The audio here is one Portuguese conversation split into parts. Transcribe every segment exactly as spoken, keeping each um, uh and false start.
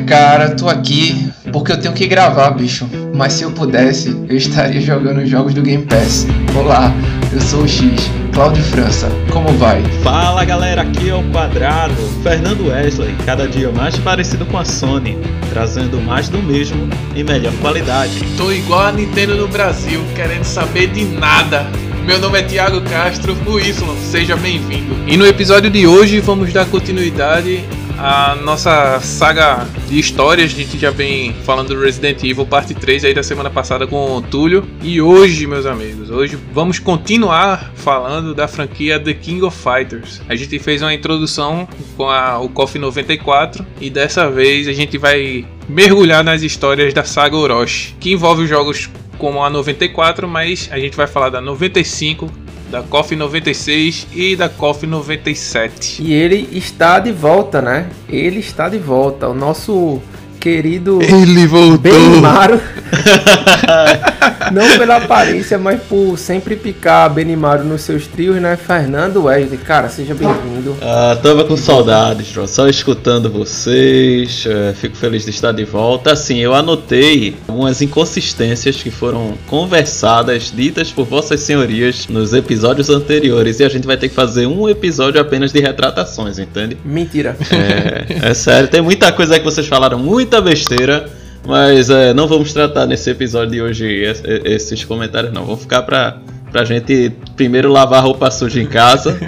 Cara, tô aqui porque eu tenho que gravar, bicho. Mas se eu pudesse, eu estaria jogando os jogos do Game Pass. Olá, eu sou o X, Cláudio França. Como vai? Fala galera, aqui é o Quadrado, Fernando Wesley, cada dia mais parecido com a Sony, trazendo mais do mesmo em melhor qualidade. Tô igual a Nintendo no Brasil, querendo saber de nada. Meu nome é Thiago Castro, o Y, seja bem-vindo. E no episódio de hoje vamos dar continuidade à nossa saga de histórias. A gente já vem falando do Resident Evil Parte três aí da semana passada com o Túlio. E hoje, meus amigos, hoje vamos continuar falando da franquia The King of Fighters. A gente fez uma introdução com a, o KOF noventa e quatro e dessa vez a gente vai mergulhar nas histórias da saga Orochi, que envolve os jogos como a noventa e quatro, mas a gente vai falar da noventa e cinco, da KOF noventa e seis e da KOF noventa e sete. E ele está de volta, né? Ele está de volta, o nosso querido Ele voltou! Benimaru. Não pela aparência, mas por sempre picar Benimaru nos seus trios, né? Fernando Wesley, cara, seja bem-vindo. Ah, tava com saudades, João, só escutando vocês, é, fico feliz de estar de volta. Assim, eu anotei algumas inconsistências que foram conversadas, ditas por vossas senhorias nos episódios anteriores, e a gente vai ter que fazer um episódio apenas de retratações, entende? Mentira. É, é sério, tem muita coisa aí que vocês falaram, muita besteira, mas é, não vamos tratar nesse episódio de hoje esses comentários não, vamos ficar pra, pra gente primeiro lavar roupa suja em casa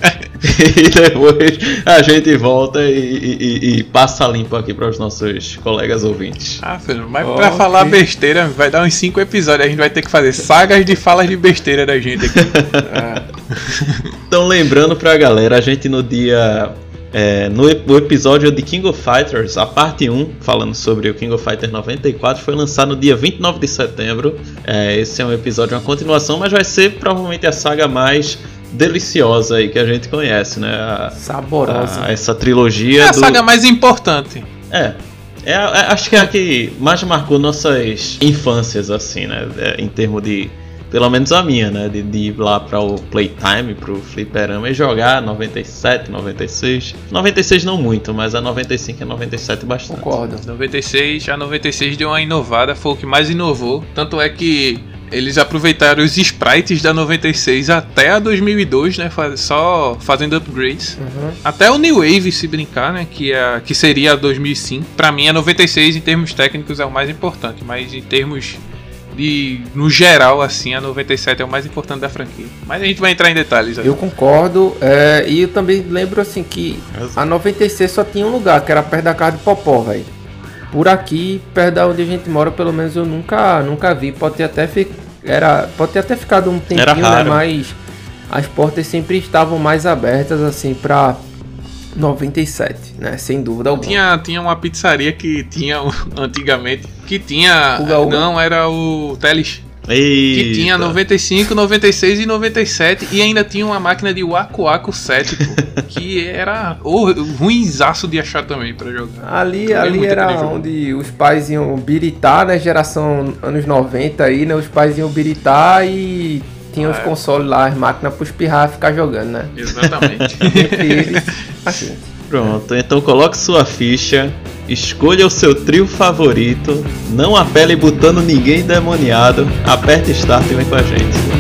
e depois a gente volta e, e, e passa limpo aqui para os nossos colegas ouvintes. Ah, filho, mas oh, pra falar okay. besteira vai dar uns cinco episódios, a gente vai ter que fazer sagas de falas de besteira da gente aqui. Ah. Então lembrando pra galera, a gente no dia... É, no, no episódio de King of Fighters, a parte um, falando sobre o King of Fighters noventa e quatro, foi lançado no dia vinte e nove de setembro. É, esse é um episódio, uma continuação, mas vai ser provavelmente a saga mais deliciosa aí que a gente conhece, né? A, Saborosa. A, essa trilogia. É a do... saga mais importante. É. É, é, acho que é a que mais marcou nossas infâncias, assim, né? É, em termos de. Pelo menos a minha, né? De, de ir lá para o Playtime, pro Fliperama e jogar noventa e sete, noventa e seis. noventa e seis não muito, mas a noventa e cinco e a noventa e sete bastante. Concordo. noventa e seis, a noventa e seis deu uma inovada, foi o que mais inovou. Tanto é que eles aproveitaram os sprites da noventa e seis até a dois mil e dois, né? Só fazendo upgrades. Uhum. Até o New Wave, se brincar, né? Que, é, que seria a dois mil e cinco. Pra mim, a noventa e seis, em termos técnicos, é o mais importante, mas em termos... E, no geral, assim, a noventa e sete é o mais importante da franquia. Mas a gente vai entrar em detalhes aí. Eu concordo, é, e eu também lembro assim que a noventa e seis só tinha um lugar, que era perto da casa de Popó, velho. Por aqui, perto da onde a gente mora, pelo menos eu nunca, nunca vi. Pode ter até, fi, era, pode ter até ficado um tempinho, né? Mas as portas sempre estavam mais abertas, assim, pra noventa e sete, né? Sem dúvida alguma. Tinha, tinha uma pizzaria que tinha antigamente, que tinha... Uga, uga. Não, era o Teles. Eita. Que tinha noventa e cinco, noventa e seis e noventa e sete. E ainda tinha uma máquina de Waku Waku sete, pô, que era oh, ruinzaço de achar também pra jogar. Ali, ali era onde os pais iam biritar, né? Geração anos noventa aí, né? Os pais iam biritar e... Tinha ah, os consoles lá, as máquinas para os pirrar ficar jogando, né? Exatamente. Entre eles, assim. Pronto, então coloque sua ficha, escolha o seu trio favorito, não apele botando ninguém endemoniado, aperte Start e vem com a gente.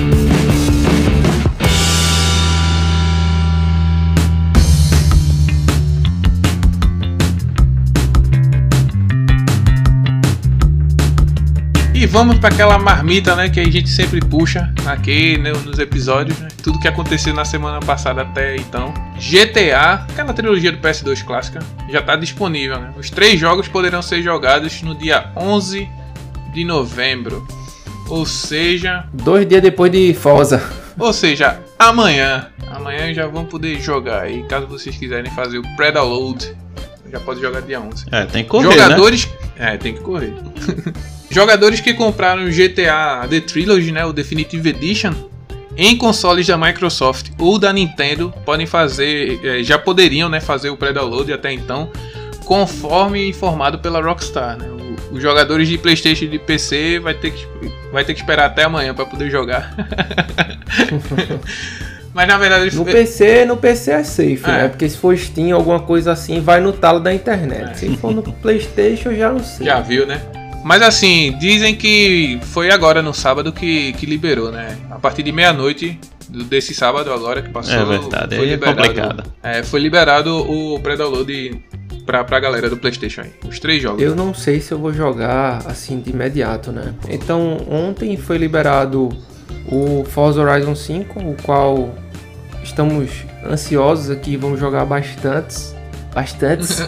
E vamos para aquela marmita, né, que a gente sempre puxa aqui, né, nos episódios, né? Tudo que aconteceu na semana passada até então. G T A, aquela trilogia do P S dois clássica, já está disponível, né? Os três jogos poderão ser jogados no dia onze de novembro. Ou seja... Dois dias depois de Forza. Ou seja, amanhã. Amanhã já vão poder jogar aí. Caso vocês quiserem fazer o pré-download, já pode jogar dia onze. É, tem que correr, Jogadores... né? É, tem que correr. Jogadores que compraram o G T A The Trilogy, né, o Definitive Edition, em consoles da Microsoft ou da Nintendo, podem fazer, já poderiam, né, fazer o pré-download até então, conforme informado pela Rockstar, né? Os jogadores de PlayStation e de P C vai ter que, vai ter que esperar até amanhã para poder jogar. Mas na verdade... No P C, no P C é safe, é. né? Porque se for Steam, alguma coisa assim, vai no talo da internet. É. Se for no PlayStation, já não sei. Já viu, né? Mas assim, dizem que foi agora no sábado que, que liberou, né? A partir de meia-noite desse sábado agora que passou. É verdade, foi é liberado, complicado. É, foi liberado o pré-download pra, pra galera do PlayStation aí. Os três jogos. Eu não sei se eu vou jogar assim de imediato, né? Então, ontem foi liberado o Forza Horizon cinco, o qual estamos ansiosos aqui, vamos jogar bastantes. Bastantes.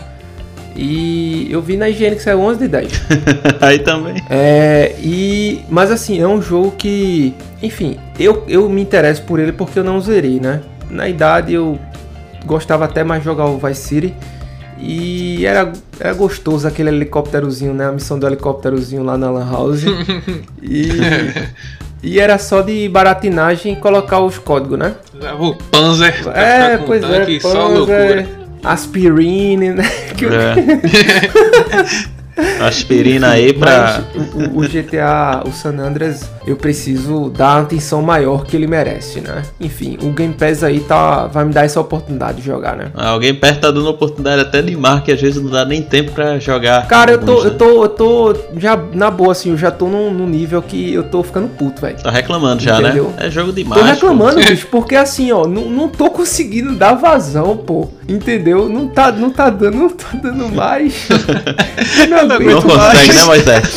E eu vi na I G N que saiu onze de dez. Aí também. É, e, mas assim, é um jogo que... Enfim, eu, eu me interesso por ele porque eu não zerei, né? Na idade eu gostava até mais de jogar o Vice City. E era, era gostoso aquele helicópterozinho, né? A missão do helicópterozinho lá na Lan House. E, e era só de baratinagem colocar os códigos, né? O Panzer. É, pois é, só loucura. Aspirine, né? Que É. Aspirina aí pra... Mas o, o G T A, o San Andreas, eu preciso dar a atenção maior que ele merece, né? Enfim, o Game Pass aí tá, vai me dar essa oportunidade de jogar, né? Alguém perto tá dando oportunidade até de mar, que às vezes não dá nem tempo pra jogar. Cara, eu tô, né? eu tô, eu tô, já, na boa, assim, eu já tô num, num nível que eu tô ficando puto, velho. Tá reclamando já, entendeu? Né? É jogo demais. Tô reclamando, pô. Bicho, porque assim, ó, não, não tô conseguindo dar vazão, pô. Entendeu? Não tá, não tá dando, não tá dando mais. Não, não consegue, mais. Né, Moisés?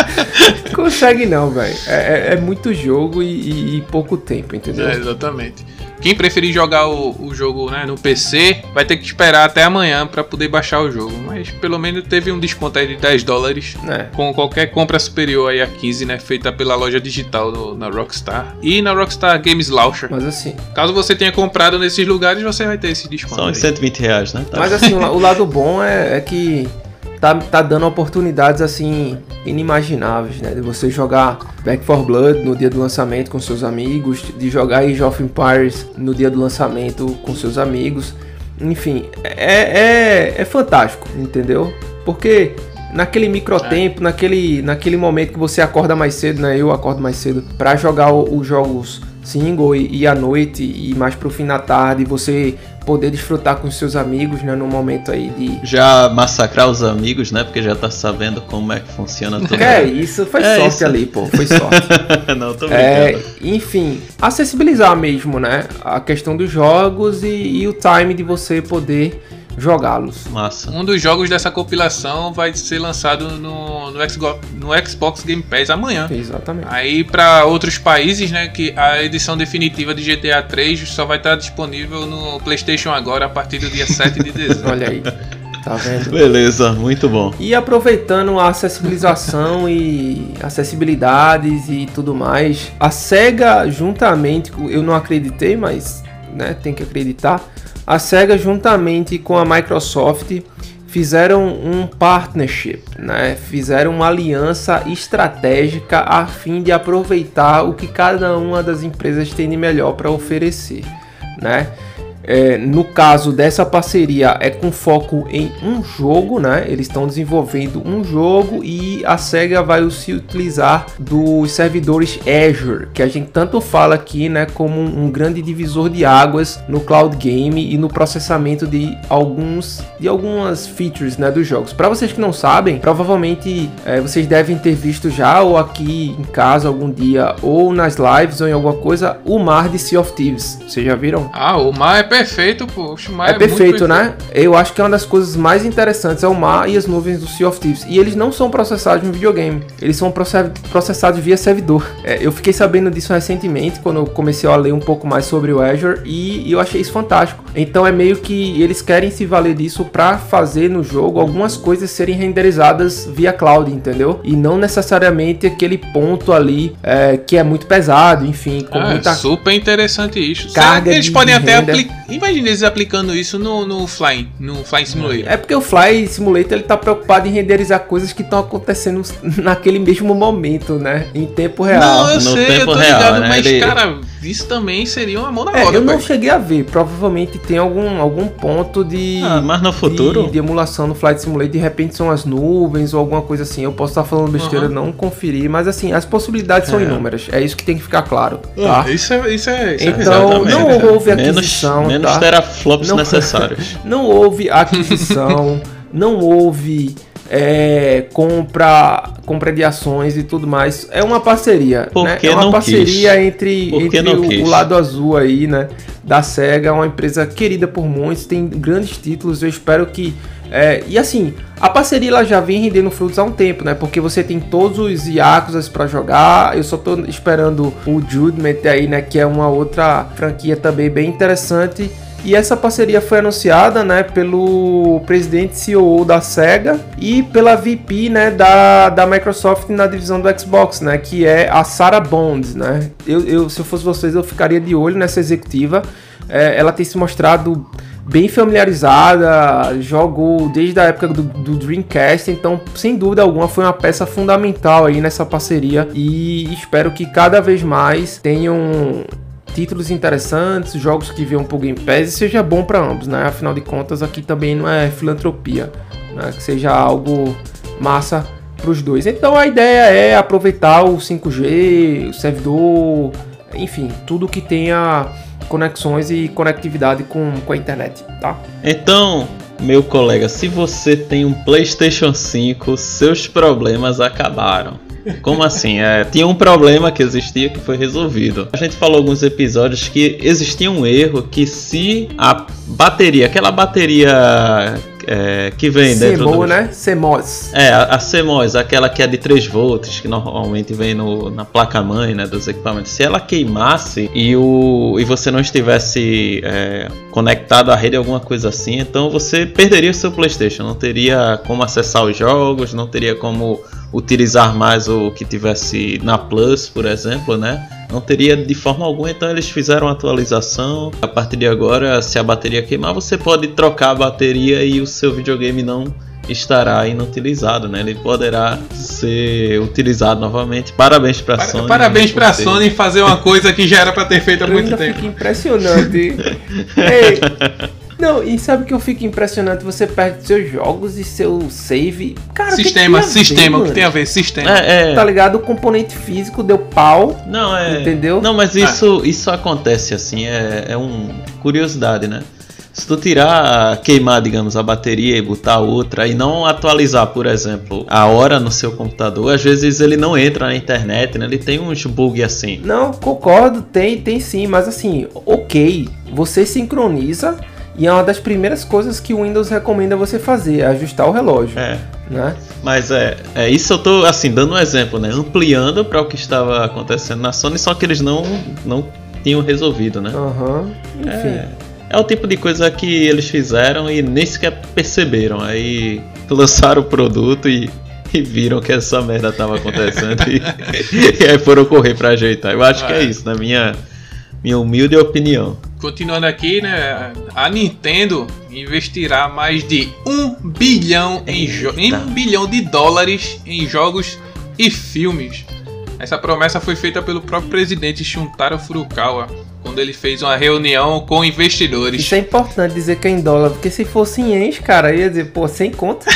Consegue não, velho. É, é, é muito jogo e, e, e pouco tempo, entendeu? É, exatamente. Quem preferir jogar o, o jogo, né, no P C vai ter que esperar até amanhã pra poder baixar o jogo. Mas pelo menos teve um desconto aí de dez dólares é. com qualquer compra superior aí a quinze, né? Feita pela loja digital do, na Rockstar e na Rockstar Games Launcher. Mas assim... Caso você tenha comprado nesses lugares, você vai ter esse desconto. São uns cento e vinte reais, né? Tá. Mas assim, o lado bom é, é que... Tá, tá dando oportunidades assim inimagináveis, né? De você jogar Back four Blood no dia do lançamento com seus amigos, de jogar Age of Empires no dia do lançamento com seus amigos. Enfim, é, é, é fantástico, entendeu? Porque naquele microtempo, é. naquele, naquele momento que você acorda mais cedo, né? Eu acordo mais cedo pra jogar os jogos single e, e à noite e mais pro fim da tarde, você poder desfrutar com os seus amigos, né, no momento aí de... Já massacrar os amigos, né, porque já tá sabendo como é que funciona tudo. É, isso foi é sorte isso. ali, pô, foi sorte. Não, tô brincando. É, enfim, acessibilizar mesmo, né, a questão dos jogos e, e o time de você poder jogá-los. Massa. Um dos jogos dessa compilação vai ser lançado no, no, Xbox, no Xbox Game Pass amanhã. Exatamente. Aí para outros países, né, que a edição definitiva de G T A três só vai estar disponível no PlayStation agora a partir do dia sete de dezembro. Olha aí. Tá vendo? Beleza, muito bom. E aproveitando a acessibilização e acessibilidades e tudo mais, a SEGA juntamente, eu não acreditei, mas né, tem que acreditar, a SEGA juntamente com a Microsoft fizeram um partnership, né? Fizeram uma aliança estratégica a fim de aproveitar o que cada uma das empresas tem de melhor para oferecer, né? É, no caso dessa parceria é com foco em um jogo, né? Eles estão desenvolvendo um jogo e a SEGA vai se utilizar dos servidores Azure, que a gente tanto fala aqui, né? Como um grande divisor de águas no cloud game e no processamento de alguns de algumas features, né? Dos jogos. Para vocês que não sabem, provavelmente é, vocês devem ter visto já ou aqui em casa algum dia ou nas lives ou em alguma coisa o mar de Sea of Thieves. Vocês já viram? Ah, o mar é perfeito, pô. O mar é, é perfeito, né? Eu acho que é uma das coisas mais interessantes é o mar e as nuvens do Sea of Thieves. E eles não são processados no videogame. Eles são processados via servidor. É, eu fiquei sabendo disso recentemente, quando eu comecei a ler um pouco mais sobre o Azure, e eu achei isso fantástico. Então é meio que eles querem se valer disso para fazer no jogo algumas coisas serem renderizadas via cloud, entendeu? E não necessariamente aquele ponto ali é, que é muito pesado, enfim. Com é muita super interessante isso. Carga eles de podem renda. até aplicar. Imagina eles aplicando isso no, no Flying, no Flying Simulator. É porque o Flying Simulator ele tá preocupado em renderizar coisas que estão acontecendo naquele mesmo momento, né? Em tempo real. Não, eu no sei, tempo eu tô real, ligado, né? mas ele... cara, isso também seria uma mão na É, roda. eu não pai. cheguei a ver. Provavelmente tem algum, algum ponto de, Ah, mas no futuro? de, de emulação no Flight Simulator. De repente são as nuvens ou alguma coisa assim. Eu posso estar falando besteira, Uhum. não conferi. Mas assim, as possibilidades são É. inúmeras. É isso que tem que ficar claro, tá? Ah, isso é, isso é, isso é Então, Exatamente. não houve Menos, aquisição, menos tá? teraflops Não- necessários. Não houve aquisição, não houve é, compra, compra de ações e tudo mais. É uma parceria, Por né? que É uma não parceria quis? entre, Por que entre não o, quis? o lado azul aí, né? Da SEGA, uma empresa querida por muitos, tem grandes títulos. Eu espero que é, e assim, a parceria ela já vem rendendo frutos há um tempo, né? Porque você tem todos os Yakuzas pra jogar. Eu só tô esperando o Judgment aí, né? Que é uma outra franquia também bem interessante. E essa parceria foi anunciada, né, pelo presidente C E O da SEGA e pela V P, né, da, da Microsoft na divisão do Xbox, né, que é a Sarah Bond, né. Eu, eu, se eu fosse vocês, eu ficaria de olho nessa executiva. É, ela tem se mostrado bem familiarizada, jogou desde a época do, do Dreamcast, então sem dúvida alguma foi uma peça fundamental aí nessa parceria e espero que cada vez mais tenham títulos interessantes, jogos que venham pro Game Pass e seja bom para ambos, né? Afinal de contas, aqui também não é filantropia, né? Que seja algo massa pros dois. Então a ideia é aproveitar o cinco G, o servidor, enfim, tudo que tenha conexões e conectividade com, com a internet, tá? Então, meu colega, se você tem um PlayStation cinco, seus problemas acabaram. Como assim? É, tinha um problema que existia que foi resolvido. A gente falou alguns episódios que existia um erro que se a bateria, aquela bateria é, que vem dentro CMOS, do... né? CMOS. É, a, a CMOS, aquela que é de três volts, que normalmente vem no, na placa-mãe, né, dos equipamentos. Se ela queimasse e, o, e você não estivesse é, conectado à rede, alguma coisa assim, então você perderia o seu PlayStation. Não teria como acessar os jogos, não teria como utilizar mais o que tivesse na Plus, por exemplo, né? Não teria de forma alguma, então eles fizeram uma atualização. A partir de agora, se a bateria queimar, você pode trocar a bateria e o seu videogame não estará inutilizado, né? Ele poderá ser utilizado novamente. Parabéns pra Para- Sony. Parabéns pra por ter- Sony fazer uma coisa que já era pra ter feito há Eu muito ainda tempo. fico impressionante. Ei, não, e sabe que eu fico impressionante? Você perde seus jogos e seu save. Cara, o que Sistema, que tem a ver, sistema, o que mano? tem a ver? Sistema. É, é. Tá ligado? O componente físico deu pau. Não, é. Entendeu? Não, mas isso, isso acontece assim, é, é uma curiosidade, né? Se tu tirar, queimar, digamos, a bateria e botar outra e não atualizar, por exemplo, a hora no seu computador, às vezes ele não entra na internet, né? Ele tem uns bugs assim. Não, concordo, tem, tem sim, mas assim, ok, você sincroniza e é uma das primeiras coisas que o Windows recomenda você fazer, é ajustar o relógio, É. né? Mas é, é isso eu tô assim dando um exemplo, né? Ampliando para o que estava acontecendo na Sony, só que eles não não tinham resolvido, né? Aham, enfim. É, é o tipo de coisa que eles fizeram e nem sequer perceberam. Aí lançaram o produto e, e viram que essa merda tava acontecendo e, e aí foram correr pra ajeitar. Eu acho que é isso, na minha, minha humilde opinião. Continuando aqui, né? A Nintendo investirá mais de um bilhão em, jo- em um bilhão de dólares em jogos e filmes. Essa promessa foi feita pelo próprio presidente Shuntaro Furukawa quando ele fez uma reunião com investidores. Isso é importante dizer que é em dólar, porque se fosse em ienes, cara, ia dizer, pô, sem conta.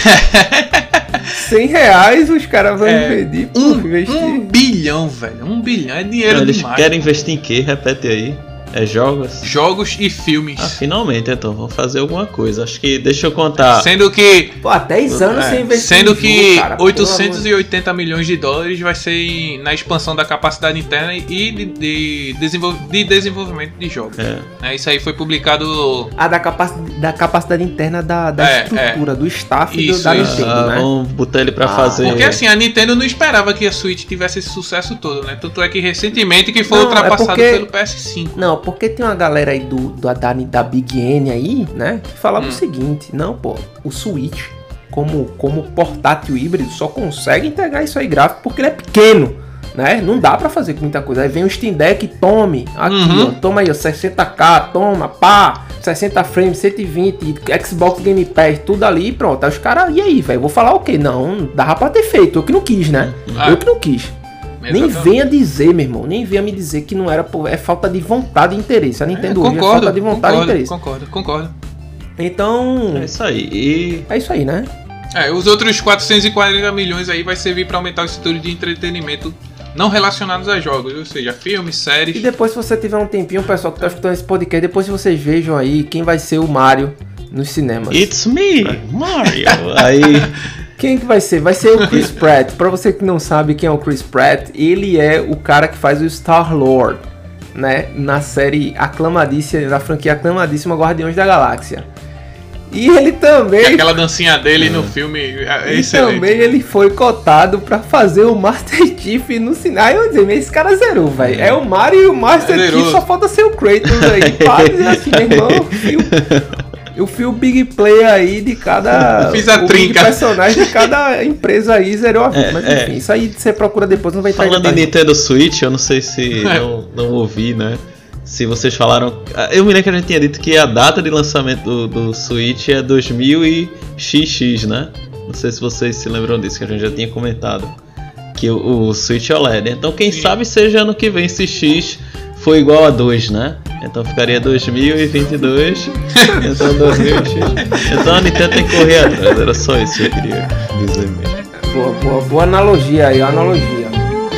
cem reais os caras vão É, pedir, pô, Um, investir. um bilhão, velho. Um bilhão é dinheiro Eles demais. querem investir em quê? Repete aí. É jogos? Jogos e filmes. Ah, finalmente, então, vão fazer alguma coisa. Acho que, deixa eu contar. Sendo que Pô, há dez anos É, sem investir Sendo em que jogo, cara, pelo oitocentos e amor oitenta milhões de dólares vai ser em- na expansão da capacidade interna e de, de, desenvol- de desenvolvimento de jogos. É. É, isso aí foi publicado. Ah, da, capac... da capacidade interna da, da É, estrutura, do staff do- Isso, da isso. Nintendo, Ah, né? vamos botar ele pra Ah, fazer. Porque assim, a Nintendo não esperava que a Switch tivesse esse sucesso todo, né? Tanto é que recentemente que foi Não, ultrapassado é porque- pelo P S cinco. Não, porque tem uma galera aí do, do da, da Big N aí, né? Que falava Hum. o seguinte: não, pô, o Switch, como, como portátil híbrido, só consegue integrar isso aí gráfico porque ele é pequeno, né? Não dá pra fazer com muita coisa. Aí vem o Steam Deck, tome, aqui, Uhum. ó, toma aí, ó, sessenta K, toma, pá, sessenta frames, cento e vinte, Xbox Game Pass, tudo ali, pronto. Aí os caras, e aí, velho? Vou falar o quê? Não, dava pra ter feito, eu que não quis, né? Ah. Eu que não quis. Nem venha dizer, meu irmão, nem venha me dizer que não era por... é falta de vontade e interesse. A Nintendo é, hoje é falta de vontade concordo, e interesse. Concordo, concordo. Então... É isso aí. E... É isso aí, né? É, os outros quatrocentos e quarenta milhões aí vai servir para aumentar o setor de entretenimento não relacionados a jogos, ou seja, filmes, séries. E depois, se você tiver um tempinho, pessoal que tá escutando esse podcast, depois vocês vejam aí quem vai ser o Mario nos cinemas. It's me, Mario. Aí... Quem que vai ser? Vai ser o Chris Pratt. Pra você que não sabe quem é o Chris Pratt, ele é o cara que faz o Star-Lord, né? Na série aclamadíssima, da franquia aclamadíssima Guardiões da Galáxia. E ele também... E aquela dancinha dele é. no filme é e excelente. também ele foi cotado pra fazer o Master Chief no cinema. Aí eu dizer, esse cara zerou, velho. É o Mario e o Master é Chief, só falta ser o Kratos aí. Para dizer assim, meu irmão, eu fui o big player aí de cada... Eu fiz a o trinca. personagem de cada empresa aí zerou a vida. É, Mas enfim, é. isso aí você procura depois, não vai entrar. Falando em Nintendo Switch, eu não sei se é. não, não ouvi, né? Se vocês falaram... Eu me lembro que a gente tinha dito que a data de lançamento do, do Switch é dois mil e xx, né? Não sei se vocês se lembram disso, que a gente já tinha comentado. Que o, o Switch é O L E D. Então quem Sim. sabe seja ano que vem se X for igual a dois, né? Então ficaria dois mil e vinte e dois. Então dois mil e xx. Então a Nintendo tem que correr atrás. Era só isso que eu queria dizer mesmo. Boa, boa, boa analogia aí, analogia.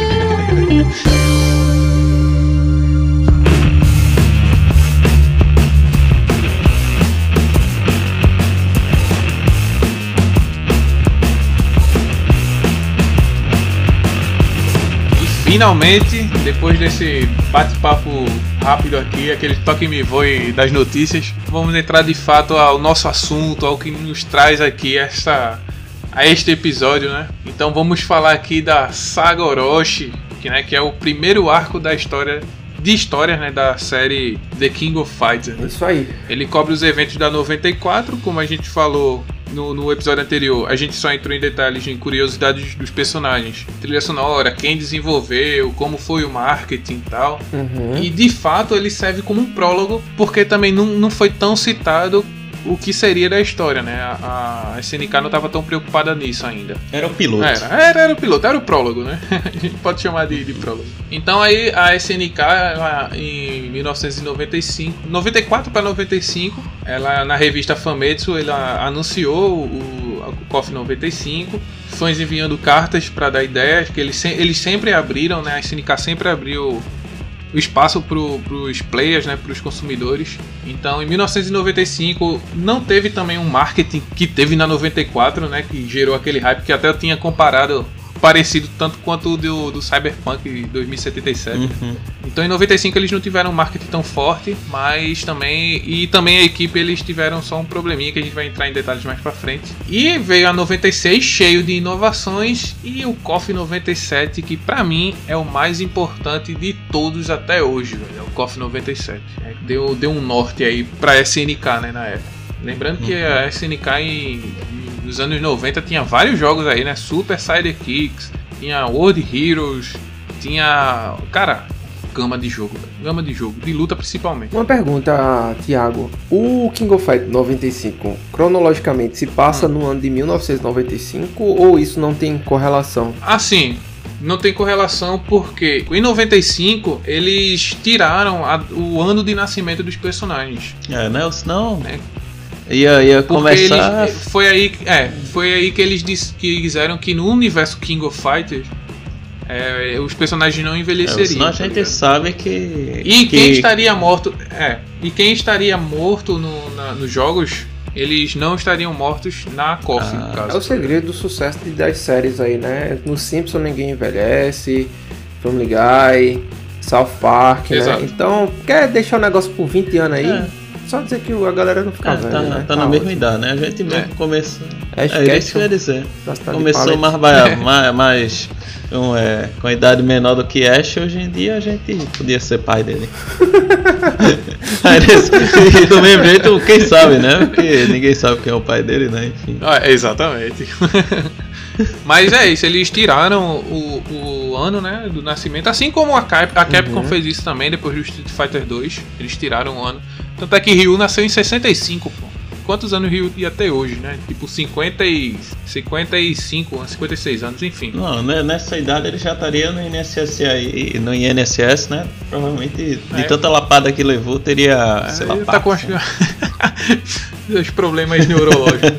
Finalmente, depois desse bate-papo rápido aqui, aquele toque me voe das notícias, vamos entrar de fato ao nosso assunto, ao que nos traz aqui esta, a este episódio, né? Então vamos falar aqui da Saga Orochi, que, né, que é o primeiro arco da história de histórias, né, da série The King of Fighters. Né? Isso aí. Ele cobre os eventos da noventa e quatro, como a gente falou no, no episódio anterior. A gente só entrou em detalhes, em curiosidades dos personagens, trilha sonora, quem desenvolveu, como foi o marketing e tal. Uhum. E de fato ele serve como um prólogo, porque também não, não foi tão citado o que seria da história, né? A, a S N K não estava tão preocupada nisso ainda. Era o piloto. Era, era, era o piloto, era o prólogo, né? A gente pode chamar de, de prólogo. Então aí a S N K, ela, em mil novecentos e noventa e cinco, noventa e quatro para noventa e cinco, ela na revista Famitsu, ela anunciou o, o K O F noventa e cinco, fãs enviando cartas para dar ideias, que eles, eles sempre abriram, né? A S N K sempre abriu o espaço para os players, né, para os consumidores. Então, em mil novecentos e noventa e cinco não teve também um marketing que teve na noventa e quatro, né, que gerou aquele hype que até eu tinha comparado, parecido tanto quanto o do, do Cyberpunk dois mil e setenta e sete. Uhum. Então, em noventa e cinco eles não tiveram um marketing tão forte, mas também e também a equipe eles tiveram só um probleminha que a gente vai entrar em detalhes mais pra frente. E veio a noventa e seis cheio de inovações e o K O F noventa e sete, que pra mim é o mais importante de todos até hoje, velho. É o K O F noventa e sete. É, deu, deu um norte aí pra S N K, né, na época. Lembrando que uhum. a S N K em nos anos noventa tinha vários jogos aí, né? Super Sidekicks, tinha World Heroes, tinha... Cara, gama de jogo, gama de jogo, de luta principalmente. Uma pergunta, Thiago. O King of Fighters noventa e cinco, cronologicamente, se passa hum. no ano de mil novecentos e noventa e cinco ou isso não tem correlação? Assim, não tem correlação porque em noventa e cinco eles tiraram a, o ano de nascimento dos personagens. É, né? Senão... É. Ia, ia começar... Eles, foi, aí, é, foi aí que eles dis, que disseram que no universo King of Fighters é, os personagens não envelheceriam. É, senão a gente tá sabe que... E que... quem estaria morto... É, e quem estaria morto no, na, nos jogos, eles não estariam mortos na K O F, ah, no caso. É o segredo do sucesso das séries aí, né? No Simpsons ninguém envelhece, Family Guy, South Park, Exato. Né? Então, quer deixar o negócio por vinte anos aí... É. Só dizer que a galera não fica é, velha, tá, né? tá na tá mesma idade, né? A gente mesmo é. começou... É, é isso que eu ia dizer. Começou mais, mais, mais um, é, com a idade menor do que Ash, hoje em dia a gente podia ser pai dele. E do mesmo jeito, quem sabe, né? Porque ninguém sabe quem é o pai dele, né? Enfim. Ah, exatamente. Mas é isso, eles tiraram o, o ano, né, do nascimento, assim como a, Cap, a Capcom uhum. fez isso também depois do Street Fighter dois, eles tiraram o ano. Tanto é que Ryu nasceu em sessenta e cinco, pô. quantos anos Ryu ia ter hoje, né? Tipo cinquenta e, cinquenta e cinco, cinquenta e seis anos, enfim. Não, né, nessa idade ele já estaria no I N S S aí, no I N S S, né? Provavelmente de é. tanta lapada que levou teria, É, sei lá, tá com Parkinson. os problemas neurológicos.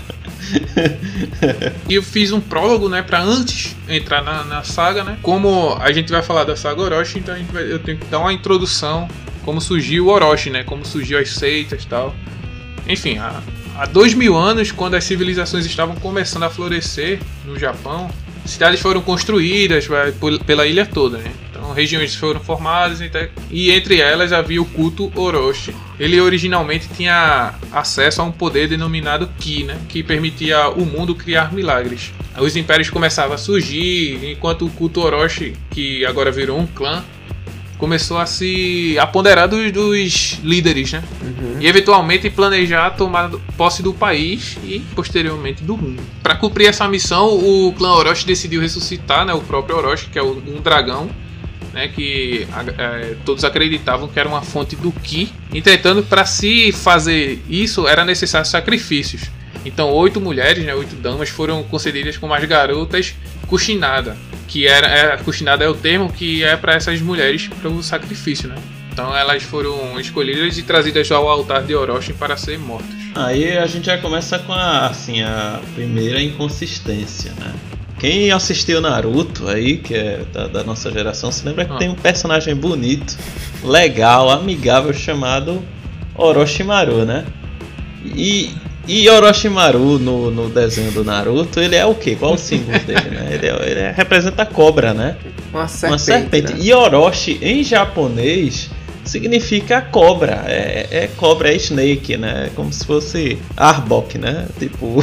E eu fiz um prólogo, né, pra antes entrar na, na saga, né? Como a gente vai falar da saga Orochi, então a gente vai, eu tenho que dar uma introdução, como surgiu o Orochi, né? Como surgiu as seitas e tal. Enfim, há, há dois mil anos, quando as civilizações estavam começando a florescer no Japão, cidades foram construídas vai, por, pela ilha toda, né? Então regiões foram formadas e entre elas havia o culto Orochi. Ele originalmente tinha acesso a um poder denominado Ki, né? Que permitia ao mundo criar milagres. Os impérios começavam a surgir, enquanto o culto Orochi, que agora virou um clã, começou a se apoderar dos, dos líderes, né? Uhum. E eventualmente planejar tomar posse do país e posteriormente do mundo. Para cumprir essa missão, o clã Orochi decidiu ressuscitar, né, o próprio Orochi, que é um dragão, né, que é, todos acreditavam que era uma fonte do Ki. Entretanto, para se fazer isso, era necessário sacrifícios. Então, oito mulheres, né, oito damas, foram concedidas como as garotas Kushinada, que era, é, Kushinada é o termo que é para essas mulheres para o sacrifício, né? Então, elas foram escolhidas e trazidas ao altar de Orochi para serem mortas. Aí a gente já começa com a, assim, a primeira inconsistência, né? Quem assistiu Naruto aí, que é da, da nossa geração, se lembra que ah. tem um personagem bonito, legal, amigável, chamado Orochimaru, né? E, e Orochimaru no, no desenho do Naruto, ele é o quê? Qual o símbolo dele, né? Ele, é, ele é, representa a cobra, né? Uma serpente. Uma serpente. Né? E Orochi, em japonês, significa cobra. É, é cobra, é snake, né? Como se fosse Arbok, né? Tipo...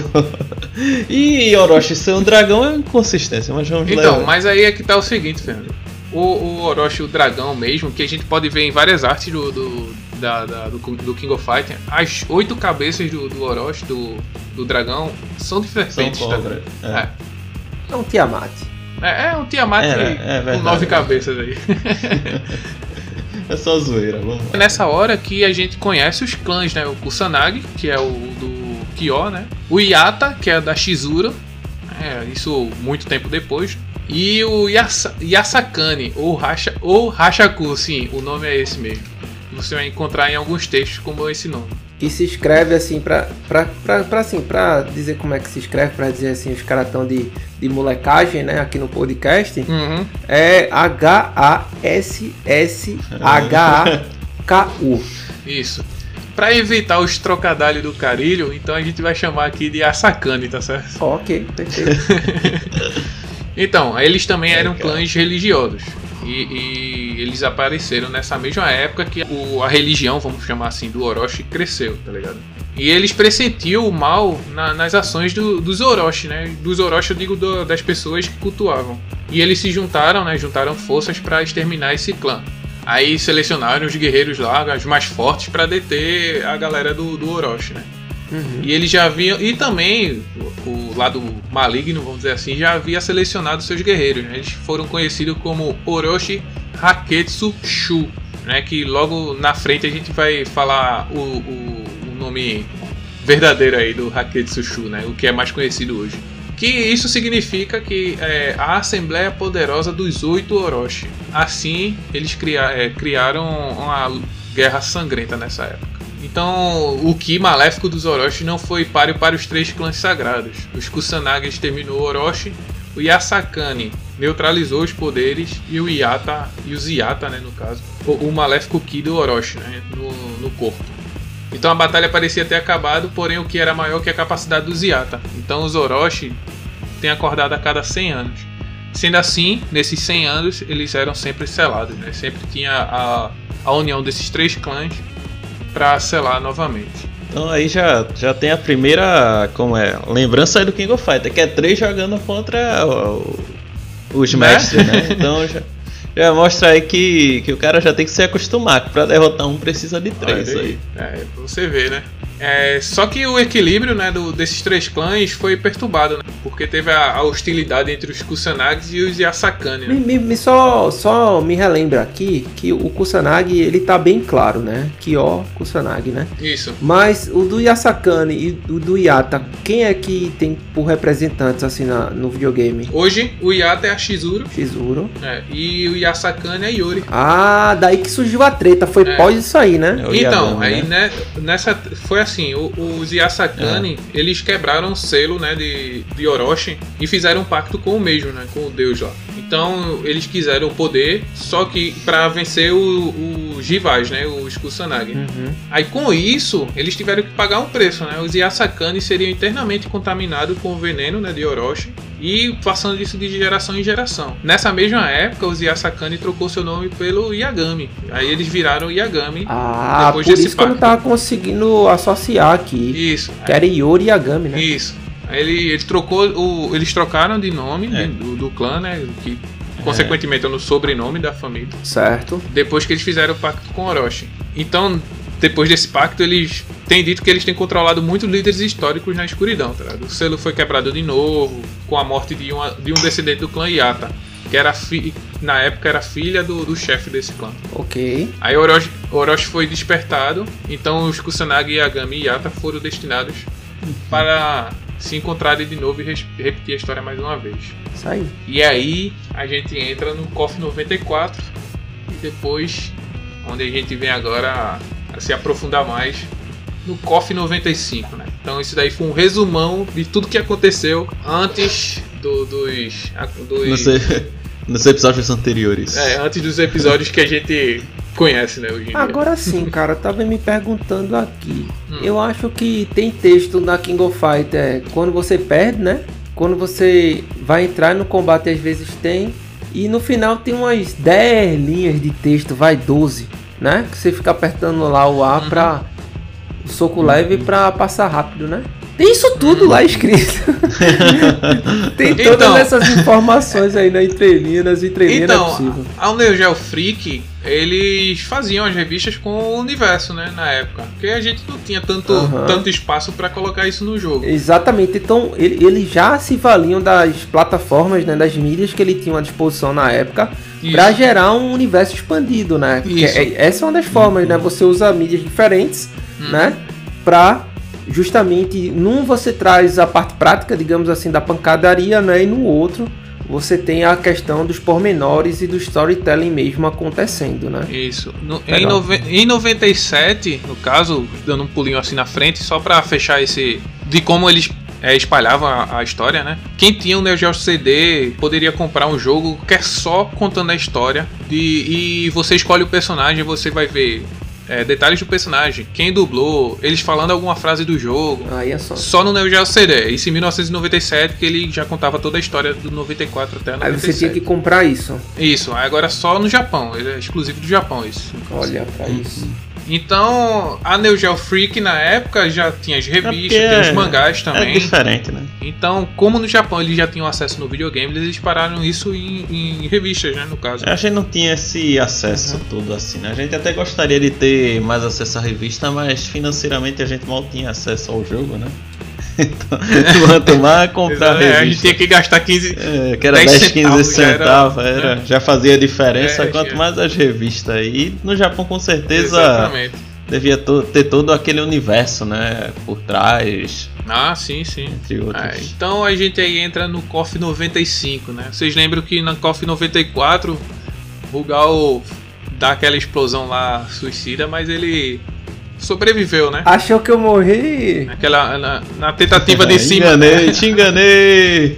E Orochi ser um dragão é inconsistência, mas vamos Então, levar. mas aí é que tá o seguinte, Fernando. O, o Orochi, o dragão mesmo, que a gente pode ver em várias artes do, do, da, da, do, do King of Fighters, as oito cabeças do, do Orochi, do, do dragão, são de serpentes. São cobra, tá? é. É. É um Tiamat. É, é um Tiamat é, é com nove cabeças aí. É só zoeira, vamos lá. É nessa hora que a gente conhece os clãs, né? O Kusanagi, que é o do Kyo, né? O Yata, que é da Shizuru, é, isso muito tempo depois. E o Yasa, Yasakani, ou, Hacha, ou Hashaku, sim, o nome é esse mesmo. Você vai encontrar em alguns textos como esse nome. E se escreve assim, pra, pra, pra, pra, assim, pra dizer como é que se escreve, pra dizer assim, os caras estão de, de molecagem, né, aqui no podcast, uhum. É H A S S H A K U. Isso. Pra evitar os trocadilhos do carilho, então a gente vai chamar aqui de Asakani, tá certo? Ok, perfeito. Então, eles também eram clãs religiosos. E, e eles apareceram nessa mesma época que o, a religião, vamos chamar assim, do Orochi cresceu, tá ligado? E eles pressentiam o mal na, nas ações do, dos Orochi, né? Dos Orochi eu digo do, das pessoas que cultuavam. E eles se juntaram, né? Juntaram forças para exterminar esse clã. Aí selecionaram os guerreiros lá, os mais fortes, para deter a galera do, do Orochi, né? Uhum. E eles já haviam. E também o, o lado maligno, vamos dizer assim, já havia selecionado seus guerreiros, né? Eles foram conhecidos como Orochi Haketsu Shu, né? Que logo na frente a gente vai falar o, o, o nome verdadeiro aí do Haketsu Shu, né? O que é mais conhecido hoje. Que isso significa que é a Assembleia Poderosa dos Oito Orochi. Assim, eles cria, é, criaram uma guerra sangrenta nessa época. Então, o Ki maléfico dos Orochi não foi páreo para os três clãs sagrados. Os Kusanagi exterminou o Orochi, o Yasakani neutralizou os poderes e o Yata, e os Yata, né, no caso, o, o maléfico Ki do Orochi, né, no, no corpo. Então a batalha parecia ter acabado, porém o Ki era maior que a capacidade dos Yata. Então os Orochi têm acordado a cada cem anos. Sendo assim, nesses cem anos, eles eram sempre selados, né? Sempre tinha a, a união desses três clãs para selar novamente. Então aí já, já tem a primeira, como é, lembrança aí do King of Fighters, que é três jogando contra o, os mestres, né? Então já, já mostra aí que, que o cara já tem que se acostumar, que pra derrotar um precisa de três aí. aí. É, pra você ver, né? É, só que o equilíbrio, né, do, desses três clãs foi perturbado, né, porque teve a, a hostilidade entre os Kusanags e os Yasakani. Né? Me, me, me só, só me relembra aqui que o Kusanagi, ele tá bem claro, né? Kyo Kusanagi, né? Isso. Mas o do Yasakani e o do Yata, quem é que tem por representantes assim na, no videogame? Hoje o Yata é a Shizuru. Shizuru. É, e o Yasakani é Yori. Ah, daí que surgiu a treta, foi é. pós isso aí, né? É então, Yagami, aí né? né, nessa foi assim, o, os Yasakani, é. eles quebraram o selo, né, de, de Orochi e fizeram um pacto com o mesmo, né, com o deus lá. Então, eles quiseram o poder, só que pra vencer o, os rivais, né, os Kusanagi. Uhum. Aí com isso, eles tiveram que pagar um preço, né? Os Yasakani seriam internamente contaminados com o veneno, né, de Orochi e passando isso de geração em geração. Nessa mesma época, os Yasakani trocou seu nome pelo Yagami. Aí eles viraram Yagami. Ah, depois por desse isso que eu não tava conseguindo associar aqui. Isso. Que era Yori e Yagami, né? Isso. Aí ele, ele trocou o, eles trocaram de nome É. do, do clã, né? Que consequentemente é no sobrenome da família. Certo. Depois que eles fizeram o pacto com Orochi. Então, depois desse pacto, eles têm dito que eles têm controlado muitos líderes históricos na escuridão, tá ligado? O selo foi quebrado de novo com a morte de, uma, de um descendente do clã Yata, que era fi, na época era filha do, do chefe desse clã. Ok. Aí Orochi, Orochi foi despertado, então os Kusanagi, Yagami e Yata foram destinados para se encontrarem de novo e res, repetir a história mais uma vez. Isso aí. E aí a gente entra no K O F noventa e quatro e depois onde a gente vem agora a, a se aprofundar mais no K O F noventa e cinco, né? Então isso daí foi um resumão de tudo que aconteceu antes do, dos, dos Não sei, nos episódios anteriores. é, antes dos episódios que a gente conhece, né, hoje em dia. Agora sim, cara, eu tava me perguntando aqui. Hum. Eu acho que tem texto na King of Fighters quando você perde, né? Quando você vai entrar no combate, às vezes tem. E no final tem umas dez linhas de texto, vai doze, né? Que você fica apertando lá o A Uhum. pra o soco leve pra passar rápido, né? Tem isso tudo lá escrito. Tem todas Então- essas informações aí na entrelinha, nas entrelinhas, não é Então, possível. a a Neo Geo Freak, eles faziam as revistas com o universo, né, na época. Porque a gente não tinha tanto, Aham. tanto espaço pra colocar isso no jogo. Exatamente, então ele- eles já se valiam das plataformas, né, das mídias que ele tinha à disposição na época Isso. para gerar um universo expandido, né? Porque Isso. é- essa é uma das formas, né? Você usa mídias diferentes, Hum. né? Para justamente num você traz a parte prática, digamos assim, da pancadaria, né? E no outro você tem a questão dos pormenores e do storytelling mesmo acontecendo, né? Isso. No- em, Legal. nove- em noventa e sete, no caso, dando um pulinho assim na frente, só pra fechar esse. De como eles é, espalhavam a, a história, né? Quem tinha um Neo Geo C D poderia comprar um jogo que é só contando a história. De, e você escolhe o personagem, você vai ver é, detalhes do personagem, quem dublou, eles falando alguma frase do jogo. Aí é só. Só no Neo Geo C D. Isso em mil novecentos e noventa e sete, que ele já contava toda a história do noventa e quatro até Aí noventa e sete. você tinha que comprar isso. Isso, aí agora só no Japão, ele é exclusivo do Japão isso. Olha pra isso. Então, a Neo Geo Freak na época já tinha as revistas, porque tinha os é- mangás É também. diferente, né? Então, como no Japão eles já tinham acesso no videogame, eles pararam isso em, em revistas, né, no caso. A gente não tinha esse acesso todo assim, né? A gente até gostaria de ter mais acesso à revista, mas financeiramente a gente mal tinha acesso ao jogo, né? Então, quanto mais comprar É, a gente revista, tinha que gastar quinze. é, que era dez dez, quinze centavos, já era- centavos, era, né? já fazia diferença, É, quanto tinha. mais as revistas. E no Japão com certeza Exatamente. devia to- ter todo aquele universo, né? Por trás, Ah, sim, sim. entre outros. É, então a gente aí entra no K O F noventa e cinco, né? Vocês lembram que na K O F noventa e quatro o Gal dá aquela explosão lá suicida, mas ele sobreviveu, né? Achou que eu morri? Naquela, na, na tentativa de É, cima. Enganei, te enganei!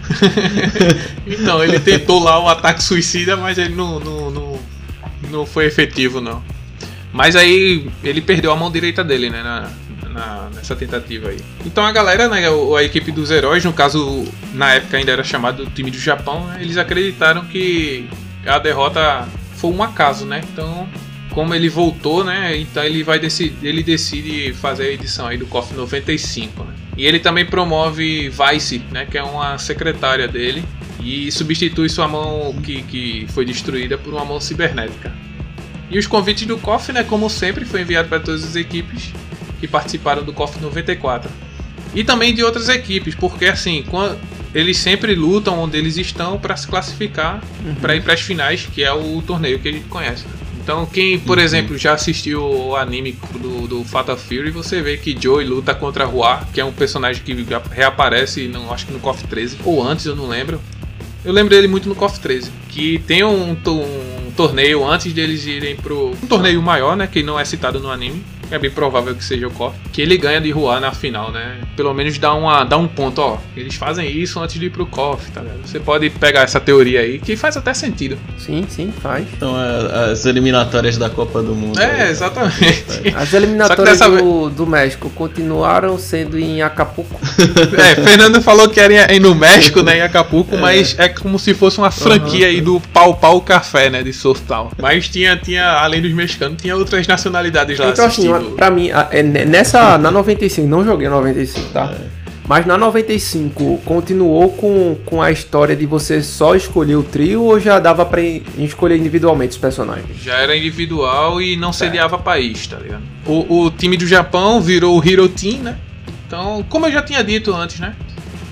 Então, ele tentou lá o ataque suicida, mas ele não, não, não, não foi efetivo, não. Mas aí ele perdeu a mão direita dele, né? Na, na- nessa tentativa aí. Então a galera, né? A, a equipe dos heróis, no caso, na época ainda era chamado time do Japão, né, eles acreditaram que a derrota foi um acaso, né? Então, como ele voltou, né? Então ele vai decidir, ele decide fazer a edição aí do K O F noventa e cinco, né? E ele também promove Vice, né? Que é uma secretária dele, e substitui sua mão que, que foi destruída por uma mão cibernética. E os convites do K O F, né? Como sempre, foi enviado para todas as equipes. que participaram do K O F noventa e quatro. E também de outras equipes, porque assim, quando eles sempre lutam onde eles estão para se classificar uhum. para ir para as finais, que é o torneio que a gente conhece. Então quem, por uhum. exemplo, já assistiu o anime do, do Fatal Fury, você vê que Joey luta contra Hua, que é um personagem que reaparece, não, acho que no K O F treze, ou antes, eu não lembro. Eu lembro dele muito no K O F treze, que tem um, um torneio antes deles irem pro... um torneio maior, né, que não é citado no anime. É bem provável que seja o K O F, que ele ganha de Hua na final, né? Pelo menos dá, uma, dá um ponto, ó. Eles fazem isso antes de ir pro K O F, tá ligado? Você pode pegar essa teoria aí, que faz até sentido. Sim, sim, faz. Então, as eliminatórias da Copa do Mundo. É, aí, exatamente. As eliminatórias do, vez... do México continuaram sendo em Acapulco. É, Fernando falou que era ir no México, né, em Acapulco, é. Mas é como se fosse uma franquia uhum. aí do Pau Pau Café, né, de surf tal. Mas tinha, tinha, além dos mexicanos, tinha outras nacionalidades lá então, assistindo. Assim, pra mim, nessa, na noventa e cinco, não joguei a noventa e cinco, tá? É. Mas na noventa e cinco, continuou com, com a história de você só escolher o trio ou já dava pra escolher individualmente os personagens? Já era individual e não sediava é. país, tá ligado? O, o time do Japão virou o Hero Team, né? Então, como eu já tinha dito antes, né?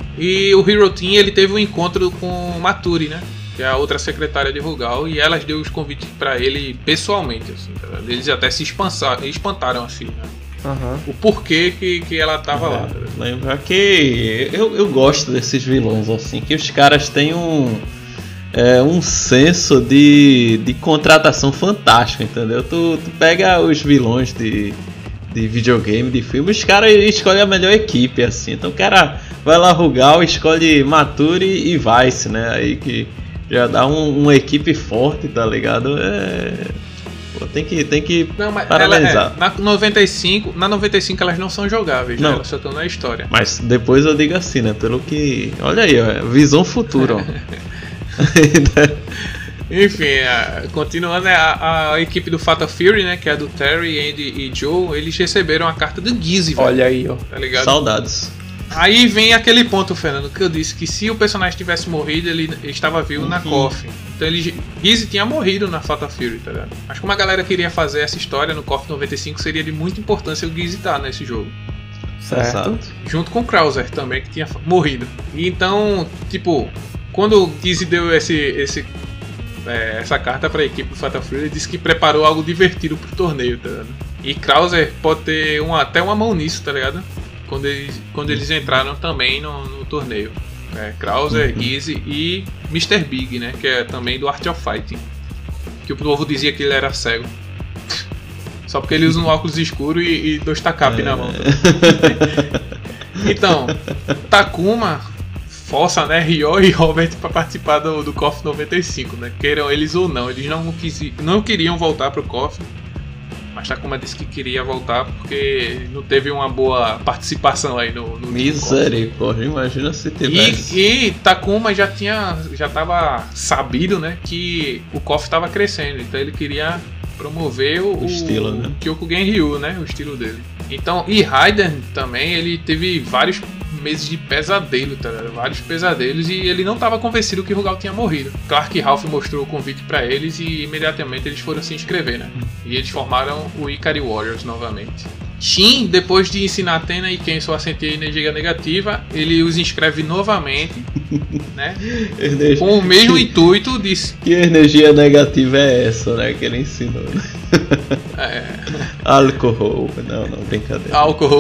E o Hero Team, ele teve um encontro com Maturi, né? Que é a outra secretária de Rugal, e elas deu os convites pra ele pessoalmente, assim, tá ligado? Eles até se espantaram, assim, né? Uhum. O porquê que, que ela tava é, lá. Tá lembra que eu, eu gosto desses vilões, assim, que os caras têm um, é, um senso de, de contratação fantástico, entendeu? Tu, tu pega os vilões de, de videogame, de filme, os caras escolhem a melhor equipe, assim. Então o cara vai lá Rugal, escolhe Maturi e Vice, né? Aí que já dá um, uma equipe forte, tá ligado? É... Pô, tem que, tem que não, mas parabenizar. É, na noventa e cinco, na noventa e cinco elas não são jogáveis, não. Né? Elas só estão na história. Mas depois eu digo assim, né? Pelo que... Olha aí, ó, visão futura, ó. Enfim, a, continuando, a, a equipe do Fatal Fury, né? Que é do Terry, Andy e Joe, eles receberam a carta do Gizzy, velho. Olha aí, ó. Tá ligado? Saudades. Aí vem aquele ponto, Fernando, que eu disse que se o personagem tivesse morrido, ele estava vivo uhum. na K O F. Então ele, Gizzy tinha morrido na Fatal Fury, tá ligado? Mas como a galera queria fazer essa história no K O F noventa e cinco, seria de muita importância o Gizzy estar nesse jogo. Certo. Junto com o Krauser também, que tinha morrido. E então, tipo, quando o Gizzy deu esse, esse, é, essa carta pra equipe do Fatal Fury, ele disse que preparou algo divertido pro torneio, tá ligado? E Krauser pode ter uma, até uma mão nisso, tá ligado? Quando eles, quando eles entraram também no, no torneio. É, Krauser, uhum. Gizzy e mister Big, né? Que é também do Art of Fighting. Que o povo dizia que ele era cego. Só porque ele usa um óculos escuro e, e dois tacape é. na mão. Então, Takuma força, né, Ryo e Robert para participar do, do K O F noventa e cinco, né? Queiram eles ou não. Eles não, quis, não queriam voltar pro K O F. Mas Takuma disse que queria voltar porque não teve uma boa participação aí no, no Misericórdia, imagina se tivesse. E, e Takuma já tinha, já estava sabido, né, que o K O F estava crescendo, então ele queria promover o, o estilo, o, né? o Kyokugen Ryu, né, o estilo dele. Então, e Raiden também, ele teve vários meses de pesadelo, tá ligado? Vários pesadelos, e ele não estava convencido que o Rugal tinha morrido. Clark e Ralph mostrou o convite para eles e imediatamente eles foram se inscrever, né? E eles formaram o Ikari Warriors novamente. Shin, depois de ensinar Atena e Kenso a sentir energia negativa, ele os inscreve novamente, né? Energia... Com o mesmo intuito de... Que energia negativa é essa, né? Que ele ensinou, né? É... Álcool. Não, não, brincadeira. Álcool.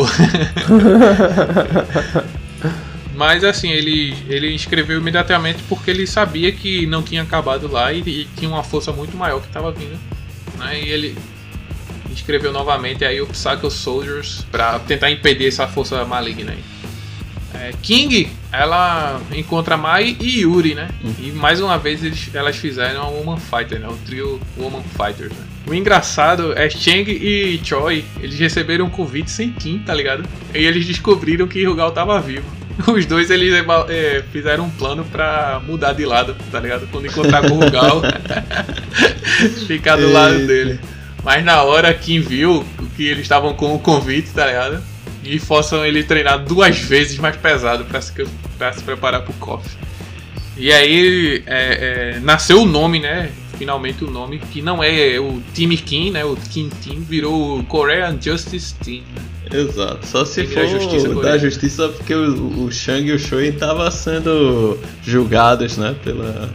Mas assim, ele, ele inscreveu imediatamente porque ele sabia que não tinha acabado lá e, e tinha uma força muito maior que estava vindo, né? E ele inscreveu novamente aí o Psycho Soldiers para tentar impedir essa força maligna aí. É, King, ela encontra Mai e Yuri, né? Uhum. E mais uma vez eles, elas fizeram a Woman Fighter, né? O trio Woman Fighters, né? O engraçado é Chang e Choi, eles receberam um convite sem Kim, tá ligado? E eles descobriram que Rugal tava vivo. Os dois, eles é, fizeram um plano pra mudar de lado, tá ligado? Quando encontrar com o Rugal, ficar do lado dele. Mas na hora Kim viu que eles estavam com o convite, tá ligado? E forçam ele treinar duas vezes mais pesado pra se, pra se preparar pro K O F. E aí é, é, nasceu o nome, né? finalmente o nome, que não é o time King, né? O King Team virou o Korean Justice Team. Exato, só se for da justiça, da justiça porque o, o Shang e o Shui estavam sendo julgados, né, pela,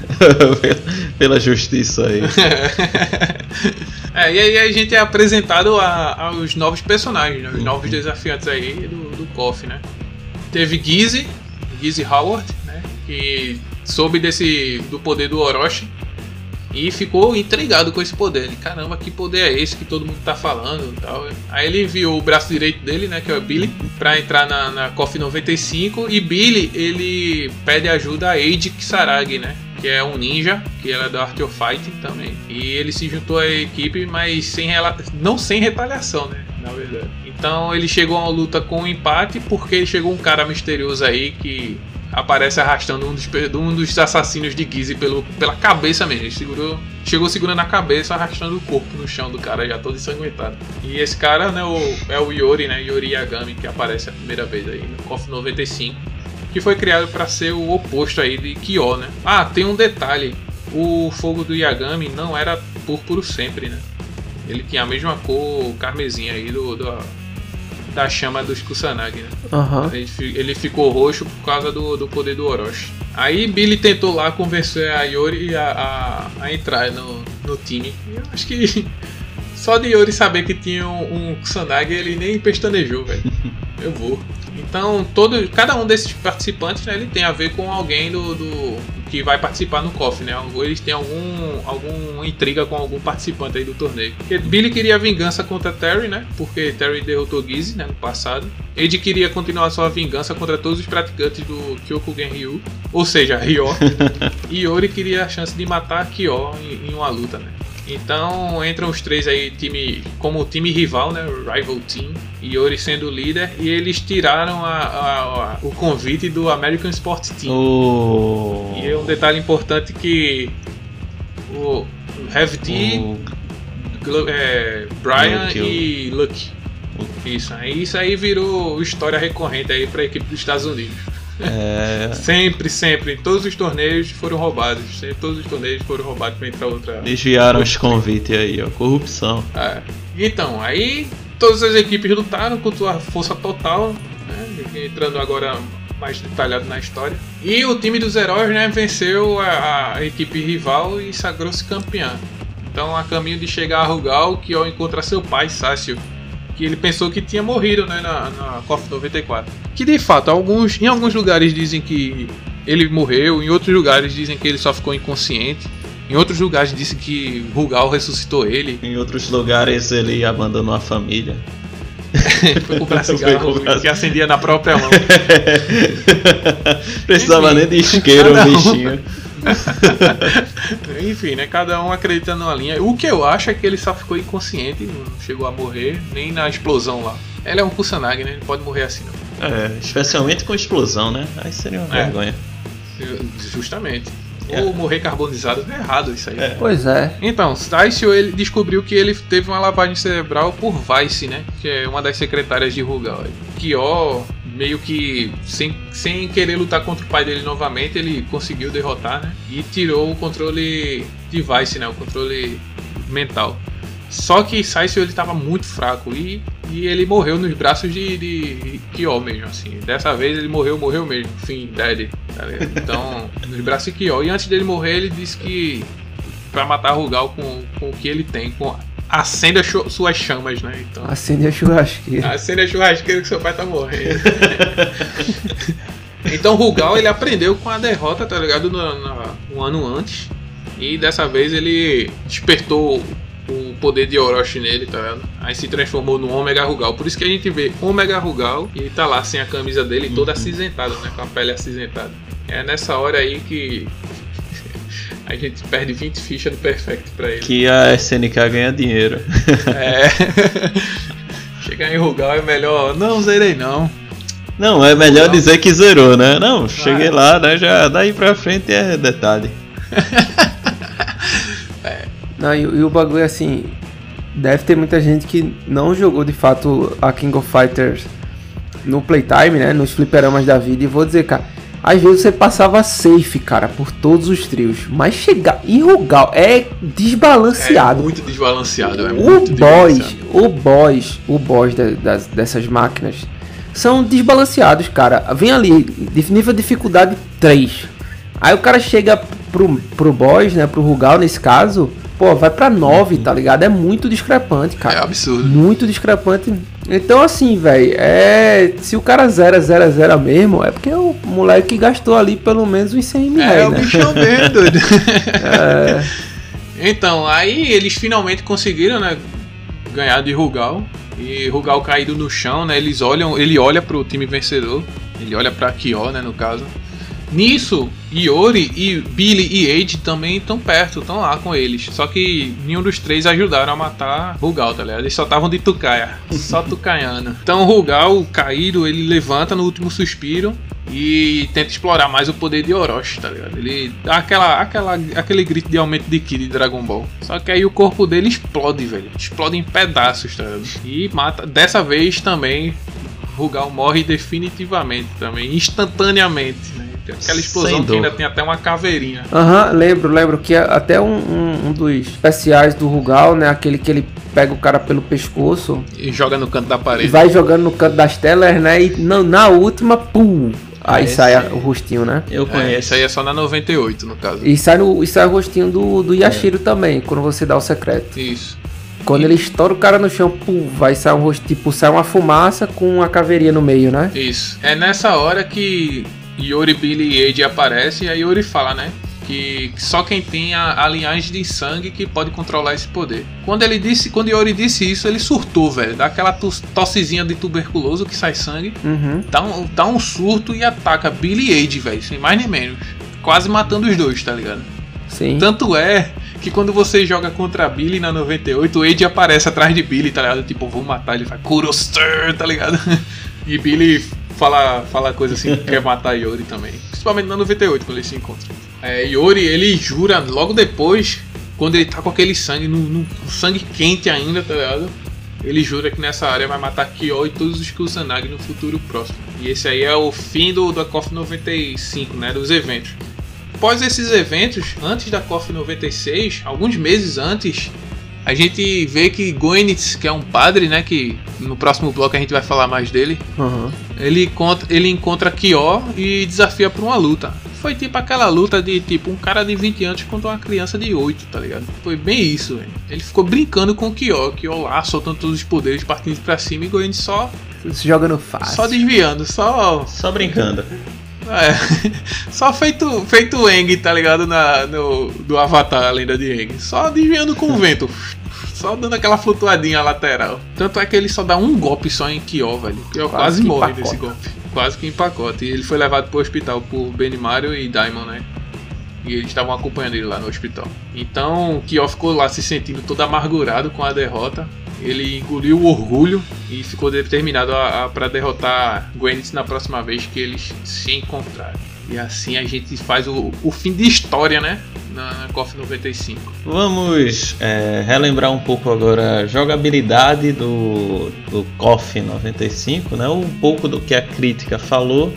pela justiça aí. É, e aí a gente é apresentado a, aos novos personagens, né, os novos desafiantes aí do, do K O F, né. Teve Gizzy, Gizzy Howard, né, que soube desse, do poder do Orochi. E ficou intrigado com esse poder. Ele, caramba, que poder é esse que todo mundo tá falando e tal. Aí ele enviou o braço direito dele, né, que é o Billy, pra entrar na, na K O F noventa e cinco. E Billy, ele pede ajuda a Eiji Kisaragi, né, que é um ninja, que ela é da Art of Fighting também. E ele se juntou à equipe, mas sem não sem retaliação, né, na verdade. Então ele chegou a uma luta com um empate, porque chegou um cara misterioso aí que aparece arrastando um dos, um dos assassinos de Gizzy pelo, pela cabeça mesmo. Ele segurou, chegou segurando a cabeça, arrastando o corpo no chão do cara, já todo ensanguentado. E esse cara, né, o, é o Yori, né, Yori Yagami, que aparece a primeira vez aí no K O F noventa e cinco, que foi criado para ser o oposto aí de Kyo, né. Ah, tem um detalhe, o fogo do Yagami não era púrpuro sempre, né. Ele tinha a mesma cor carmesim aí do... do da chama dos Kusanagi, né? Uhum. Ele, ele ficou roxo por causa do, do poder do Orochi. Aí Billy tentou lá convencer a Yori a, a, a entrar no, no time. Eu acho que só de Yori saber que tinha um, um Kusanagi, ele nem pestanejou, velho. Eu vou. Então, todo, cada um desses participantes, né, ele tem a ver com alguém do, do que vai participar no K O F, né? Eles têm algum, algum intriga com algum participante aí do torneio. Porque Billy queria vingança contra Terry, né? Porque Terry derrotou Gizzy, né, no passado. Eiji queria continuar sua vingança contra todos os praticantes do Kyokugen Ryu, ou seja, Ryo. E Yori queria a chance de matar Kyo em, em uma luta, né? Então entram os três aí time, como time rival, né? Rival Team. Yori sendo o líder. E eles tiraram a, a, a, o convite do American Sports Team. Oh. E é um detalhe importante que o Heavy D, oh. é, Brian Lucky. e Lucky. Isso aí, isso aí virou história recorrente aí para a equipe dos Estados Unidos. É... sempre, sempre, todos os torneios foram roubados, sempre, todos os torneios foram roubados para entrar outra. Desviaram os convites aí, ó, corrupção. É. Então, aí todas as equipes lutaram com sua força total, né, entrando agora mais detalhado na história. E o time dos heróis, né, venceu a, a equipe rival e sagrou-se campeã. Então, a caminho de chegar a Rugal, que ao encontrar seu pai, Sácio, que ele pensou que tinha morrido, né, na, na K O F noventa e quatro. Que de fato, alguns, em alguns lugares dizem que ele morreu, em outros lugares dizem que ele só ficou inconsciente, em outros lugares dizem que Rugal ressuscitou ele. Em outros lugares ele abandonou a família. Foi comprar cigarro que acendia na própria mão. Precisava nem de isqueiro o bichinho. Enfim, né? Cada um acredita numa linha. O que eu acho é que ele só ficou inconsciente, não chegou a morrer, nem na explosão lá. Ele é um Kusanagi, né? Ele pode morrer assim, não. É, especialmente com explosão, né? Aí seria uma é. vergonha. Justamente. É. Ou morrer carbonizado, é errado isso aí. É. Pois é. Então, Sácio, ele descobriu que ele teve uma lavagem cerebral por Vice, né? Que é uma das secretárias de Rugal. Kyo, meio que sem, sem querer lutar contra o pai dele novamente, ele conseguiu derrotar, né? E tirou o controle de Vice, né? O controle mental. Só que Sácio, ele tava muito fraco e, e ele morreu nos braços de, de Kyo mesmo, assim. Dessa vez ele morreu, morreu mesmo. Fim, dead. Tá ligado? Então, nos braços de Kyo. E antes dele morrer, ele disse que pra matar Rugal com, com o que ele tem, com acenda suas chamas, né? Então, acende a churrasqueira. Acende a churrasqueira que seu pai tá morrendo. Então Rugal, ele aprendeu com a derrota, tá ligado? No, no, um ano antes. E dessa vez ele despertou o poder de Orochi nele, tá vendo? Aí se transformou no Omega Rugal. Por isso que a gente vê Omega Rugal e ele tá lá sem a camisa dele, toda acinzentada, né? Com a pele acinzentada. É nessa hora aí que a gente perde vinte fichas do Perfect pra ele. Que a S N K ganha dinheiro. É. Chegar em Rugal é melhor. Não, zerei não. Não, é melhor Rugal. Dizer que zerou, né? Não, cheguei ah, lá, né? Já daí pra frente é detalhe. É. Não, e, e o bagulho assim, deve ter muita gente que não jogou de fato a King of Fighters no Playtime, né? Nos fliperamas da vida. E vou dizer, cara, Às vezes você passava safe, cara, por todos os trios. Mas chegar... E Rugal é desbalanceado. É muito desbalanceado. É o muito boss, desbalanceado. o boss, o boss de, das, dessas máquinas são desbalanceados, cara. Vem ali, de nível de dificuldade três. Aí o cara chega pro, pro boss, né, pro Rugal nesse caso, pô, vai pra nove, tá ligado? É muito discrepante, cara. É absurdo. Muito discrepante. Então, assim, velho, é... se o cara zera, zera, zera mesmo, é porque o moleque gastou ali pelo menos uns cem mil, É, né? o bichão mesmo, doido. É... Então, aí eles finalmente conseguiram, né, ganhar de Rugal. E Rugal caído no chão, né? Eles olham, ele olha pro time vencedor. Ele olha pra Kyo, né, no caso. Nisso, Iori e Billy e Eiji também estão perto, estão lá com eles. Só que nenhum dos três ajudaram a matar Rugal, tá ligado? Eles só estavam de tucaia, só tucaiano. Então Rugal, caído, ele levanta no último suspiro e tenta explorar mais o poder de Orochi, tá ligado? Ele dá aquela, aquela, aquele grito de aumento de Ki de Dragon Ball. Só que aí o corpo dele explode, velho. Explode em pedaços, tá ligado? E mata, dessa vez também, Rugal morre definitivamente também, instantaneamente, né? Aquela explosão que ainda tem até uma caveirinha. Aham, uhum, lembro, lembro que até um, um, um dos especiais do Rugal, né? Aquele que ele pega o cara pelo pescoço e joga no canto da parede. E vai jogando no canto das telas, né? E na, na última, pum! Aí esse sai a, o rostinho, né? Eu conheço. É, isso aí é só na noventa e oito, no caso. E sai, no, e sai o rostinho do, do Yashiro é. também, quando você dá o secreto. Isso. Quando e... ele estoura o cara no chão, pum, vai sair um rosto, tipo, sai uma fumaça com uma caveirinha no meio, né? Isso. É nessa hora que Iori, Billy e Eiji aparecem e a Iori fala, né? Que só quem tem a, a linhagem de sangue que pode controlar esse poder. Quando ele disse, quando Iori disse isso, ele surtou, velho. Dá aquela tos, tossezinha de tuberculoso que sai sangue. Uhum. Dá, um, dá um surto e ataca Billy e Eiji, velho. Sem mais nem menos. Quase matando os dois, tá ligado? Sim. Tanto é que quando você joga contra Billy na noventa e oito, o Eiji aparece atrás de Billy, tá ligado? Tipo, vou matar, ele faz Kuroster, tá ligado? E Billy fala, fala coisa assim que quer matar Iori também. Principalmente na noventa e oito, quando eles se encontram. É, Iori, ele jura logo depois, quando ele tá com aquele sangue, no, no sangue quente ainda, tá ligado? Ele jura que nessa área vai matar Kyo e todos os Kusanagi no futuro próximo. E esse aí é o fim do, da KOF noventa e cinco, né? Dos eventos. Após esses eventos, antes da KOF noventa e seis, alguns meses antes, a gente vê que Goenitz, que é um padre, né? Que no próximo bloco a gente vai falar mais dele. Uhum. Ele, encontra, ele encontra Kyo e desafia pra uma luta. Foi tipo aquela luta de tipo um cara de vinte anos contra uma criança de oito, tá ligado? Foi bem isso, velho. Ele ficou brincando com o Kyo, Kyo lá, soltando todos os poderes, partindo pra cima e Goenitz só... Se joga no fácil. Só desviando, só... Só brincando. É, só feito, feito Aang, tá ligado? Na, no, do Avatar, a lenda de Aang. Só desviando com o vento. Só dando aquela flutuadinha lateral. Tanto é que ele só dá um golpe só em Kyo, velho. Kyo quase, quase morre desse golpe. Quase que empacota. E ele foi levado pro hospital por Benimaru e Daimon, né? E eles estavam acompanhando ele lá no hospital. Então, Kyo ficou lá se sentindo todo amargurado com a derrota. Ele engoliu o orgulho e ficou determinado a, a, para derrotar Goenitz na próxima vez que eles se encontrarem. E assim a gente faz o, o fim de história, né? Na, na KOF noventa e cinco. Vamos é, relembrar um pouco agora a jogabilidade do, do KOF noventa e cinco, né? Um pouco do que a crítica falou.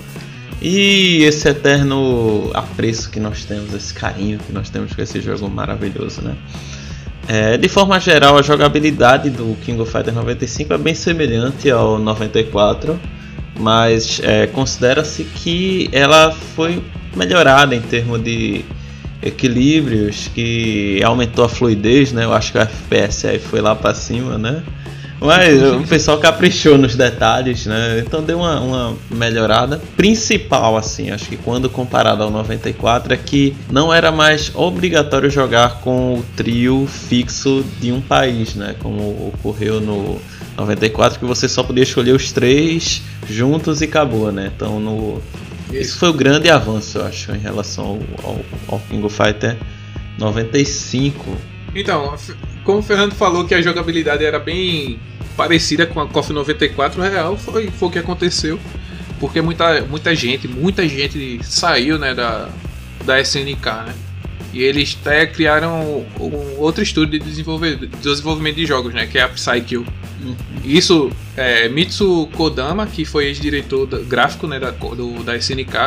E esse eterno apreço que nós temos, esse carinho que nós temos com esse jogo maravilhoso, né? É, de forma geral, a jogabilidade do King of Fighters noventa e cinco é bem semelhante ao noventa e quatro, mas é, considera-se que ela foi melhorada em termos de equilíbrios, que aumentou a fluidez, né? Eu acho que o F P S aí foi lá para cima, né? Mas o pessoal caprichou nos detalhes, né? Então deu uma, uma melhorada. Principal, assim, acho que quando comparado ao noventa e quatro, é que não era mais obrigatório jogar com o trio fixo de um país, né? Como ocorreu no noventa e quatro, que você só podia escolher os três juntos e acabou, né? Então no... Isso foi o grande avanço, eu acho, em relação ao, ao, ao King of Fighters noventa e cinco. Então, como o Fernando falou que a jogabilidade era bem parecida com a KOF noventa e quatro real, foi, foi o que aconteceu, porque muita, muita gente, muita gente saiu, né, da, da S N K, né, e eles até criaram um outro estúdio de desenvolvimento de jogos, né, que é a Psykill. Uhum. Isso, é, Mitsu Kodama, que foi ex-diretor gráfico, né, da, do, da S N K,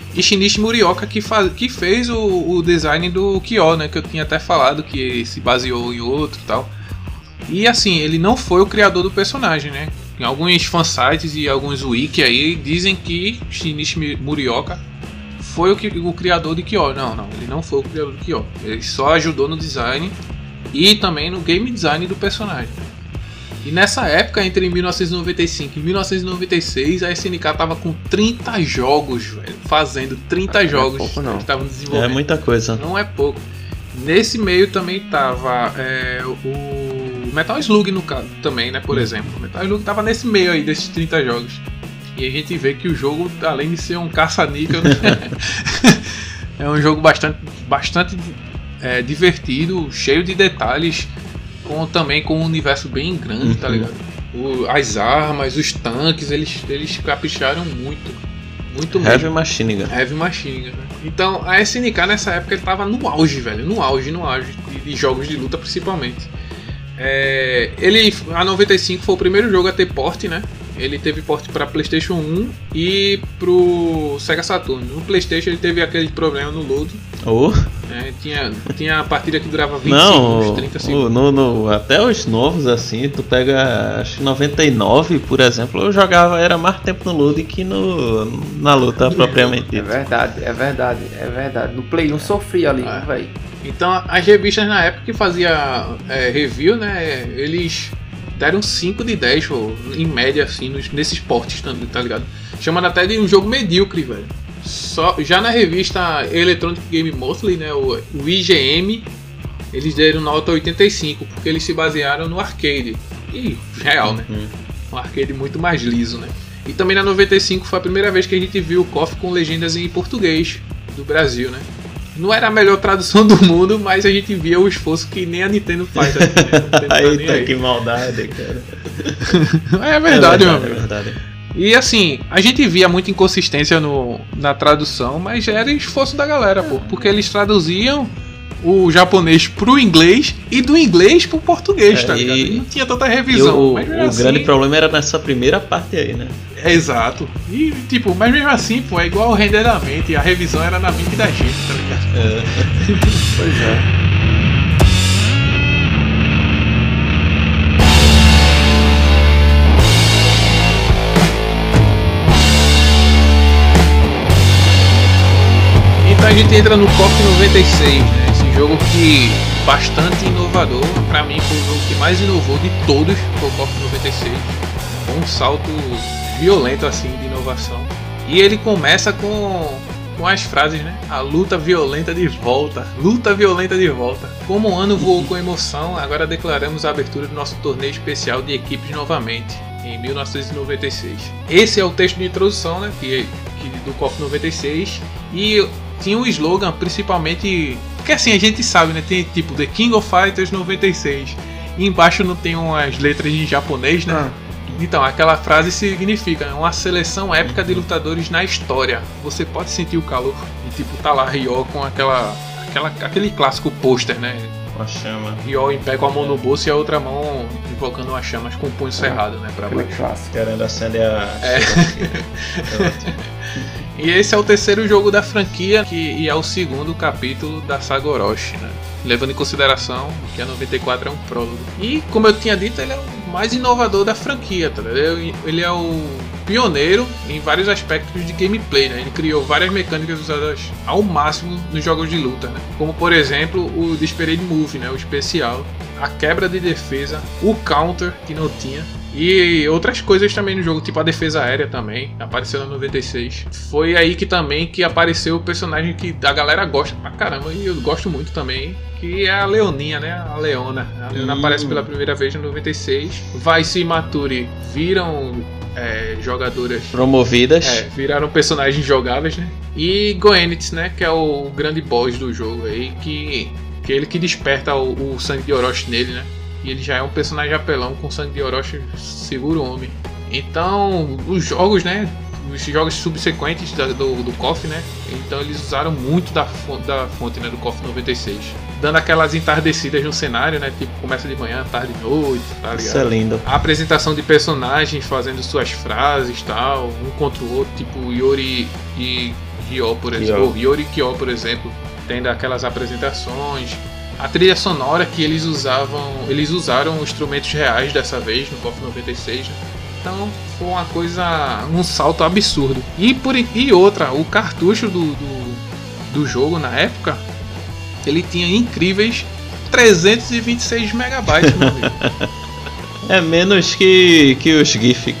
E Shinichi Murioka que, faz, que fez o, o design do Kyo, né? Que eu tinha até falado que se baseou em outro e tal. E assim, ele não foi o criador do personagem, né? Em alguns fansites e alguns wiki aí dizem que Shinichi Murioka foi o, que, o criador de Kyo. Não, não, ele não foi o criador de Kyo. Ele só ajudou no design e também no game design do personagem. E nessa época, entre mil novecentos e noventa e cinco e mil novecentos e noventa e seis, a S N K tava com trinta jogos, velho, fazendo trinta jogos. Não é pouco, não. Que estavam desenvolvendo. É muita coisa. Não é pouco. Nesse meio também tava é, o Metal Slug no caso também, né, por hum. exemplo. O Metal Slug tava nesse meio aí desses trinta jogos. E a gente vê que o jogo, além de ser um caça-níquel, é um jogo bastante, bastante é, divertido, cheio de detalhes, com, também com um universo bem grande, uhum. tá ligado? O, as armas, os tanques, eles, eles capricharam muito. Muito mesmo. Heavy Machine Gun. Heavy Machine Gun. Então a S N K nessa época ele tava no auge, velho. No auge, no auge de, de jogos de luta principalmente. É, ele, a noventa e cinco foi o primeiro jogo a ter porte, né? Ele teve porte para PlayStation um e pro Sega Saturn. No PlayStation ele teve aquele problema no load. Oh. É, tinha, tinha a partida que durava vinte Não, segundos, trinta segundos. No, no, até os novos assim, tu pega acho que noventa e nove, por exemplo, eu jogava, era mais tempo no load que no, na luta é, propriamente dita. É verdade, é verdade, é verdade. No Play um sofria ali, é. velho. Então as revistas na época que fazia é, review, né, eles deram cinco de dez, pô, em média, assim, nos, nesses portes, tá ligado? Chamando até de um jogo medíocre, velho. Só, já na revista Electronic Game Monthly, né, o, o I G M, eles deram nota oitenta e cinco, porque eles se basearam no arcade. E real, né? Uhum. Um arcade muito mais liso, né? E também na noventa e cinco foi a primeira vez que a gente viu o K O F com legendas em português do Brasil, né? Não era a melhor tradução do mundo, mas a gente via o esforço que nem a Nintendo faz. Né? Eita, aí. Que maldade, cara. É verdade, é verdade, meu amigo. É verdade. E assim, a gente via muita inconsistência no, na tradução, mas era esforço da galera, pô, porque eles traduziam o japonês pro inglês e do inglês pro português, é, tá ligado? E não tinha tanta revisão. O, mas o assim, grande problema era nessa primeira parte aí, né? É, exato. E tipo, mas mesmo assim, pô, é igual render da mente, a revisão era na mente da gente, tá ligado? É. Pois é. Então a gente entra no K O F noventa e seis, né? Esse jogo que bastante inovador, pra mim foi o jogo que mais inovou de todos, foi o K O F noventa e seis. Foi um salto violento assim de inovação. E ele começa com, com as frases, né? A luta violenta de volta, luta violenta de volta. Como o ano voou com emoção, agora declaramos a abertura do nosso torneio especial de equipes novamente, em mil novecentos e noventa e seis. Esse é o texto de introdução, né? Que, que do K O F noventa e seis. E tinha um slogan principalmente, porque assim a gente sabe, né? Tem tipo The King of Fighters noventa e seis. E embaixo não tem umas letras em japonês, né? Ah. Então, aquela frase significa uma seleção épica de lutadores na história. Você pode sentir o calor. E tipo, tá lá Ryo com aquela, aquela aquele clássico pôster, né? Com a chama. Ryo em pé com a mão no bolso e a outra mão invocando uma chama, mas com o punho cerrado, né? Pra baixo. Clássico. Querendo acender a... É. E esse é o terceiro jogo da franquia que, e é o segundo capítulo da saga Orochi, né? Levando em consideração que a noventa e quatro é um prólogo. E, como eu tinha dito, ele é o mais inovador da franquia, tá ligado? Ele é o pioneiro em vários aspectos de gameplay, né? Ele criou várias mecânicas usadas ao máximo nos jogos de luta, né? Como, por exemplo, o Desperate Move, né? O especial, a quebra de defesa, o counter, que não tinha, e outras coisas também no jogo, tipo a defesa aérea também, apareceu na noventa e seis. Foi aí que também que apareceu o personagem que a galera gosta pra caramba, e eu gosto muito também, que é a Leoninha, né? A Leona. A Leona hum. aparece pela primeira vez na noventa e seis. Vice e Maturi viram é, jogadoras promovidas. É, viraram personagens jogáveis, né? E Goenitz, né? Que é o grande boss do jogo aí, que, que é ele que desperta o, o sangue de Orochi nele, né? E ele já é um personagem apelão com sangue de Orochi segura o homem. Então, os jogos, né, os jogos subsequentes da, do, do K O F, né? Então eles usaram muito da fonte, da fonte, né, do K O F noventa e seis. Dando aquelas entardecidas no cenário, né? Tipo, começa de manhã, tarde e noite, tá ligado? Isso é lindo. A apresentação de personagens fazendo suas frases e tal, um contra o outro, tipo Yori e Ryo, por exemplo. Yori e Kyo, por exemplo, tendo aquelas apresentações. A trilha sonora que eles usavam, eles usaram instrumentos reais dessa vez no K O F noventa e seis, né? Então foi uma coisa, um salto absurdo. E, por, e outra, o cartucho do, do, do jogo na época, ele tinha incríveis trezentos e vinte e seis megabytes, meu amigo. É menos que, que os GIF.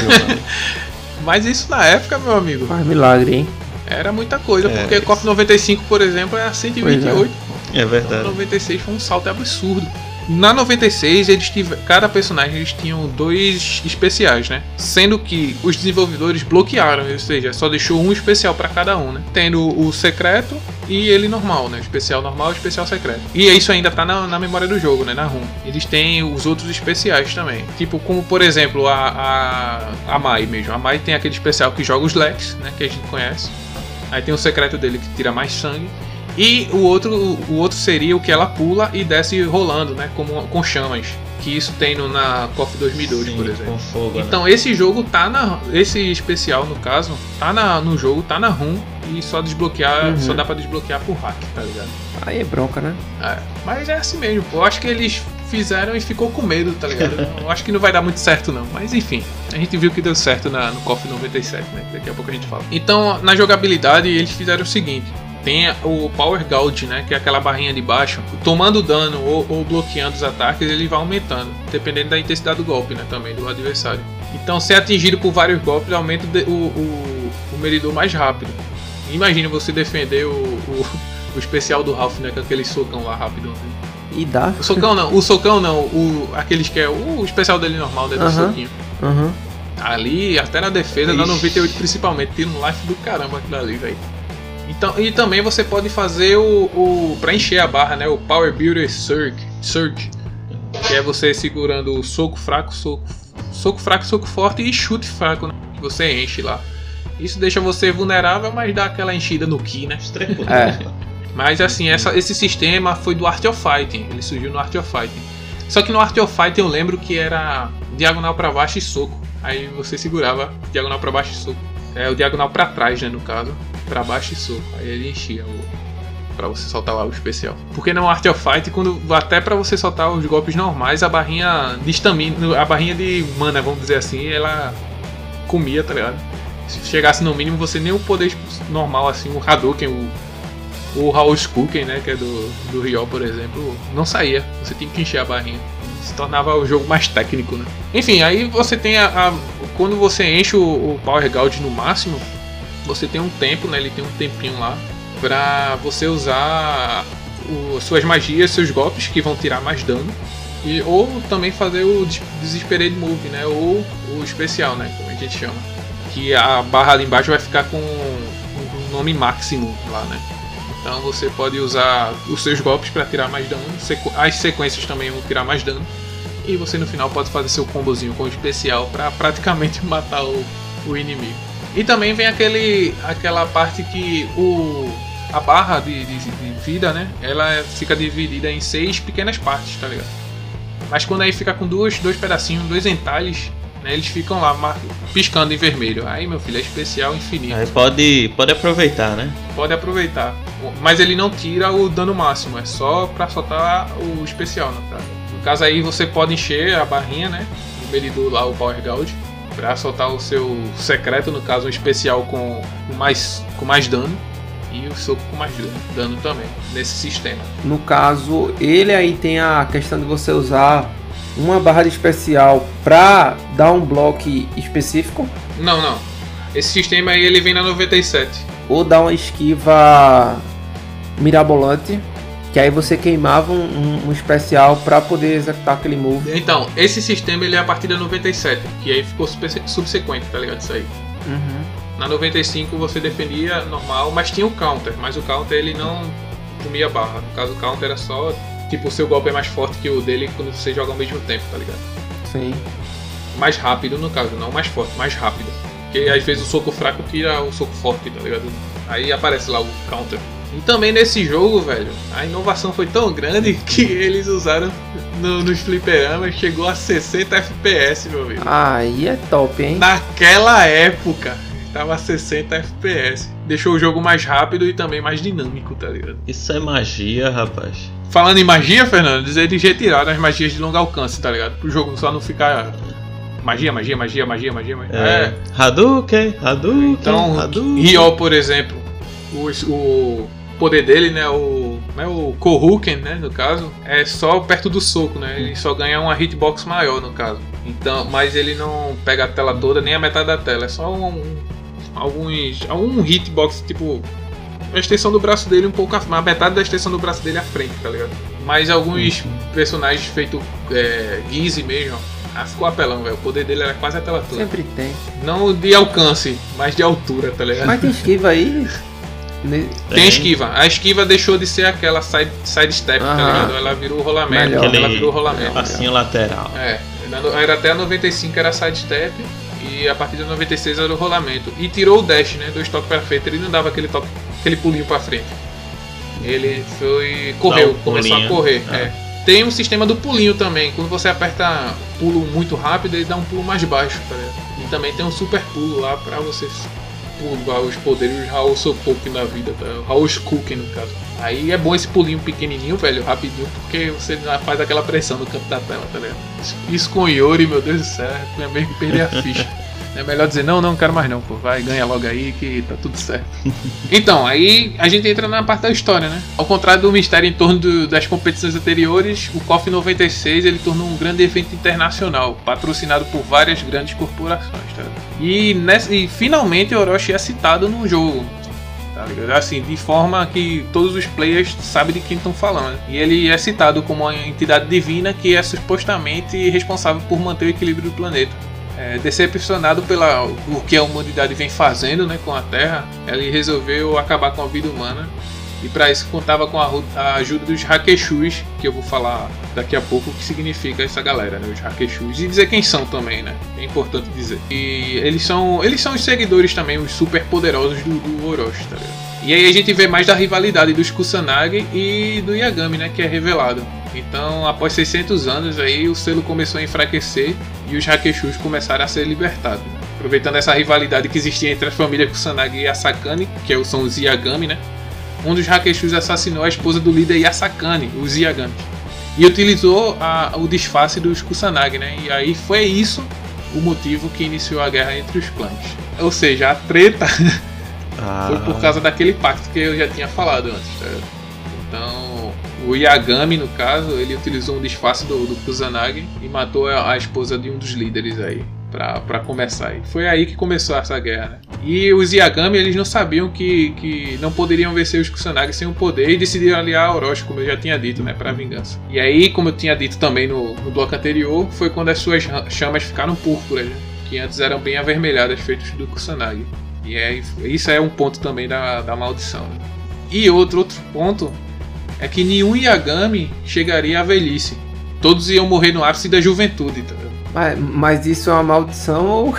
Mas isso na época, meu amigo, faz milagre, hein? era muita coisa, É, porque o K O F noventa e cinco, por exemplo, era cento e vinte e oito. É verdade. Então, noventa e seis foi um salto absurdo. Na noventa e seis, eles tive, cada personagem eles tinham dois especiais, né? Sendo que os desenvolvedores bloquearam, ou seja, só deixou um especial para cada um, né? Tendo o secreto e ele normal, né? O especial normal e o especial secreto. E isso ainda tá na, na memória do jogo, né? Na ROM. Eles têm os outros especiais também. Tipo, como por exemplo, a, a, a Mai mesmo. A Mai tem aquele especial que joga os Lex, né? Que a gente conhece. Aí tem o secreto dele que tira mais sangue. E o outro, o outro seria o que ela pula e desce rolando, né? Como, com chamas. Que isso tem no, na K O F dois mil e dois, Sim, por exemplo. com fogo, Então né? esse jogo tá na. Esse especial, no caso, tá na, no jogo, tá na ROM. E só desbloquear. Uhum. Só dá pra desbloquear por hack, tá ligado? Aí é bronca, né? É, mas é assim mesmo, pô. Eu acho que eles fizeram e ficou com medo, tá ligado? Eu acho que não vai dar muito certo, não. Mas enfim, a gente viu que deu certo na, no K O F noventa e sete, né? Daqui a pouco a gente fala. Então, na jogabilidade, eles fizeram o seguinte. Tem o Power Gauge, né? Que é aquela barrinha de baixo. Tomando dano ou, ou bloqueando os ataques, ele vai aumentando. Dependendo da intensidade do golpe, né? Também, do adversário. Então, ser atingido por vários golpes aumenta o, o, o medidor mais rápido. Imagina você defender o, o, o especial do Ralph, né? Com aquele socão lá rápido. Né? E dá. O socão não, o socão não. O, aqueles que é o, o especial dele normal, né? Do Uhum. soquinho. Uhum. Ali, até na defesa, na Ixi. noventa e oito principalmente, tira um life do caramba aquilo ali, velho. Então, e também você pode fazer o, o pra encher a barra, né? O Power Builder Surge, Surge, que é você segurando o soco fraco, soco, soco fraco, soco forte e chute fraco, né? Que você enche lá. Isso deixa você vulnerável, mas dá aquela enchida no ki, né? É. Mas assim, essa, esse sistema foi do Art of Fighting, ele surgiu no Art of Fighting. Só que no Art of Fighting eu lembro que era diagonal pra baixo e soco. Aí você segurava diagonal pra baixo e soco. É o diagonal pra trás, né, no caso. Pra baixo e soco. Aí ele enchia o... pra você soltar lá o especial. Porque no Art of Fight, quando, até pra você soltar os golpes normais, a barrinha de estamina, a barrinha de mana, vamos dizer assim, ela comia, tá ligado? Se chegasse no mínimo, você nem o poder normal, assim, o Hadouken, o, o Haoskuken, né, que é do, do Ryo, por exemplo, não saía. Você tinha que encher a barrinha. Se tornava o jogo mais técnico, né? Enfim, aí você tem a... a quando você enche o, o Power Gauge no máximo, você tem um tempo, né? Ele tem um tempinho lá pra você usar o, suas magias, seus golpes que vão tirar mais dano. E, ou também fazer o Desesperate Move, né? Ou o especial, né? Como a gente chama. Que a barra ali embaixo vai ficar com o nome máximo lá, né? Então você pode usar os seus golpes para tirar mais dano. As sequências também vão tirar mais dano. E você no final pode fazer seu combozinho com o especial para praticamente matar o, o inimigo. E também vem aquele, aquela parte que o, a barra de, de, de vida, né? Ela fica dividida em seis pequenas partes, tá ligado? Mas quando aí fica com dois, dois pedacinhos, dois entalhes, né? Eles ficam lá mar... piscando em vermelho. Aí, meu filho, é especial infinito. Aí pode, pode aproveitar, né? Pode aproveitar. Mas ele não tira o dano máximo, é só pra soltar o especial, no caso. No caso aí você pode encher a barrinha, né? O medidor lá, o Power Gauge, pra soltar o seu secreto, no caso um especial com, com, mais, com mais dano. E o soco com mais dano, dano também, nesse sistema. No caso, ele aí tem a questão de você usar uma barra de especial pra dar um bloco específico. Não, não. Esse sistema aí ele vem na noventa e sete. Ou dar uma esquiva mirabolante, que aí você queimava um, um, um especial pra poder executar aquele move. Então, esse sistema ele é a partir da noventa e sete, que aí ficou subsequente, tá ligado? Isso aí. Uhum. Na noventa e cinco você defendia normal, mas tinha o counter, mas o counter ele não comia barra. No caso, o counter era só, tipo, o seu golpe é mais forte que o dele quando você joga ao mesmo tempo, tá ligado? Sim. Mais rápido no caso, não mais forte, mais rápido. Porque às vezes o soco fraco tira o soco forte, tá ligado? Aí aparece lá o counter. E também nesse jogo, velho, a inovação foi tão grande que eles usaram no, nos fliperamas, chegou a sessenta F P S, meu amigo. Aí é top, hein? Naquela época, tava a sessenta F P S. Deixou o jogo mais rápido e também mais dinâmico, tá ligado? Isso é magia, rapaz. Falando em magia, Fernando, eles retiraram as magias de longo alcance, tá ligado? Pro jogo só não ficar... Magia, magia, magia, magia, magia, magia. É. é. Hadouken, Hadouken, Então, Hadouken. Ryo, por exemplo, o, o poder dele, né, o, né, o Kohuken, né, no caso, é só perto do soco, né, ele só ganha uma hitbox maior, no caso. Então, mas ele não pega a tela toda, nem a metade da tela, é só um, um, alguns, algum hitbox, tipo, a extensão do braço dele um pouco, a metade da extensão do braço dele à frente, tá ligado? Mas alguns personagens feitos é, Gizzy mesmo, ah, ficou apelão, velho. O poder dele era quase a tela toda. Sempre tem. Não de alcance, mas de altura, tá ligado? Mas tem esquiva aí? Tem, tem esquiva. A esquiva deixou de ser aquela side, side step, Aham. tá ligado? Ela virou rolamento. Melhor. Ela virou rolamento. Passinho lateral. É. Era até a noventa e cinco era side step e a partir da noventa e seis era o rolamento. E tirou o dash, né? Dois toques pra frente. Ele não dava aquele toque, aquele pulinho pra frente. Ele foi. Correu, começou a correr. Ah. É. Tem um sistema do pulinho também. Quando você aperta pulo muito rápido, ele dá um pulo mais baixo, tá ligado? E também tem um super pulo lá pra você pular os poderes do Raul Sokoken na vida, tá? O Raul Skuken, no caso. Aí é bom esse pulinho pequenininho, velho, rapidinho, porque você faz aquela pressão no canto da tela, tá ligado? Isso com o Yori, meu Deus do céu, é mesmo perder a ficha. É melhor dizer, não, não quero mais não, pô, vai, ganha logo aí que tá tudo certo. Então, aí a gente entra na parte da história, né? Ao contrário do mistério em torno do, das competições anteriores, o K O F noventa e seis ele tornou um grande evento internacional, patrocinado por várias grandes corporações, tá? E, nessa, e finalmente o Orochi é citado no jogo, tá ligado? Assim, de forma que todos os players sabem de quem estão falando. E ele é citado como uma entidade divina que é supostamente responsável por manter o equilíbrio do planeta. É, decepcionado pela o que a humanidade vem fazendo, né, com a Terra, ele resolveu acabar com a vida humana e para isso contava com a, a ajuda dos Hakeshus, que eu vou falar daqui a pouco o que significa essa galera, né, os Hakeshus, e dizer quem são também, né, é importante dizer. E eles são, eles são os seguidores também, os super poderosos do, do Orochi, tá ligado? E aí a gente vê mais da rivalidade dos Kusanagi e do Yagami, né, que é revelado. Então, após seiscentos anos, aí o selo começou a enfraquecer e os Hakeshus começaram a ser libertados. Aproveitando essa rivalidade que existia entre as famílias Kusanagi e Asakane, que são os Yagami, né? Um dos Hakeshus assassinou a esposa do líder Yasakane, os Yagami, e utilizou a, o disfarce dos Kusanagi, né? E aí foi isso o motivo que iniciou a guerra entre os clãs. Ou seja, a treta ah. foi por causa daquele pacto que eu já tinha falado antes, tá? Então, o Yagami, no caso, ele utilizou um disfarce do, do Kusanagi e matou a, a esposa de um dos líderes aí, pra, pra começar. E foi aí que começou essa guerra, né? E os Yagami, eles não sabiam que, que não poderiam vencer os Kusanagi sem o poder e decidiram aliar a Orochi, como eu já tinha dito, né, pra vingança. E aí, como eu tinha dito também no, no bloco anterior, foi quando as suas chamas ficaram púrpuras, né? Que antes eram bem avermelhadas, feitas do Kusanagi. E aí, isso é um ponto também da, da maldição, né? E outro, outro ponto é que nenhum Yagami chegaria à velhice. Todos iam morrer no ápice da juventude, tá vendo? Mas, mas isso é uma maldição ou...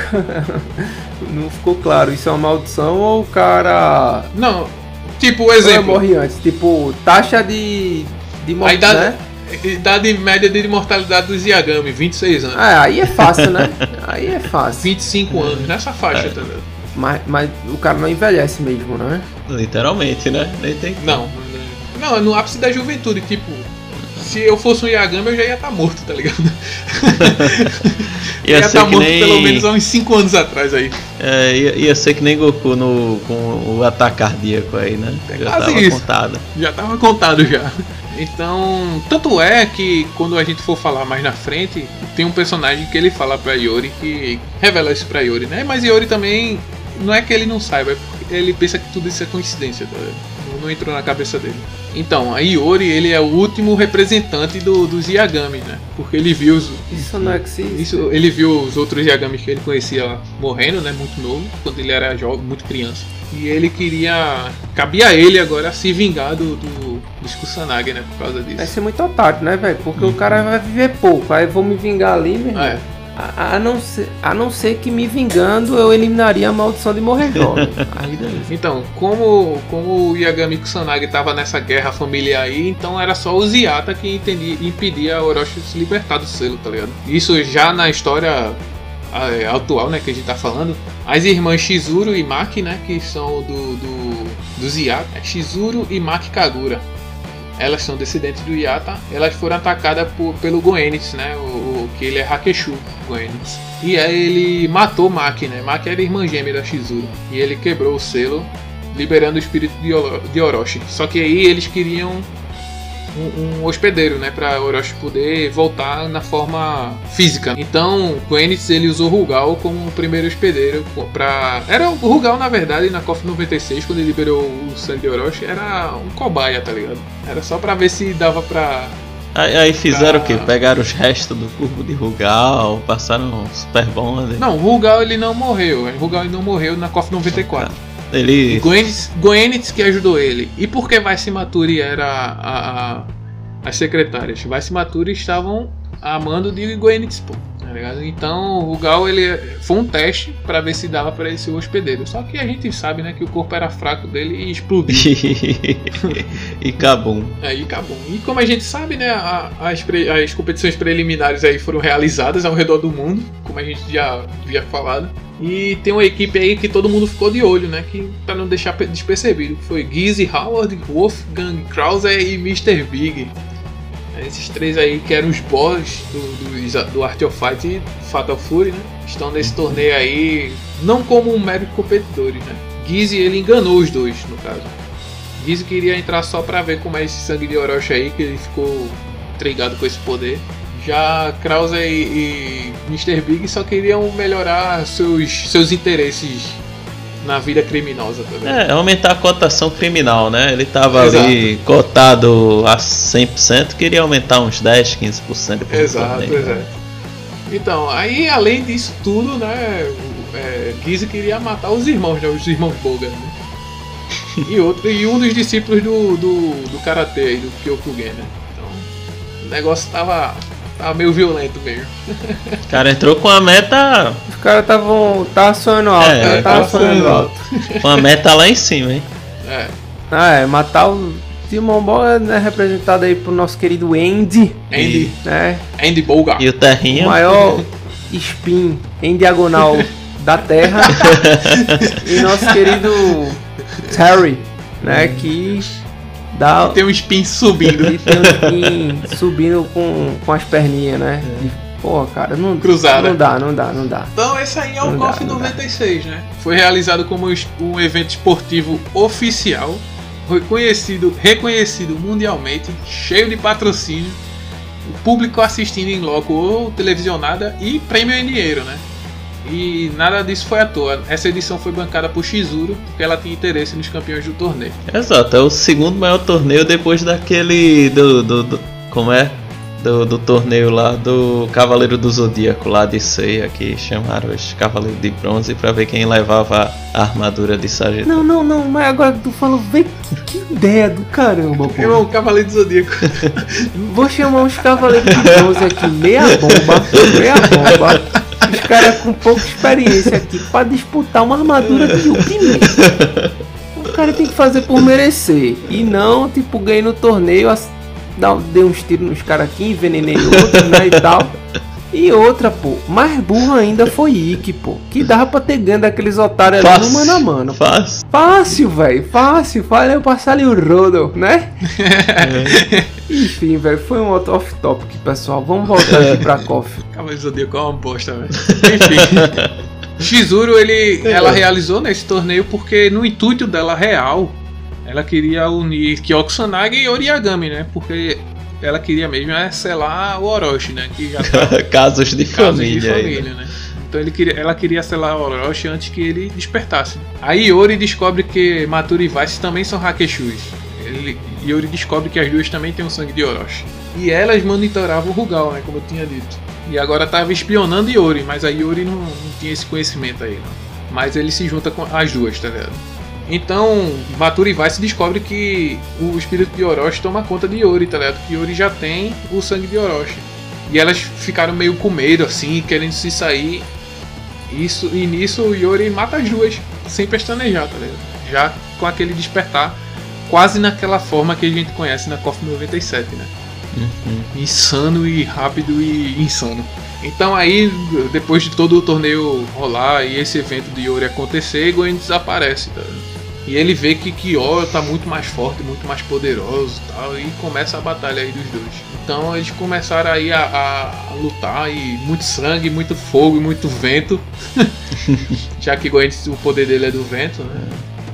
Não ficou claro, isso é uma maldição ou o cara... Não, tipo, o exemplo... morre antes, tipo, taxa de... de morte, a idade, né? idade média de mortalidade dos Yagami, vinte e seis anos. Ah, aí é fácil, né? Aí é fácil. vinte e cinco anos, nessa faixa, tá vendo? Mas, mas o cara não envelhece mesmo, né? Literalmente, né? Nem tem... Não, não, no ápice da juventude, tipo, se eu fosse um Yagami eu já ia estar tá morto, tá ligado? ia estar tá morto nem... pelo menos há uns cinco anos atrás aí. É, ia, ia ser que nem Goku no, com o ataque cardíaco aí, né? É já quase tava isso. contado. Já tava contado já. Então, tanto é que quando a gente for falar mais na frente, tem um personagem que ele fala pra Yori, que revela isso pra Yori, né? Mas Yori também, não é que ele não saiba, é porque ele pensa que tudo isso é coincidência, tá? Não, não entrou na cabeça dele. Então, a Yori, ele é o último representante do, dos Yagami, né? Porque ele viu os... Isso não existe. Isso, ele viu os outros Yagami que ele conhecia morrendo, né? Muito novo, quando ele era jovem, muito criança. E ele queria... Cabia a ele agora se vingar do, do, dos Kusanagi, né? Por causa disso. Vai ser muito otário, né, velho? Porque hum. o cara vai viver pouco. Aí vou me vingar ali, meu irmão. É. A, a, não ser, a não ser que me vingando eu eliminaria a maldição de morrer jovem. Aí beleza. Então, como, como o Yagami Kusanagi estava nessa guerra familiar aí, então era só o Ziata que entendia, impedia a Orochi de se libertar do selo, tá ligado? Isso já na história é, atual, né, que a gente tá falando, as irmãs Shizuru e Maki, né, que são do, do, do Ziata, é Shizuru e Maki Kagura. Elas são descendentes do Yata, elas foram atacadas por, pelo Goenitsu, né? O, o, que ele é Hakeshu, Goenitsu. E aí ele matou Maki, né? Maki era irmã gêmea da Shizuru. E ele quebrou o selo, liberando o espírito de, Oro, de Orochi. Só que aí eles queriam um, um hospedeiro, né? Pra Orochi poder voltar na forma física. Então, Goenitsu ele usou Rugal como o primeiro hospedeiro. Pra... Era o Rugal, na verdade, na KOF noventa e seis, quando ele liberou o sangue de Orochi, era um cobaia, tá ligado? Era só pra ver se dava pra... Aí, aí fizeram pra... o quê? Pegaram os restos do corpo de Rugal, passaram um super bond. Não, o Rugal ele não morreu. O Rugal ele não morreu na KOF noventa e quatro. Ele... Goenitsu, Goenitsu que ajudou ele. E por que Vice Maturi era a, a, as secretárias? Vice Maturi estavam a mando de Goenitsu, pô. Então o Rugal ele foi um teste para ver se dava para ele ser o hospedeiro. Só que a gente sabe, né, que o corpo era fraco dele e explodiu. E acabou. É, e acabou. E como a gente sabe, né, a, as, pre, as competições preliminares aí foram realizadas ao redor do mundo, como a gente já havia falado. E tem uma equipe aí que todo mundo ficou de olho, né, que para não deixar despercebido, que foi Gizzy Howard, Wolfgang Krauser e mister Big. Esses três aí que eram os boss do, do, do Art of Fight e Fatal Fury, né? Estão nesse torneio aí, não como um mero competidores, né? Gizzy ele enganou os dois, no caso. Gizzy queria entrar só pra ver como é esse sangue de Orochi aí, que ele ficou intrigado com esse poder. Já Krauser e, e mister Big só queriam melhorar seus, seus interesses na vida criminosa também. É, aumentar a cotação criminal, né? Ele tava Exato. ali cotado a cem por cento, queria aumentar uns dez, quinze por cento. Exato, exato. Então, aí além disso tudo, né, é, Gizzy queria matar os irmãos, né, os irmãos Boga, né? E, outro, e um dos discípulos do, do, do Karatê aí, do Kyokugen, né? Então, o negócio tava, tava meio violento mesmo. O cara entrou com a meta. Os caras estavam. Tava sonhando alto, É, né? Tava sonhando alto. Com a meta lá em cima, hein? É. Ah, é, matar o Demon Ball é, né, representado aí pro nosso querido Andy, Andy, né? Andy Bogart. E o O Terrinho. maior spin em diagonal da Terra. E nosso querido Terry, né? Que dá. Tem um spin subindo. E tem um spin subindo com, com as perninhas, né? E, pô, cara, não, Cruzada. não dá, não dá, não dá. Então esse aí é o Não dá, KOF não dá. noventa e seis, né? Foi realizado como um evento esportivo oficial, reconhecido, reconhecido mundialmente, cheio de patrocínio, o público assistindo em loco ou televisionada e prêmio em dinheiro, né? E nada disso foi à toa. Essa edição foi bancada por Shizuru, porque ela tinha interesse nos campeões do torneio. Exato, é o segundo maior torneio depois daquele. Do. do, do como é? Do, do torneio lá do Cavaleiro do Zodíaco, lá de Seiya, que chamaram os Cavaleiros de Bronze pra ver quem levava a armadura de Sagitário. Não, não, não, mas agora tu falou, vê que, que ideia do caramba, pô. Irmão, Cavaleiro do Zodíaco. Vou chamar uns cavaleiros de bronze aqui, meia bomba, meia bomba. Os caras com pouca experiência aqui pra disputar uma armadura de Ultimate. O cara tem que fazer por merecer. E não, tipo, ganhei no torneio, dá- dei uns tiros nos caras aqui, envenenei outros, né, e tal. E outra, pô, mais burro ainda foi Ikki, pô. Que dava pra ter ganho daqueles otários ali no mano a mano. Fácil. Fácil, velho, fácil. Falei eu passar ali o rodo, né? Enfim, velho, foi um outro off-topic, pessoal. Vamos voltar aqui pra KOF. Cavaleiro do Zodíaco é uma bosta, velho. Enfim. Shizuru, ele, ela realizou nesse torneio porque no intuito dela real, ela queria unir Kyoku Sanagi e Origami, né? Porque ela queria mesmo é selar o Orochi, né? Que já tá Casos de casos família. de aí, família, né? Então ele queria, ela queria selar o Orochi antes que ele despertasse. Aí Yori descobre que Maturi e Vice também são Hakeshus. Ele, Yori descobre que as duas também têm o sangue de Orochi. E elas monitoravam o Rugal, né? Como eu tinha dito. E agora tava espionando Yori, mas a Yori não, não tinha esse conhecimento aí, não. Mas ele se junta com as duas, tá ligado? Então, Maturi e Vice descobre que o espírito de Orochi toma conta de Yori, tá ligado? Que Yori já tem o sangue de Orochi. E elas ficaram meio com medo, assim, querendo se sair. Isso, e nisso o Yori mata as duas, sem pestanejar, tá ligado? Já com aquele despertar, quase naquela forma que a gente conhece na KOF noventa e sete, né? Uhum. Insano e rápido e insano. Então aí, depois de todo o torneio rolar e esse evento de Yori acontecer, Goenks desaparece, tá? E ele vê que Kyo tá muito mais forte, muito mais poderoso e tal, e começa a batalha aí dos dois. Então eles começaram aí a, a, a lutar, e muito sangue, muito fogo e muito vento. Já que Goenks, o poder dele é do vento, né?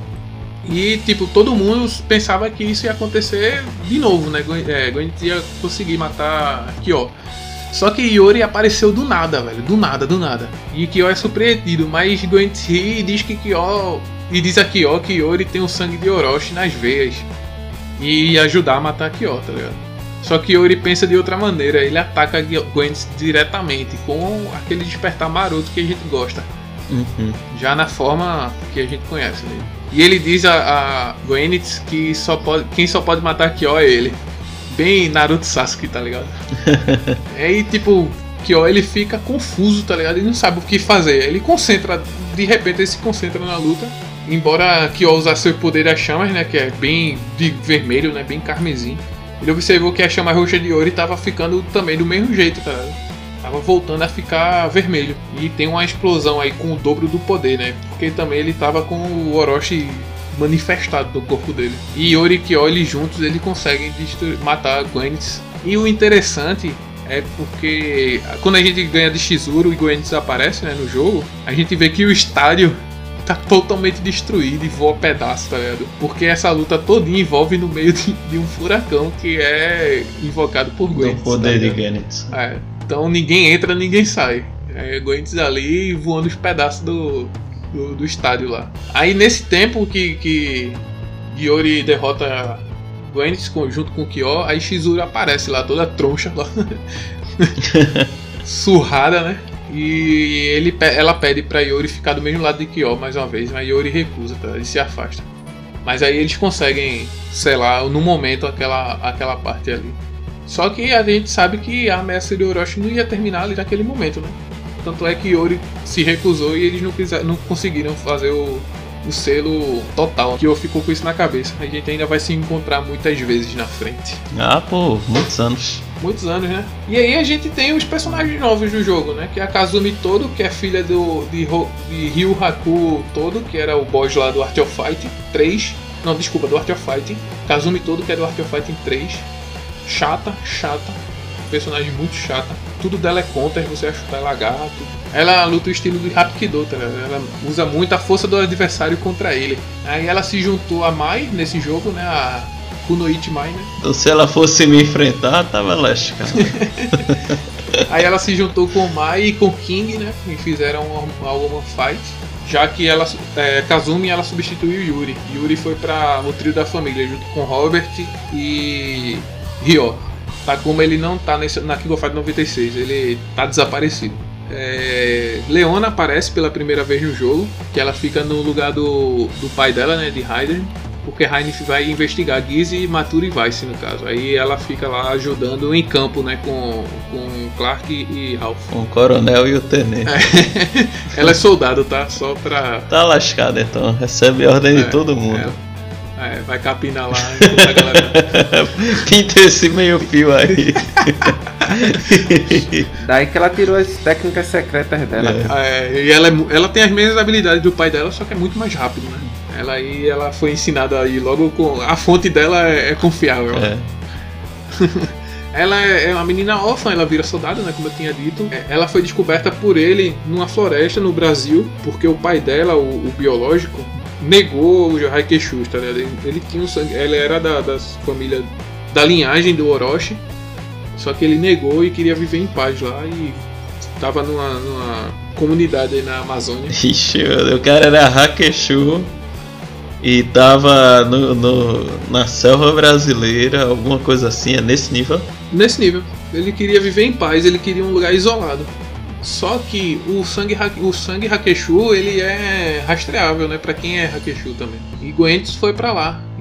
E tipo, todo mundo pensava que isso ia acontecer de novo, né? Goenks ia conseguir matar Kyo. Só que Yori apareceu do nada, velho, do nada, do nada. E Kyo é surpreendido, mas Goenks ri e diz que Kyo... E diz a Kyo que Yori tem o sangue de Orochi nas veias e ia ajudar a matar Kyo, tá ligado? Só que Yori pensa de outra maneira, ele ataca Goenks diretamente, com aquele despertar maroto que a gente gosta. Uhum. Já na forma que a gente conhece, né? E ele diz a, a Goenks que só pode, quem só pode matar Kyo é ele. Bem Naruto Sasuke, tá ligado? Aí tipo, Kyo ele fica confuso, tá ligado? Ele não sabe o que fazer. Ele concentra, de repente ele se concentra na luta. Embora Kyo usasse seu poder das chamas, né? Que é bem de vermelho, né? Bem carmesim. Ele observou que a chama roxa de Yori tava ficando também do mesmo jeito, tá ligado? Tava voltando a ficar vermelho. E tem uma explosão aí com o dobro do poder, né? Porque também ele tava com o Orochi manifestado no corpo dele. E Yori e Kyo, eles juntos, eles conseguem destruir, matar Goenks. E o interessante é porque quando a gente ganha de Chizuru e Goenks aparece, né, no jogo, a gente vê que o estádio tá totalmente destruído e voa pedaço, tá ligado? Porque essa luta todinha envolve no meio de, de um furacão que é invocado por Goenks. O poder tá de Goenks. É, então ninguém entra, ninguém sai. É Goenks ali voando os pedaços do, do, do estádio lá. Aí nesse tempo que, que Yori derrota Goenks junto com Kyo, aí Chizuru aparece lá, toda troncha lá. Surrada, né? E ele, ela pede pra Yori ficar do mesmo lado de Kyo mais uma vez, mas Yori recusa, tá? Ele se afasta. Mas aí eles conseguem, sei lá, no momento aquela, aquela parte ali. Só que a gente sabe que a ameaça de Orochi não ia terminar ali naquele momento, né? Tanto é que Yori se recusou e eles não, quiser, não conseguiram fazer o, o selo total. Kyo ficou com isso na cabeça. A gente ainda vai se encontrar muitas vezes na frente. Ah, pô, muitos anos. Muitos anos, né? E aí a gente tem os personagens novos do jogo, né? Que é a Kazumi Todo, que é filha do, de, de Ryu Haku Todo, que era o boss lá do Art of Fighting três. Não, desculpa, do Art of Fighting. Kazumi Todo, que é do Art of Fighting três. Chata, chata. Personagem muito chata. Tudo dela é counter, você vai chutar ela gato. Ela luta o estilo do Hapkido, tá ligado? Ela usa muito a força do adversário contra ele. Aí ela se juntou a Mai nesse jogo, né? A Kunoichi Mai, né? Então, se ela fosse me enfrentar, tava elástica. Aí ela se juntou com Mai e com King, né? E fizeram uma, uma fight. Já que ela, é, Kazumi ela substituiu Yuri. Yuri foi para o trio da família, junto com Robert e Ryo. Tá, como ele não tá nesse, na King of Fighters noventa e seis, ele tá desaparecido. É, Leona aparece pela primeira vez no jogo, que ela fica no lugar do, do pai dela, né, de Raiden, porque Raiden vai investigar Gizzy, Matura e Vice, no caso. Aí ela fica lá ajudando em campo, né, com, com Clark e Ralph. Com o coronel e o tenente. É. Ela é soldado, tá? Só pra... Tá lascada, então. Recebe ordem é, de todo mundo. É, é, vai capinar lá enquanto a galera... Pinta esse meio fio aí. Daí que ela tirou as técnicas secretas dela. É. É, e ela, é, ela tem as mesmas habilidades do pai dela, só que é muito mais rápido, né? Ela aí ela foi ensinada aí logo com... A fonte dela é, é confiável. É. Ela é uma menina órfã, ela vira soldado, né, como eu tinha dito. Ela foi descoberta por ele numa floresta no Brasil, porque o pai dela, o, o biológico, negou o Haikeshus, tá ligado? Ele, ele tinha um sangue, ela era da, das família, da linhagem do Orochi, só que ele negou e queria viver em paz lá e tava numa, numa comunidade aí na Amazônia. Ixi, o cara era Hakeshu e tava no, no, na selva brasileira, alguma coisa assim, é nesse nível? Nesse nível. Ele queria viver em paz, ele queria um lugar isolado. Só que o sangue, o sangue Hakeshu, ele é rastreável, né? Pra quem é Hakeshu também. E Goenks foi pra lá.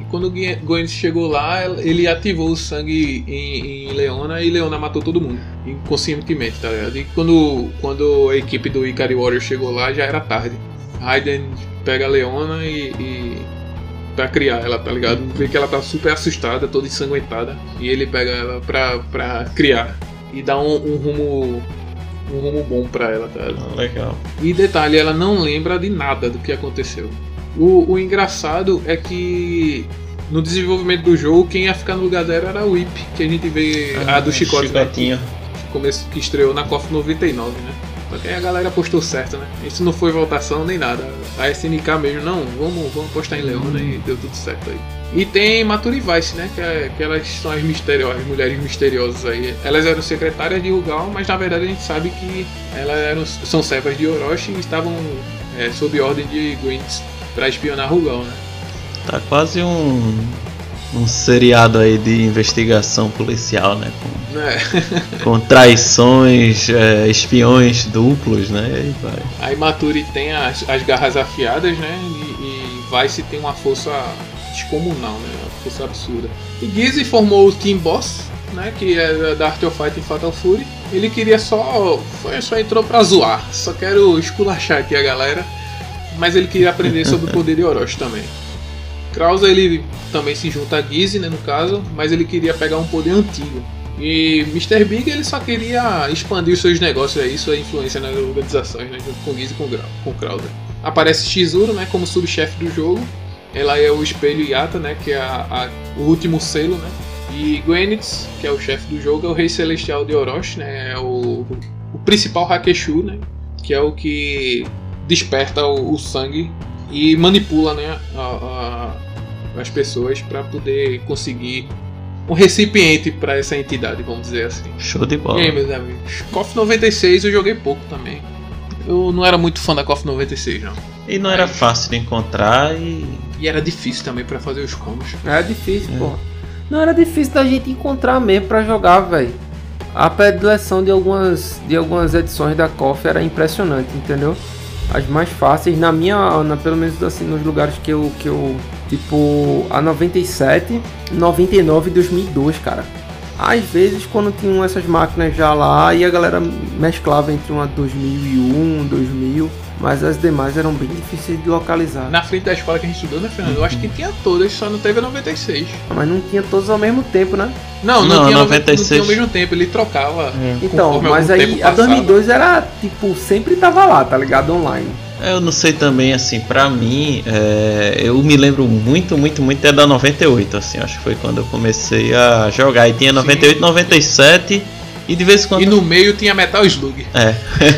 quando o Gwen chegou lá, ele ativou o sangue em, em Leona e Leona matou todo mundo, inconscientemente, tá ligado? E quando, quando a equipe do Ikari Warrior chegou lá, já era tarde. Raiden pega a Leona e, e pra criar ela, tá ligado? Vê que ela tá super assustada, toda ensanguentada, e ele pega ela pra, pra criar e dá um, um rumo um rumo bom pra ela, tá ligado? Ah, legal. E detalhe, ela não lembra de nada do que aconteceu. O, o engraçado é que no desenvolvimento do jogo, quem ia ficar no lugar dela era a Whip, que a gente vê ah, a do Chicote, Chicotinho. Né, começo, que estreou na KOF noventa e nove, né? Só que aí a galera apostou certo, né? Isso não foi votação nem nada. A S N K mesmo, não, vamos, vamos apostar em Leona e deu tudo certo aí. E tem Maturi Vice, né? Que, é, que elas são as, misteriosas, as mulheres misteriosas aí. Elas eram secretárias de Rugal, mas na verdade a gente sabe que elas eram, são servas de Orochi e estavam é, sob ordem de Gwent pra espionar Rugal, né? Tá quase um, um seriado aí de investigação policial, né? Com, é. com traições, é, espiões duplos, né? E aí vai. Aí Maturi tem as, as garras afiadas, né? E, e Vice tem uma força descomunal, né? Uma força absurda. E Gizzy formou o Team Boss, né? Que é da Art of Fighting Fatal Fury. Ele queria só... Foi, só entrou pra zoar. Só quero esculachar aqui a galera. Mas ele queria aprender sobre o poder de Orochi também. Krauser, ele também se junta a Gizzy, né, no caso, mas ele queria pegar um poder antigo. E mister Big, ele só queria expandir os seus negócios aí, sua influência nas organizações, né, junto com Gizzy e com Krauser. Aparece Chizuru, né, como subchefe do jogo. Ela é o espelho Yata, né, que é a, a, o último selo, né. E Gwenitz, que é o chefe do jogo, é o rei celestial de Orochi, né, é o, o principal Hakeshu, né, que é o que desperta o, o sangue e manipula, né, a, a, as pessoas para poder conseguir um recipiente para essa entidade, vamos dizer assim. Show de bola. E aí, meus amigos? KOF noventa e seis eu joguei pouco também. Eu não era muito fã da KOF noventa e seis, não. E não era fácil de encontrar e... E era difícil também para fazer os combos. Era difícil, é. Pô. Não, era difícil da gente encontrar mesmo para jogar, velho. A predileção de algumas, de algumas edições da KOF era impressionante, entendeu? As mais fáceis, na minha, na, pelo menos assim, nos lugares que eu, que eu, tipo, a noventa e sete, noventa e nove e dois mil e dois, cara. Às vezes, quando tinham essas máquinas já lá, e a galera mesclava entre uma dois mil e um, dois mil, mas as demais eram bem difíceis de localizar. Na frente da escola que a gente estudou, né, Fernando? Eu acho que tinha todas, só não teve a noventa e seis. Mas não tinha todos ao mesmo tempo, né? Não, não, não tinha, noventa e seis. Não tinha ao mesmo tempo, ele trocava. É. Então, mas aí a dois mil e dois era, tipo, sempre tava lá, tá ligado? Online. Eu não sei também, assim, pra mim, é, eu me lembro muito, muito, muito é da noventa e oito, assim, acho que foi quando eu comecei a jogar. E tinha noventa e oito, sim. noventa e sete e de vez em quando... E no meio tinha Metal Slug. É,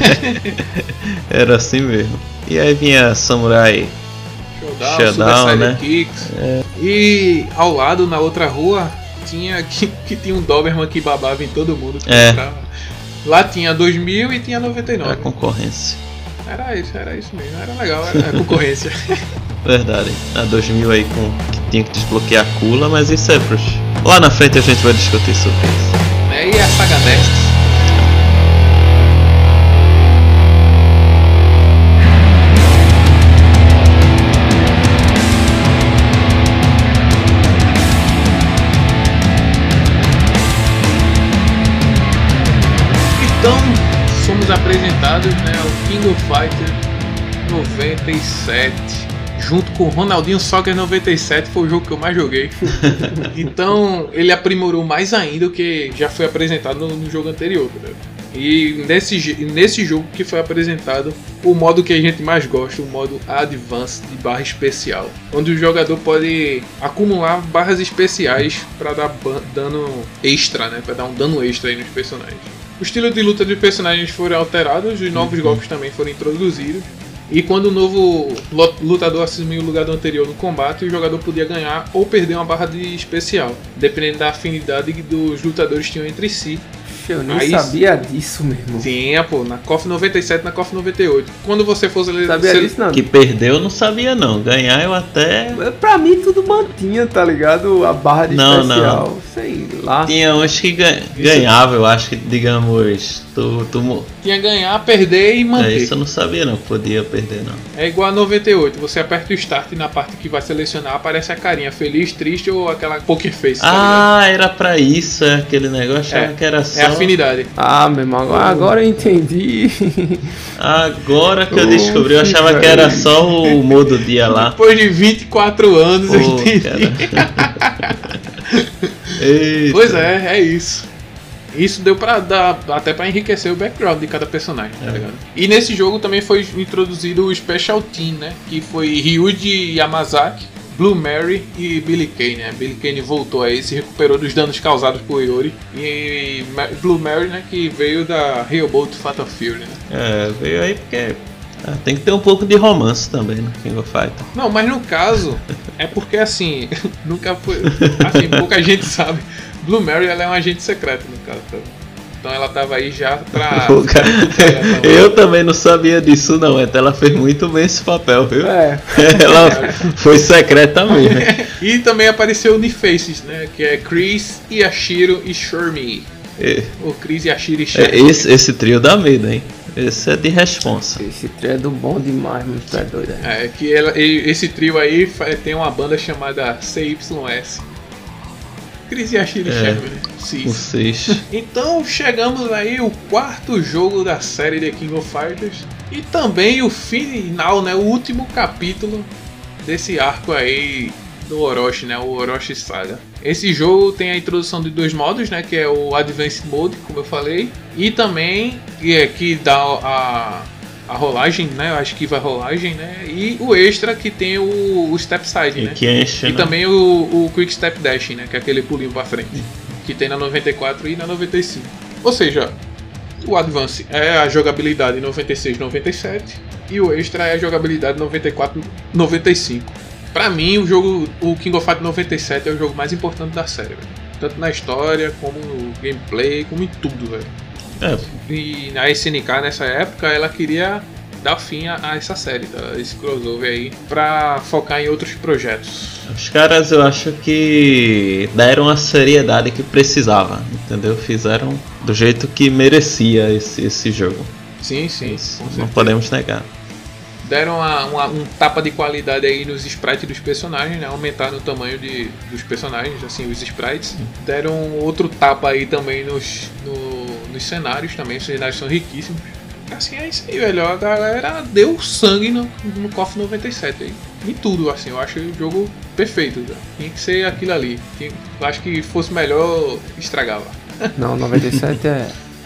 era assim mesmo. E aí vinha Samurai Showdown, Showdown, né? Kicks. É. E ao lado, na outra rua, tinha que, que tinha um Doberman que babava em todo mundo. Que é. Entrava. Lá tinha dois mil e tinha noventa e nove. Era concorrência. Era isso, era isso mesmo, era legal, era a concorrência. Verdade, a dois mil aí com que tinha que desbloquear a Kula, mas isso é pros... Lá na frente a gente vai discutir sobre isso. É, e a Saga Nestes? Então, somos apresentados, né, ao King of Fighter noventa e sete, junto com o Ronaldinho Soccer noventa e sete, foi o jogo que eu mais joguei. Então ele aprimorou mais ainda o que já foi apresentado no, no jogo anterior, né? E nesse, nesse jogo que foi apresentado o modo que a gente mais gosta, o modo Advanced de barra especial, onde o jogador pode acumular barras especiais para dar dano extra, né, para dar um dano extra aí nos personagens. O estilo de luta dos personagens foram alterados, os novos uhum. golpes também foram introduzidos. E quando o novo lutador assumiu o lugar do anterior no combate, o jogador podia ganhar ou perder uma barra de especial, dependendo da afinidade que os lutadores tinham entre si. Eu nem Aí, sabia disso mesmo. Tinha, pô, na KOF noventa e sete, na KOF noventa e oito. Quando você fosse... Sabia você... disso, não? Que perdeu, eu não sabia não. Ganhar eu até... Pra mim tudo mantinha, tá ligado? A barra de não, especial. Não. Sei lá. Tinha uns que ganhava, eu acho que, digamos, tu, tu tinha ganhar, perder e manter. É, isso eu não sabia não, podia perder não. É igual a noventa e oito, você aperta o start e na parte que vai selecionar aparece a carinha feliz, triste ou aquela poker face. Ah, tá, era pra isso, é aquele negócio, achava é, que era só... É afinidade. Ah, meu irmão, agora, agora eu entendi. Agora que eu descobri, eu achava que era só o modo dia lá. Depois de vinte e quatro anos Pô, eu entendi. Pois é, é isso. Isso deu pra dar, até pra enriquecer o background de cada personagem, tá ligado? E nesse jogo também foi introduzido o Special Team, né? Que foi Ryuji Yamazaki, Blue Mary e Billy Kane, né? Billy Kane voltou aí, se recuperou dos danos causados por Iori. E Blue Mary, né? Que veio da Rehoboth Fatal Fury, né? É, veio aí porque... Ah, tem que ter um pouco de romance também no King of Fighters. Não, mas no caso, é porque assim, nunca foi... Assim, pouca gente sabe. Blue Mary, ela é um agente secreto, no caso. Então ela tava aí já pra... Pô, cara, eu também não sabia disso não, então ela fez muito bem esse papel, viu? É. Ela foi secreta mesmo. E também apareceu o Nifaces, né? Que é Chris, Yashiro e Shermie. É. O Chris, Yashiro e Shermie. É, esse, esse trio dá medo, hein? Esse é de responsa. Esse trio é do bom demais, meu, tu é doido. É, que ela, esse trio aí tem uma banda chamada C Y S. Chris Yashiro e Shermie, né? O seis. Então chegamos aí o quarto jogo da série The King of Fighters. E também o final, né? O último capítulo desse arco aí do Orochi, né? O Orochi Saga. Esse jogo tem a introdução de dois modos, né? Que é o Advanced Mode, como eu falei. E também que, é, que dá a, a rolagem, né? A esquiva rolagem, né? E o extra que tem o, o Step Side, né? Que enche, e né? também o, o Quick Step Dash, né? Que é aquele pulinho pra frente. Que tem na noventa e quatro e na noventa e cinco. Ou seja, o Advance é a jogabilidade noventa e seis noventa e sete. E o extra é a jogabilidade noventa e quatro noventa e cinco. Pra mim, o jogo, o King of Fighters noventa e sete é o jogo mais importante da série, velho. Tanto na história, como no gameplay, como em tudo, velho. É. E a S N K nessa época, ela queria dar fim a, a essa série, tá? Esse crossover aí, pra focar em outros projetos. Os caras, eu acho que deram a seriedade que precisava, entendeu? Fizeram do jeito que merecia esse, esse jogo. Sim, sim. Isso, não podemos negar. Deram uma, uma, um tapa de qualidade aí nos sprites dos personagens, né? Aumentaram o tamanho de, dos personagens, assim, os sprites. Deram outro tapa aí também nos, no, nos cenários também, os cenários são riquíssimos. Assim, é isso aí, velho. A galera deu sangue no, no K O F noventa e sete aí. Em tudo, assim, eu acho o jogo perfeito. Já. Tinha que ser aquilo ali. Tinha, eu acho que fosse melhor, estragava. Não, noventa e sete é...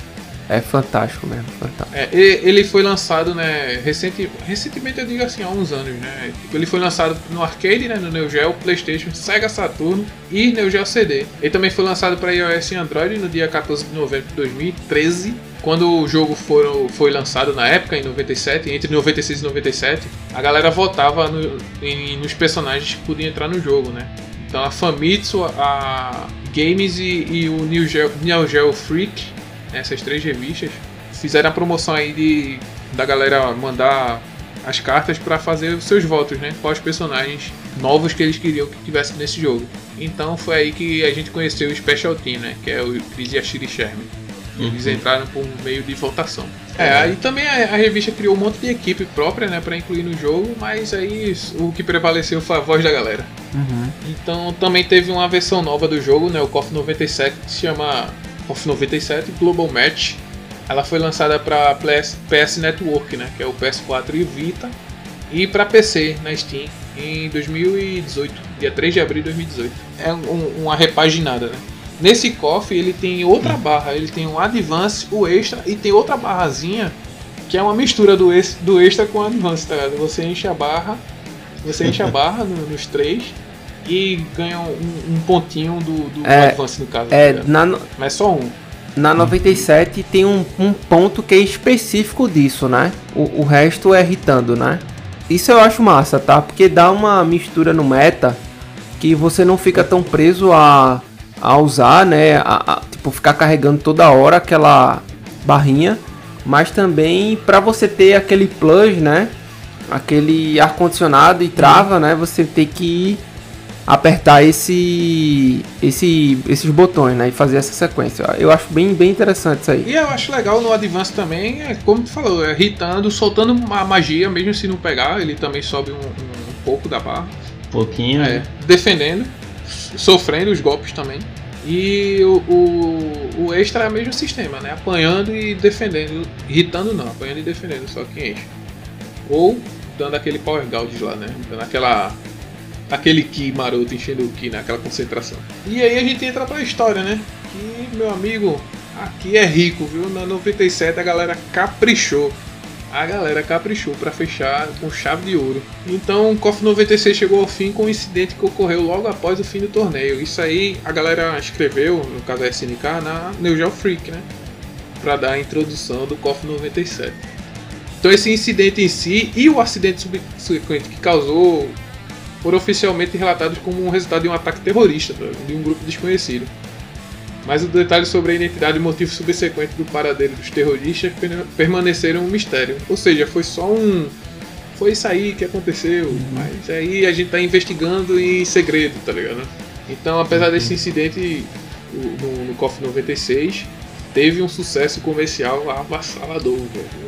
É fantástico mesmo, fantástico. É, ele foi lançado, né, recente, recentemente, eu digo assim, há uns anos, né? Ele foi lançado no arcade, né, no Neo Geo, PlayStation, Sega Saturn e Neo Geo C D. Ele também foi lançado para iOS e Android no dia quatorze de novembro de dois mil e treze. Quando o jogo for, foi lançado na época, em noventa e sete, entre noventa e seis e noventa e sete, a galera votava no, em, nos personagens que podiam entrar no jogo, né? Então a Famitsu, a Games e, e o Neo Geo, Neo Geo Freak, essas três revistas, fizeram a promoção aí de da galera mandar as cartas para fazer os seus votos, né? Quais personagens novos que eles queriam que tivesse nesse jogo. Então foi aí que a gente conheceu o Special Team, né? Que é o Chris Yashiro e Shermie. Eles entraram por meio de votação. É, aí também a, a revista criou um monte de equipe própria, né, para incluir no jogo, mas aí o que prevaleceu foi a voz da galera. Uhum. Então também teve uma versão nova do jogo, né, o K O F noventa e sete, que se chama K O F noventa e sete Global Match. Ela foi lançada para P S Network, né, que é o P S quatro e o Vita, e para P C na Steam em dois mil e dezoito, dia três de abril de dois mil e dezoito. É um, uma repaginada, né? Nesse K O F ele tem outra barra, ele tem um Advance, o Extra e tem outra barrazinha que é uma mistura do, ex, do Extra com o Advance, tá ligado? Você enche a barra, você enche a barra no, nos três e ganha um, um pontinho do, do é, Advance no caso. É, tá na, mas só um. Na noventa e sete tem um, um ponto que é específico disso, né? O, o resto é irritando, né? Isso eu acho massa, tá? Porque dá uma mistura no meta que você não fica tão preso a... a usar, né, a, a, tipo, ficar carregando toda hora aquela barrinha, mas também para você ter aquele plus, né, aquele ar-condicionado e trava, né, você tem que ir apertar esse, esse, esses botões, né, e fazer essa sequência. Eu acho bem, bem interessante isso aí. E eu acho legal no Advance também, é como tu falou, é hitando, soltando uma magia, mesmo se não pegar, ele também sobe um, um pouco da barra. Um pouquinho. É, defendendo, sofrendo os golpes também. E o, o, o extra é o mesmo sistema, né? Apanhando e defendendo. Hitando não, apanhando e defendendo, só que enche. Ou dando aquele power gauge lá, né? Dando aquela... aquele ki maroto, enchendo o ki, né? Aquela concentração. E aí a gente entra pra história, né? Que, meu amigo, aqui é rico, viu? Na noventa e sete a galera caprichou. A galera caprichou pra fechar com chave de ouro. Então o KOF noventa e seis chegou ao fim com um incidente que ocorreu logo após o fim do torneio. Isso aí a galera escreveu, no caso da S N K, na Neo Geo Freak, né? Pra dar a introdução do KOF noventa e sete. Então esse incidente em si e o acidente subsequente que causou foram oficialmente relatados como um resultado de um ataque terrorista de um grupo desconhecido. Mas o detalhe sobre a identidade e motivo subsequente do paradeiro dos terroristas permaneceram um mistério. Ou seja, foi só um... foi isso aí que aconteceu, uhum. Mas aí a gente tá investigando em segredo, tá ligado? Então, apesar desse incidente no, no KOF noventa e seis, teve um sucesso comercial avassalador.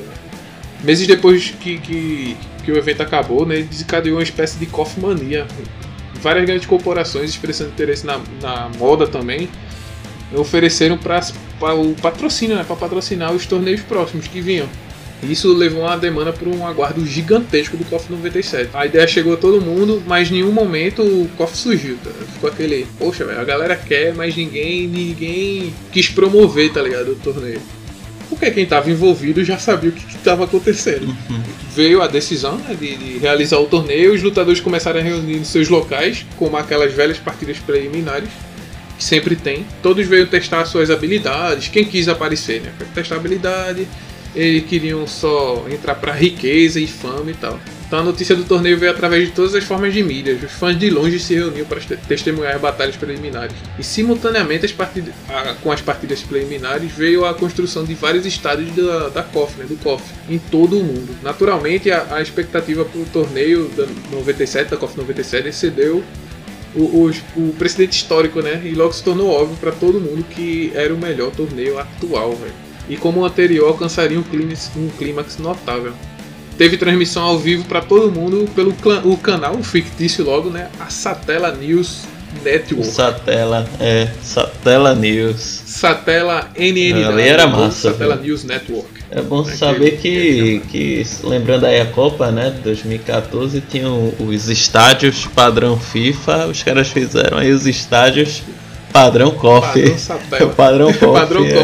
Meses depois que, que, que o evento acabou, né, ele desencadeou uma espécie de KOF mania. Várias grandes corporações expressando interesse na, na moda também ofereceram para o patrocínio, né, para patrocinar os torneios próximos que vinham. Isso levou a uma demanda por um aguardo gigantesco do KOF noventa e sete. A ideia chegou a todo mundo, mas em nenhum momento o KOF surgiu. Tá? Ficou aquele, poxa, véio, a galera quer, mas ninguém, ninguém quis promover, tá ligado, o torneio. Porque quem estava envolvido já sabia o que estava acontecendo. Uhum. Veio a decisão, né, de, de realizar o torneio, os lutadores começaram a reunir nos seus locais, como aquelas velhas partidas preliminares, que sempre tem. Todos veio testar suas habilidades, quem quis aparecer, né? Testar habilidade, eles queriam só entrar pra riqueza e fama e tal. Então a notícia do torneio veio através de todas as formas de mídia. Os fãs de longe se reuniam para testemunhar as batalhas preliminares. E simultaneamente as partidas, a, com as partidas preliminares veio a construção de vários estádios da, da KOF, né? Do KOF, em todo o mundo. Naturalmente a, a expectativa para o torneio da noventa e sete, da KOF noventa e sete, excedeu O, o, o precedente histórico, né? E logo se tornou óbvio para todo mundo que era o melhor torneio atual, velho. E como o anterior, alcançaria um clímax, um clímax notável. Teve transmissão ao vivo para todo mundo pelo clã, o canal o fictício logo, né? A Satella News Network. Satella, é, Satella News. Satella N N W. Ali era massa. Satella News Network. É bom saber que, que, lembrando aí a Copa, né, de dois mil e quatorze, tinham os estádios padrão FIFA, os caras fizeram aí os estádios padrão KOF. Padrão padrão KOF. Padrão é.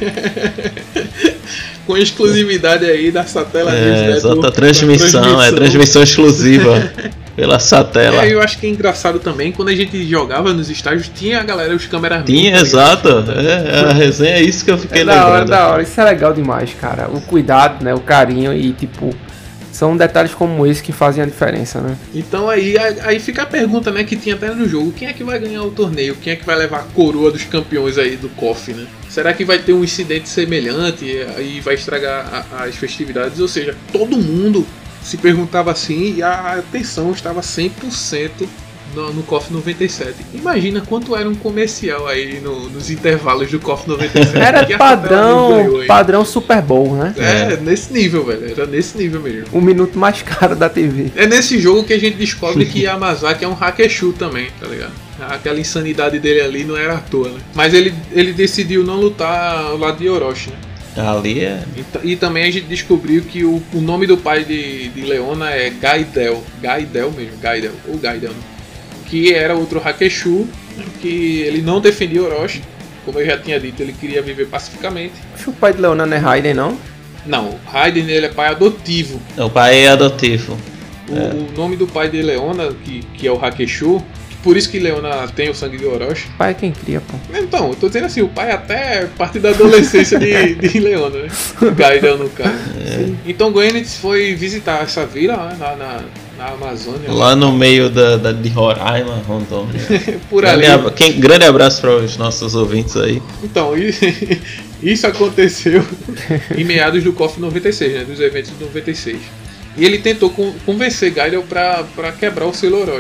KOF. Com exclusividade aí da Satella é, News Network. Exata transmissão, transmissão, é transmissão exclusiva. Pela Satella. É, eu acho que é engraçado também, quando a gente jogava nos estádios, tinha a galera, os câmeras. Tinha, exato. É, a resenha é isso que eu fiquei é lembrando. Da hora, da hora. Isso é legal demais, cara. O cuidado, né? O carinho e, tipo, são detalhes como esse que fazem a diferença, né? Então aí, aí fica a pergunta, né, que tinha até no jogo. Quem é que vai ganhar o torneio? Quem é que vai levar a coroa dos campeões aí do KOF, né? Será que vai ter um incidente semelhante e vai estragar a, as festividades? Ou seja, todo mundo se perguntava assim e a atenção estava cem por cento no, no KOF noventa e sete. Imagina quanto era um comercial aí no, nos intervalos do KOF noventa e sete. Era padrão, padrão Super Bowl, né? É, é, nesse nível, velho. Era nesse nível mesmo. O minuto mais caro da T V. É nesse jogo que a gente descobre que Yamazaki é um Hakeshu também, tá ligado? Aquela insanidade dele ali não era à toa, né? Mas ele, ele decidiu não lutar ao lado de Orochi, né? Ali é... E, e também a gente descobriu que o, o nome do pai de, de Leona é Gaidel. Gaidel mesmo, Gaidel, ou Gaidel, né? Que era outro Hakeshu, né? Que ele não defendia Orochi. Como eu já tinha dito, ele queria viver pacificamente. Acho que o pai de Leona não é Raiden, não? Não, Raiden ele é pai adotivo. O pai é adotivo. O, é. o nome do pai de Leona, que, que é o Hakeshu, por isso que Leona tem o sangue de Orochi. O pai é quem cria, pô. Então, eu tô dizendo assim, o pai até a partir da adolescência de, de Leona, né? Gaidel no caso. É. Então Goenitz foi visitar essa vila lá na, na, na Amazônia. Lá no meio da, da, de Roraima, Rondônia. Por grande ali. Ab... Quem, grande abraço para os nossos ouvintes aí. Então, isso aconteceu em meados do KOF noventa e seis, né? Dos eventos de noventa e seis. E ele tentou convencer Gaidel pra, pra quebrar o selo Orochi.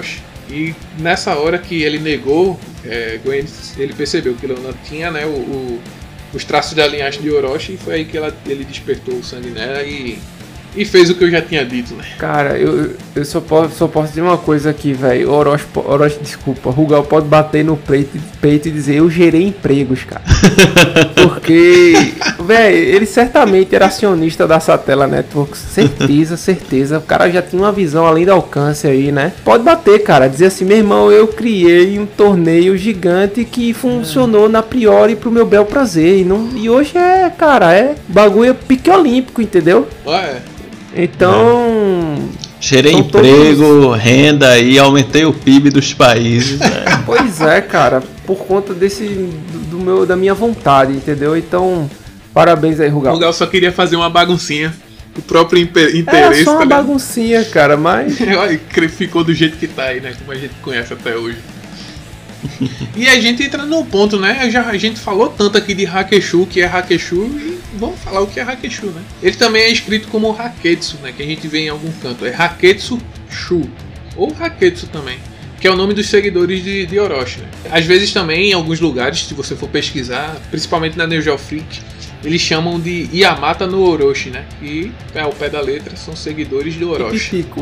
E nessa hora que ele negou, é, ele percebeu que Leona tinha, né, o, o, os traços da linhagem de Orochi, e foi aí que ela, ele despertou o sangue nela e, e fez o que eu já tinha dito, né? Cara, eu, eu só, posso, só posso dizer uma coisa aqui, velho. Orochi, Orochi, desculpa, Rugal pode bater no peito, peito e dizer: eu gerei empregos, cara. Porque, velho, ele certamente era acionista da Satella Networks, certeza, certeza. O cara já tinha uma visão além do alcance aí, né? Pode bater, cara, dizer assim: meu irmão, eu criei um torneio gigante que funcionou na priori pro meu bel prazer. E, não, e hoje é, cara, é bagulho pique olímpico, entendeu? Ué. Então... Gerei emprego, todos... renda e aumentei o P I B dos países. Né? Pois é, cara, por conta desse do, do meu, da minha vontade, entendeu? Então, parabéns aí, Rugal. Rugal só queria fazer uma baguncinha, o próprio interesse. É só uma tá baguncinha, cara, mas... Olha, ficou do jeito que tá aí, né? Como a gente conhece até hoje. E a gente entra no ponto, né? Já, a gente falou tanto aqui de Hakeshu, que é Hakeshu, e vamos falar o que é Hakeshu, né? Ele também é escrito como Haketsu, né? Que a gente vê em algum canto. É Haketsu Shu, ou Haketsu também, que é o nome dos seguidores de, de Orochi, né? Às vezes também, em alguns lugares, se você for pesquisar, principalmente na Neo Geo Freak, eles chamam de Yamata no Orochi, né? E, é, ao pé da letra, são seguidores de Orochi. Pico.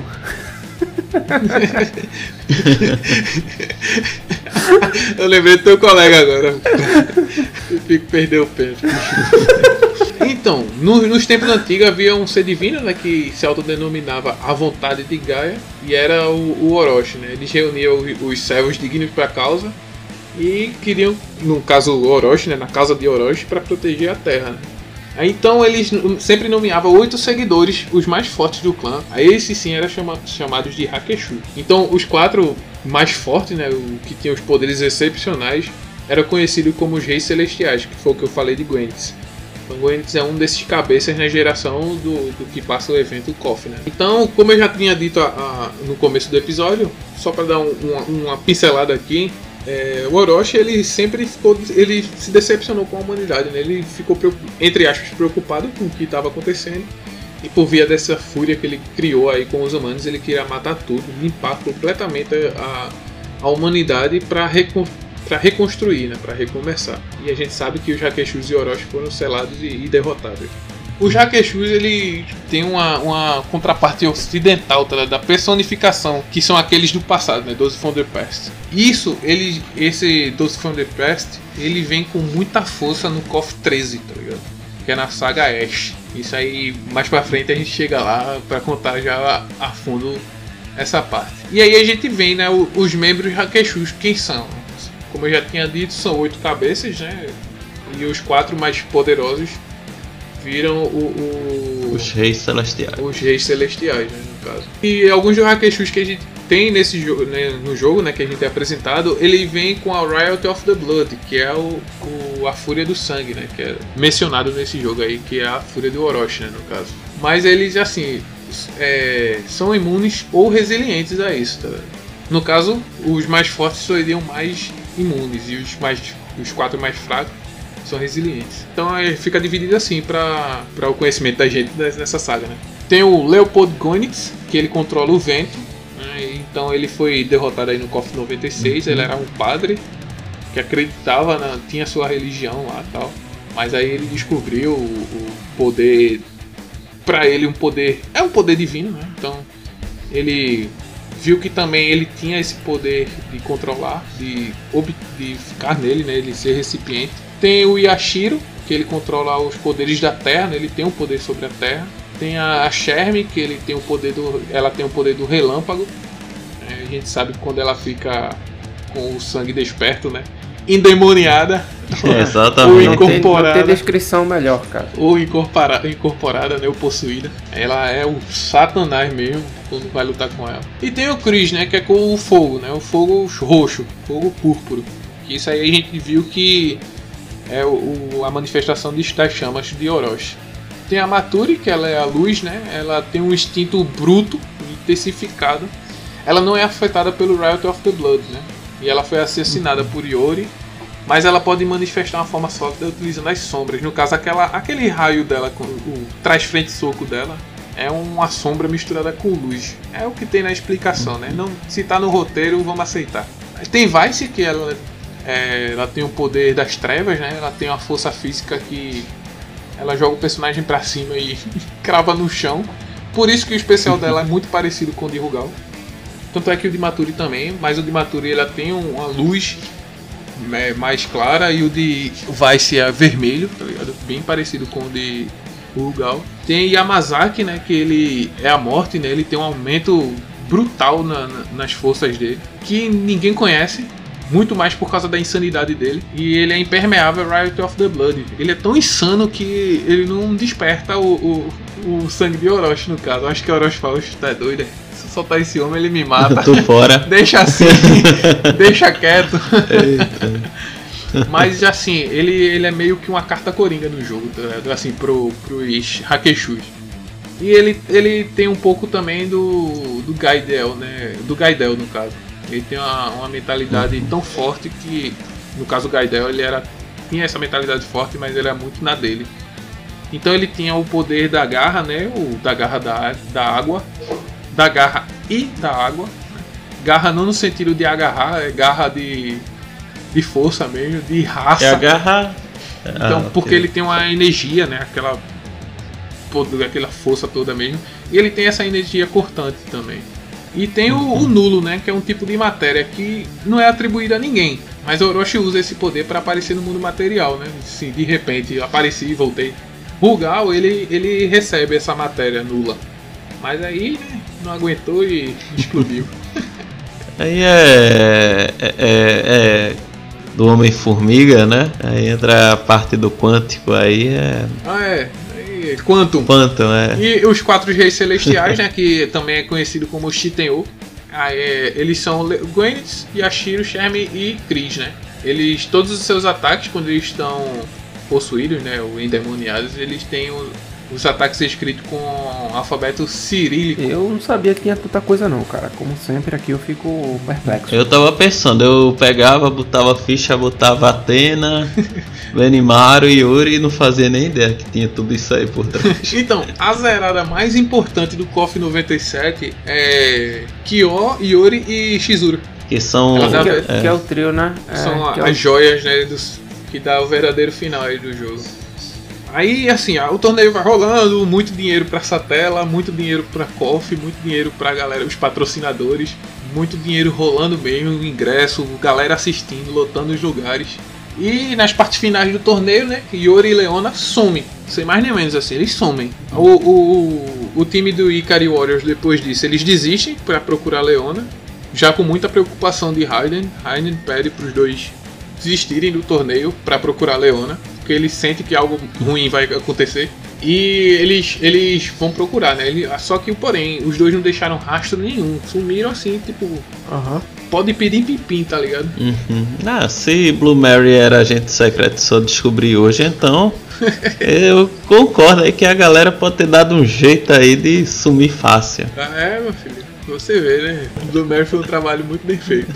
Eu lembrei do teu colega agora. O Pico perdeu o pé. Então, no, nos tempos antigos havia um ser divino, né, que se autodenominava a vontade de Gaia, e era o, o Orochi, né? Eles reuniam os, os servos dignos para a causa e queriam, no caso o Orochi, né, na casa de Orochi, para proteger a terra, né? Então eles sempre nomeavam oito seguidores, os mais fortes do clã. Aí esses sim eram chama, chamados de Hakeshu. Então os quatro mais fortes, né, o que tinham os poderes excepcionais, eram conhecidos como os Reis Celestiais, que foi o que eu falei de Gwentz. Então Gwentz é um desses cabeças na geração do, do que passa o evento K O F, né? Então, como eu já tinha dito a, a, no começo do episódio, só para dar um, uma, uma pincelada aqui, É, o Orochi, ele sempre ficou, ele se decepcionou com a humanidade, né? Ele ficou, entre aspas, preocupado com o que estava acontecendo, e por via dessa fúria que ele criou aí com os humanos, ele queria matar tudo, limpar completamente a, a humanidade para recon, para reconstruir, né? Para recomeçar. E a gente sabe que os Hakeshus e Orochi foram selados e, e derrotados. Os Hakeshus, ele tem uma, uma contraparte ocidental, tá, da personificação, que são aqueles do passado, né, Those from the Past. Isso, ele, esse Those from the Past, ele vem com muita força no K O F treze, tá ligado? Que é na saga Ash. Isso aí, mais pra frente a gente chega lá pra contar já a, a fundo essa parte. E aí a gente vem, né, os membros Hakeshus, quem são? Como eu já tinha dito, são oito cabeças, né, e os quatro mais poderosos viram o, o, os Reis Celestiais. Os Reis Celestiais, né, no caso. E alguns dos Hakeshus que a gente tem nesse jogo, né, no jogo, né, que a gente é apresentado, ele vem com a Riot of the Blood, que é o, o, a Fúria do Sangue, né, que é mencionado nesse jogo aí, que é a Fúria do Orochi, né, no caso. Mas eles, assim, é, são imunes ou resilientes a isso, tá? No caso, os mais fortes seriam mais imunes e os, mais, os quatro mais fracos são resilientes. Então é, fica dividido assim para o conhecimento da gente nessa saga, né? Tem o Leopold Gonitz, que ele controla o vento, né? Então ele foi derrotado aí no K O F noventa e seis. Uhum. Ele era um padre que acreditava, na, tinha sua religião lá e tal, mas aí ele descobriu o, o poder, para ele um poder, é um poder divino, né? Então ele viu que também ele tinha esse poder de controlar, de, de ficar nele, né? Ele ser recipiente. Tem o Yashiro, que ele controla os poderes da Terra, né? Ele tem um poder sobre a Terra. Tem a Shermie, que ele tem o poder do, ela tem o poder do relâmpago. É, a gente sabe que quando ela fica com o sangue desperto, né? Endemoniada. Exatamente. Ou incorporada. Não tem, não tem descrição melhor, cara. Ou incorporada, incorporada, né? Ou possuída. Ela é o Satanás mesmo, quando vai lutar com ela. E tem o Chris, né? Que é com o fogo, né? O fogo roxo, fogo púrpuro. Que isso aí a gente viu que é o, a manifestação das chamas de Orochi. Tem a Maturi, que ela é a luz, né? Ela tem um instinto bruto, intensificado. Ela não é afetada pelo Riot of the Blood, né? E ela foi assassinada por Iori, mas ela pode manifestar uma forma sólida utilizando as sombras. No caso, aquela, aquele raio dela, com o trás-frente soco dela, é uma sombra misturada com luz. É o que tem na explicação, né? Não, se tá no roteiro, vamos aceitar. Tem Vice, que ela, é, ela tem o poder das trevas, né? Ela tem uma força física que ela joga o personagem pra cima e crava no chão. Por isso que o especial dela é muito parecido com o de Rugal. Tanto é que o de Maturi também, mas o de Maturi ela tem uma luz mais clara e o de Vice é vermelho, tá ligado? Bem parecido com o de Rugal. Tem Yamazaki, né? Que ele é a morte, né? Ele tem um aumento brutal na, na, nas forças dele, que ninguém conhece, muito mais por causa da insanidade dele. E ele é impermeável a Riot of the Blood. Ele é tão insano que ele não desperta o, o, o sangue de Orochi, no caso. Eu acho que o Orochi fala, tá doido, né? Se eu soltar esse homem ele me mata. Tô fora. Deixa assim, deixa quieto. Eita. Mas assim, ele, ele é meio que uma carta coringa no jogo, tá? Assim, pro, pros Hakeshus. E ele, ele tem um pouco também do, do Gaidel, né? Do Gaidel, no caso. Ele tem uma, uma mentalidade tão forte que, no caso do Gaidel, ele era, tinha essa mentalidade forte, mas ele era muito na dele. Então ele tinha o poder da garra, né? O da garra da, da água. Da garra e da água. Garra não no sentido de agarrar, é garra de, de força mesmo, de raça. É agarrar. Então, ah, porque okay. Ele tem uma energia, né? Aquela, aquela força toda mesmo. E ele tem essa energia cortante também. E tem o, o nulo, né? Que é um tipo de matéria que não é atribuída a ninguém. Mas o Orochi usa esse poder para aparecer no mundo material, né? Assim, de repente, apareci e voltei. Rugal, ele, ele recebe essa matéria nula. Mas aí, né? Não aguentou e explodiu. Aí é, é, é, é do Homem-Formiga, né? Aí entra a parte do quântico, aí é... Ah, é. Aí, Quantum. Quantum, é. E os quatro reis celestiais, né? Que também é conhecido como Shiten-O. Aí, é, eles são Gwyneth, Yashiro, Shermie e Chris, né? Eles, todos os seus ataques, quando eles estão possuídos, né? Ou endemoniados, eles têm o... os ataques escritos com alfabeto cirílico. Eu não sabia que tinha tanta coisa não, cara. Como sempre aqui eu fico perplexo. Eu tava pensando, eu pegava, botava ficha, botava Athena, Benimaru e Yuri e não fazia nem ideia que tinha tudo isso aí por trás. Então, a zerada mais importante do K O F noventa e sete é Kyo, Yuri e Shizuru. Que são... Que é, é. Que é o trio, né? É, são as é o... joias, né, dos, que dá o verdadeiro final aí do jogo. Aí, assim, ó, o torneio vai rolando, muito dinheiro pra Satela, muito dinheiro pra K O F, muito dinheiro pra galera, os patrocinadores, muito dinheiro rolando mesmo, ingresso, galera assistindo, lotando os lugares. E nas partes finais do torneio, né, Yuri e Leona somem, sem mais nem menos assim, eles somem. O, o, o, o time do Ikari Warriors, depois disso, eles desistem pra procurar Leona, já com muita preocupação de Raiden. Raiden pede pros dois desistirem do torneio pra procurar Leona, porque ele sente que algo ruim vai acontecer. E eles, eles vão procurar, né? Ele, só que, porém, os dois não deixaram rastro nenhum. Sumiram assim, tipo... Uhum. Pode pedir pipim, tá ligado? Uhum. Ah, se Blue Mary era agente secreto e só descobri hoje, então... eu concordo aí que a galera pode ter dado um jeito aí de sumir fácil. Ah, é, meu filho. Você vê, né? O Blue Mary foi um trabalho muito bem feito.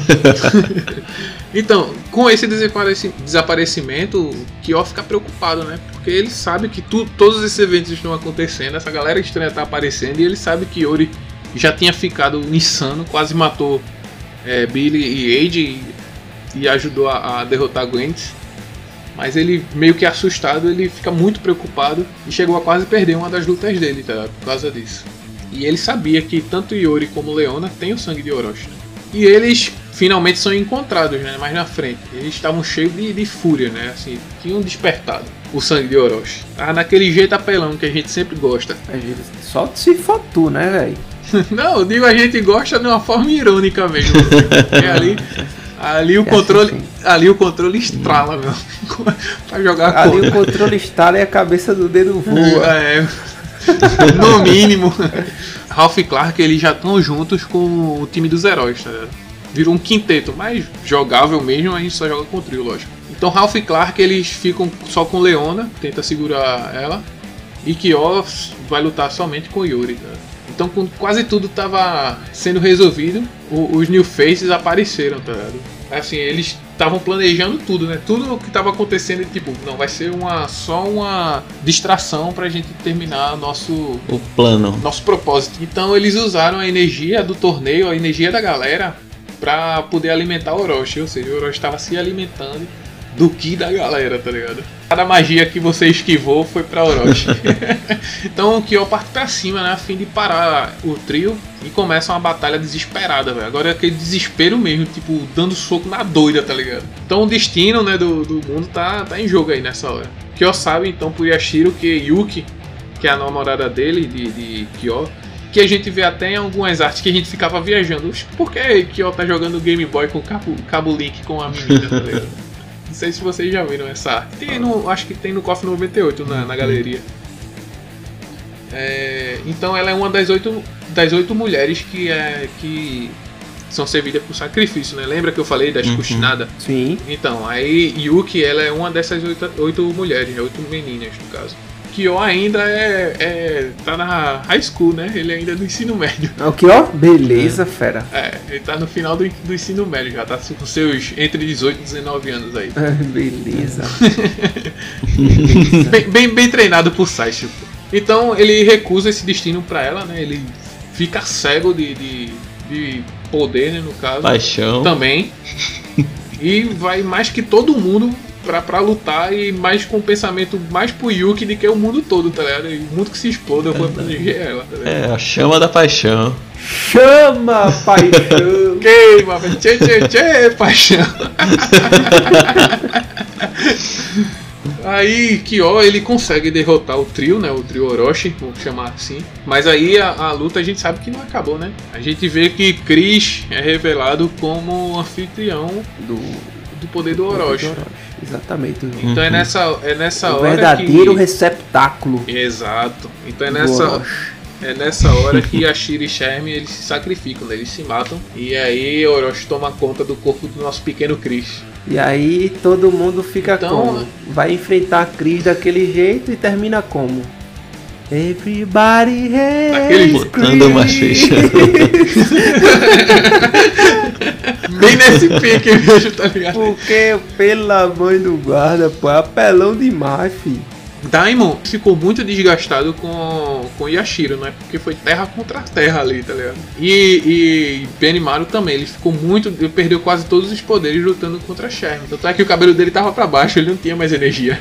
Então, com esse desaparecimento, o Kyo fica preocupado, né? Porque ele sabe que tu, todos esses eventos estão acontecendo, essa galera estranha tá aparecendo, e ele sabe que Yuri já tinha ficado insano, quase matou é, Billy e Age e, e ajudou a, a derrotar Gwent. Mas ele, meio que assustado, ele fica muito preocupado e chegou a quase perder uma das lutas dele, tá? Por causa disso. E ele sabia que tanto Yuri como Leona têm o sangue de Orochi. E eles finalmente são encontrados, né, mais na frente. Eles estavam cheios de, de fúria, né? Assim, tinham despertado o sangue de Orochi. Tava naquele jeito apelão que a gente sempre gosta. Só se for tu, né, velho? Não, eu digo a gente gosta de uma forma irônica mesmo. Porque ali, ali, o controle, assim, ali o controle estrala, meu. Pra jogar a Ali cor. O controle estrala e a cabeça do dedo voa. É. No mínimo. Ralph e Clark, eles já estão juntos com o time dos heróis, tá ligado? Virou um quinteto, mas jogável mesmo, a gente só joga com o trio, lógico. Então Ralph e Clark, eles ficam só com Leona, tenta segurar ela, e Kyo vai lutar somente com Yuri, tá? Então quando quase tudo tava sendo resolvido, o, os New Faces apareceram, tá ligado? Assim, eles estavam planejando tudo, né? Tudo o que estava acontecendo, tipo, não, vai ser uma, só uma distração pra gente terminar nosso... O plano. Nosso propósito. Então eles usaram a energia do torneio, a energia da galera, pra poder alimentar o Orochi. Ou seja, o Orochi estava se alimentando do ki da galera, tá ligado? Cada magia que você esquivou foi pra Orochi. Então o Kyo parte pra cima, né? A fim de parar o trio. E começa uma batalha desesperada, velho. Agora é aquele desespero mesmo, tipo, dando soco na doida, tá ligado? Então o destino, né, do, do mundo tá, tá em jogo aí nessa hora. Kyo sabe então pro Yashiro que Yuki, que é a namorada dele, de, de Kyo, que a gente vê até em algumas artes que a gente ficava viajando. Por que Kyo tá jogando Game Boy com cabo, cabo Link com a menina, tá ligado? Não sei se vocês já viram essa arte. Tem no, acho que tem no KOF noventa e oito na, na galeria. É, então ela é uma das oito, das oito mulheres que, é, que são servidas por sacrifício, né? Lembra que eu falei das Kushinadas? Sim. Então, aí Yuki, ela é uma dessas oito, oito mulheres, oito meninas no caso. Kyo ainda é, é tá na high school, né? Ele ainda é do ensino médio. O Kyo? Beleza, fera. É, ele tá no final do, do ensino médio, já tá com seus entre dezoito e dezenove anos aí. Beleza. bem, bem, bem treinado por Saishi. Então ele recusa esse destino pra ela, né? Ele fica cego de, de, de poder, né? No caso. Paixão. Também. E vai mais que todo mundo pra, pra lutar e mais com o pensamento mais pro Yuki do que o mundo todo, tá ligado? E o mundo que se exploda, eu vou proteger ela, tá ligado? É, a chama da paixão. Chama, paixão! Queima, tchê, tchê, tchê, paixão! Aí Kyo, ele consegue derrotar o trio, né? O trio Orochi, vamos chamar assim. Mas aí a, a luta a gente sabe que não acabou, né? A gente vê que Chris é revelado como anfitrião do, do poder do Orochi. Do Orochi. Exatamente. Então é nessa, é nessa o hora verdadeiro que... receptáculo. Exato. Então é nessa... É nessa hora que Yashiro e Sherm eles se sacrificam, né? Eles se matam. E aí Orochi toma conta do corpo do nosso pequeno Chris. E aí todo mundo fica então, como? Vai enfrentar a Chris daquele jeito e termina como? Everybody hates botando uma ficha. Bem nesse pique mesmo, tá ligado? Porque, pela mãe do guarda, pô, é apelão demais, filho. Daimon ficou muito desgastado com, com Yashiro, né? Porque foi terra contra terra ali, tá ligado? E, e Benimaru também, ele ficou muito... Ele perdeu quase todos os poderes lutando contra Sherm. Tanto é que o cabelo dele tava pra baixo, ele não tinha mais energia.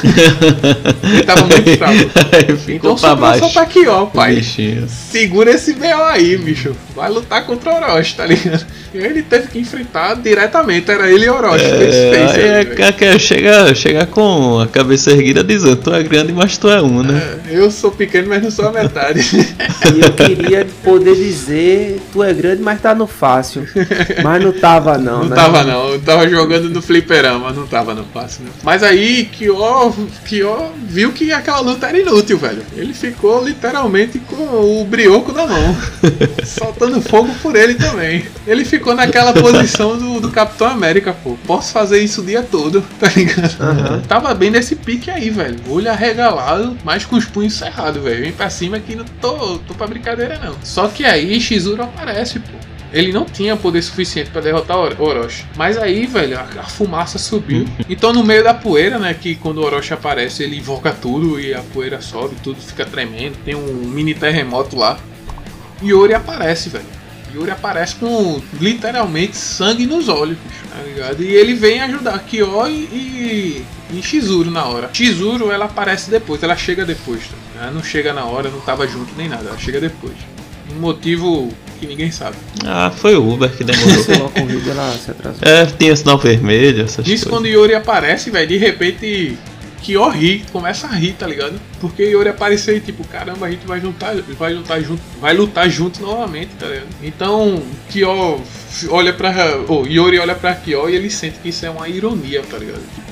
Ele tava muito fraco. Então sobrou só pra Kyo, pai. Bichinho. Segura esse B O aí, bicho. Vai lutar contra o Orochi, tá ligado? E ele teve que enfrentar diretamente, era ele e Orochi. É, face aí, é, chega, chega com a cabeça erguida dizendo, tu é grande, mas tu é um, né? É, eu sou pequeno, mas não sou a metade. E eu queria poder dizer, tu é grande, mas tá no fácil. Mas não tava não, Não né? tava não, eu tava jogando no fliperama, não tava no fácil, né? Mas aí, Kyo, Kyo viu que aquela luta era inútil, velho. Ele ficou literalmente com o brioco na mão, soltando fogo por ele também. Ele ficou naquela posição do, do Capitão América, pô. Posso fazer isso o dia todo, tá ligado? Uhum. Tava bem nesse pique aí, velho. Olho arregalado, mas com os punhos cerrados, velho. Vem pra cima que não tô, tô pra brincadeira, não. Só que aí Shizuru aparece, pô. Ele não tinha poder suficiente pra derrotar o Orochi. Mas aí, velho, a, a fumaça subiu. Então no meio da poeira, né, que quando o Orochi aparece, ele invoca tudo e a poeira sobe, tudo fica tremendo. Tem um mini terremoto lá. Yori aparece, velho. Yuri aparece com literalmente sangue nos olhos, tá ligado? E ele vem ajudar Kyo e, e, e Shizuru na hora. Shizuru, ela aparece depois, ela chega depois, tá? Ela não chega na hora, não tava junto nem nada, ela chega depois. Um motivo que ninguém sabe. Ah, foi o Uber que demorou. A corrida ela se atrasou. É, tinha sinal vermelho, essas Isso coisas. quando Yuri aparece, velho, de repente Kyo ri, começa a rir, tá ligado? Porque Yuri apareceu e tipo, caramba, a gente vai juntar, vai lutar junto, vai lutar junto novamente, tá ligado? Então, Kyo olha pra. Ou oh, Yuri olha pra Kyo e ele sente que isso é uma ironia, tá ligado? Tipo,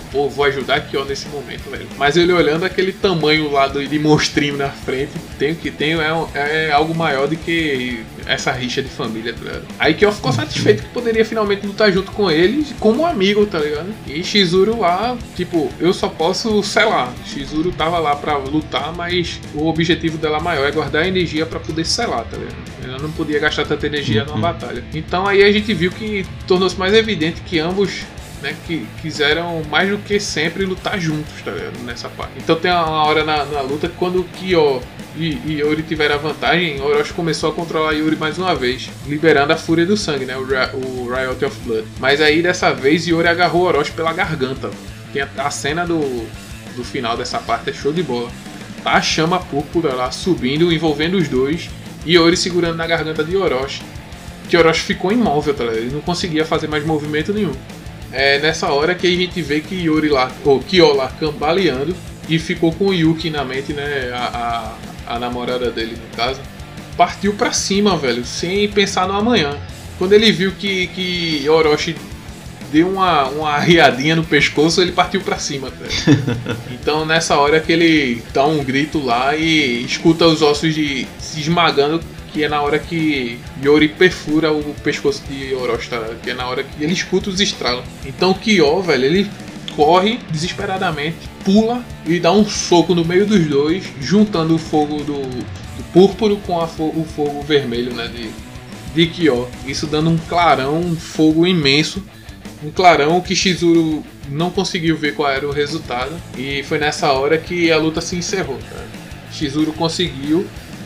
pô, vou ajudar Kyo nesse momento, velho. Mas ele olhando aquele tamanho lá do, de monstrinho na frente, tem que tem é, é algo maior do que essa rixa de família, tá ligado? Aí Kyo ficou satisfeito que poderia finalmente lutar junto com ele como amigo, tá ligado? E Chizuru lá, tipo, eu só posso selar. Chizuru tava lá pra lutar, mas o objetivo dela maior é guardar energia pra poder selar, tá ligado? Ela não podia gastar tanta energia numa batalha. Então aí a gente viu que tornou-se mais evidente que ambos, né, que quiseram mais do que sempre lutar juntos, tá ligado? Nessa parte. Então tem uma hora na, na luta que quando Kyo e, e Yori tiveram a vantagem, Orochi começou a controlar Yori mais uma vez, liberando a fúria do sangue, né, o, o Riot of Blood. Mas aí dessa vez Yori agarrou Orochi pela garganta. Tem a, a cena do, do final dessa parte é show de bola. Tá a chama púrpura lá subindo, envolvendo os dois, e Yori segurando na garganta de Orochi. Que Orochi ficou imóvel, tá ligado? Ele não conseguia fazer mais movimento nenhum. É nessa hora que a gente vê que Yori lá, ou Kyo lá, cambaleando, e ficou com o Yuki na mente, né? A, a, a namorada dele, no caso. Partiu pra cima, velho, sem pensar no amanhã. Quando ele viu que, que Orochi deu uma, uma riadinha no pescoço, ele partiu pra cima, velho. Então nessa hora que ele dá um grito lá e escuta os ossos de, se esmagando, que é na hora que Yori perfura o pescoço de Orochi, tá? Que é na hora que ele escuta os estralos. Então Kyo, velho, ele corre desesperadamente, pula e dá um soco no meio dos dois, juntando o fogo do, do púrpuro com a fo o fogo vermelho, né, de, de Kyo. Isso dando um clarão, um fogo imenso, um clarão que Chizuru não conseguiu ver qual era o resultado. E foi nessa hora que a luta se encerrou, cara. Chizuru conseguiu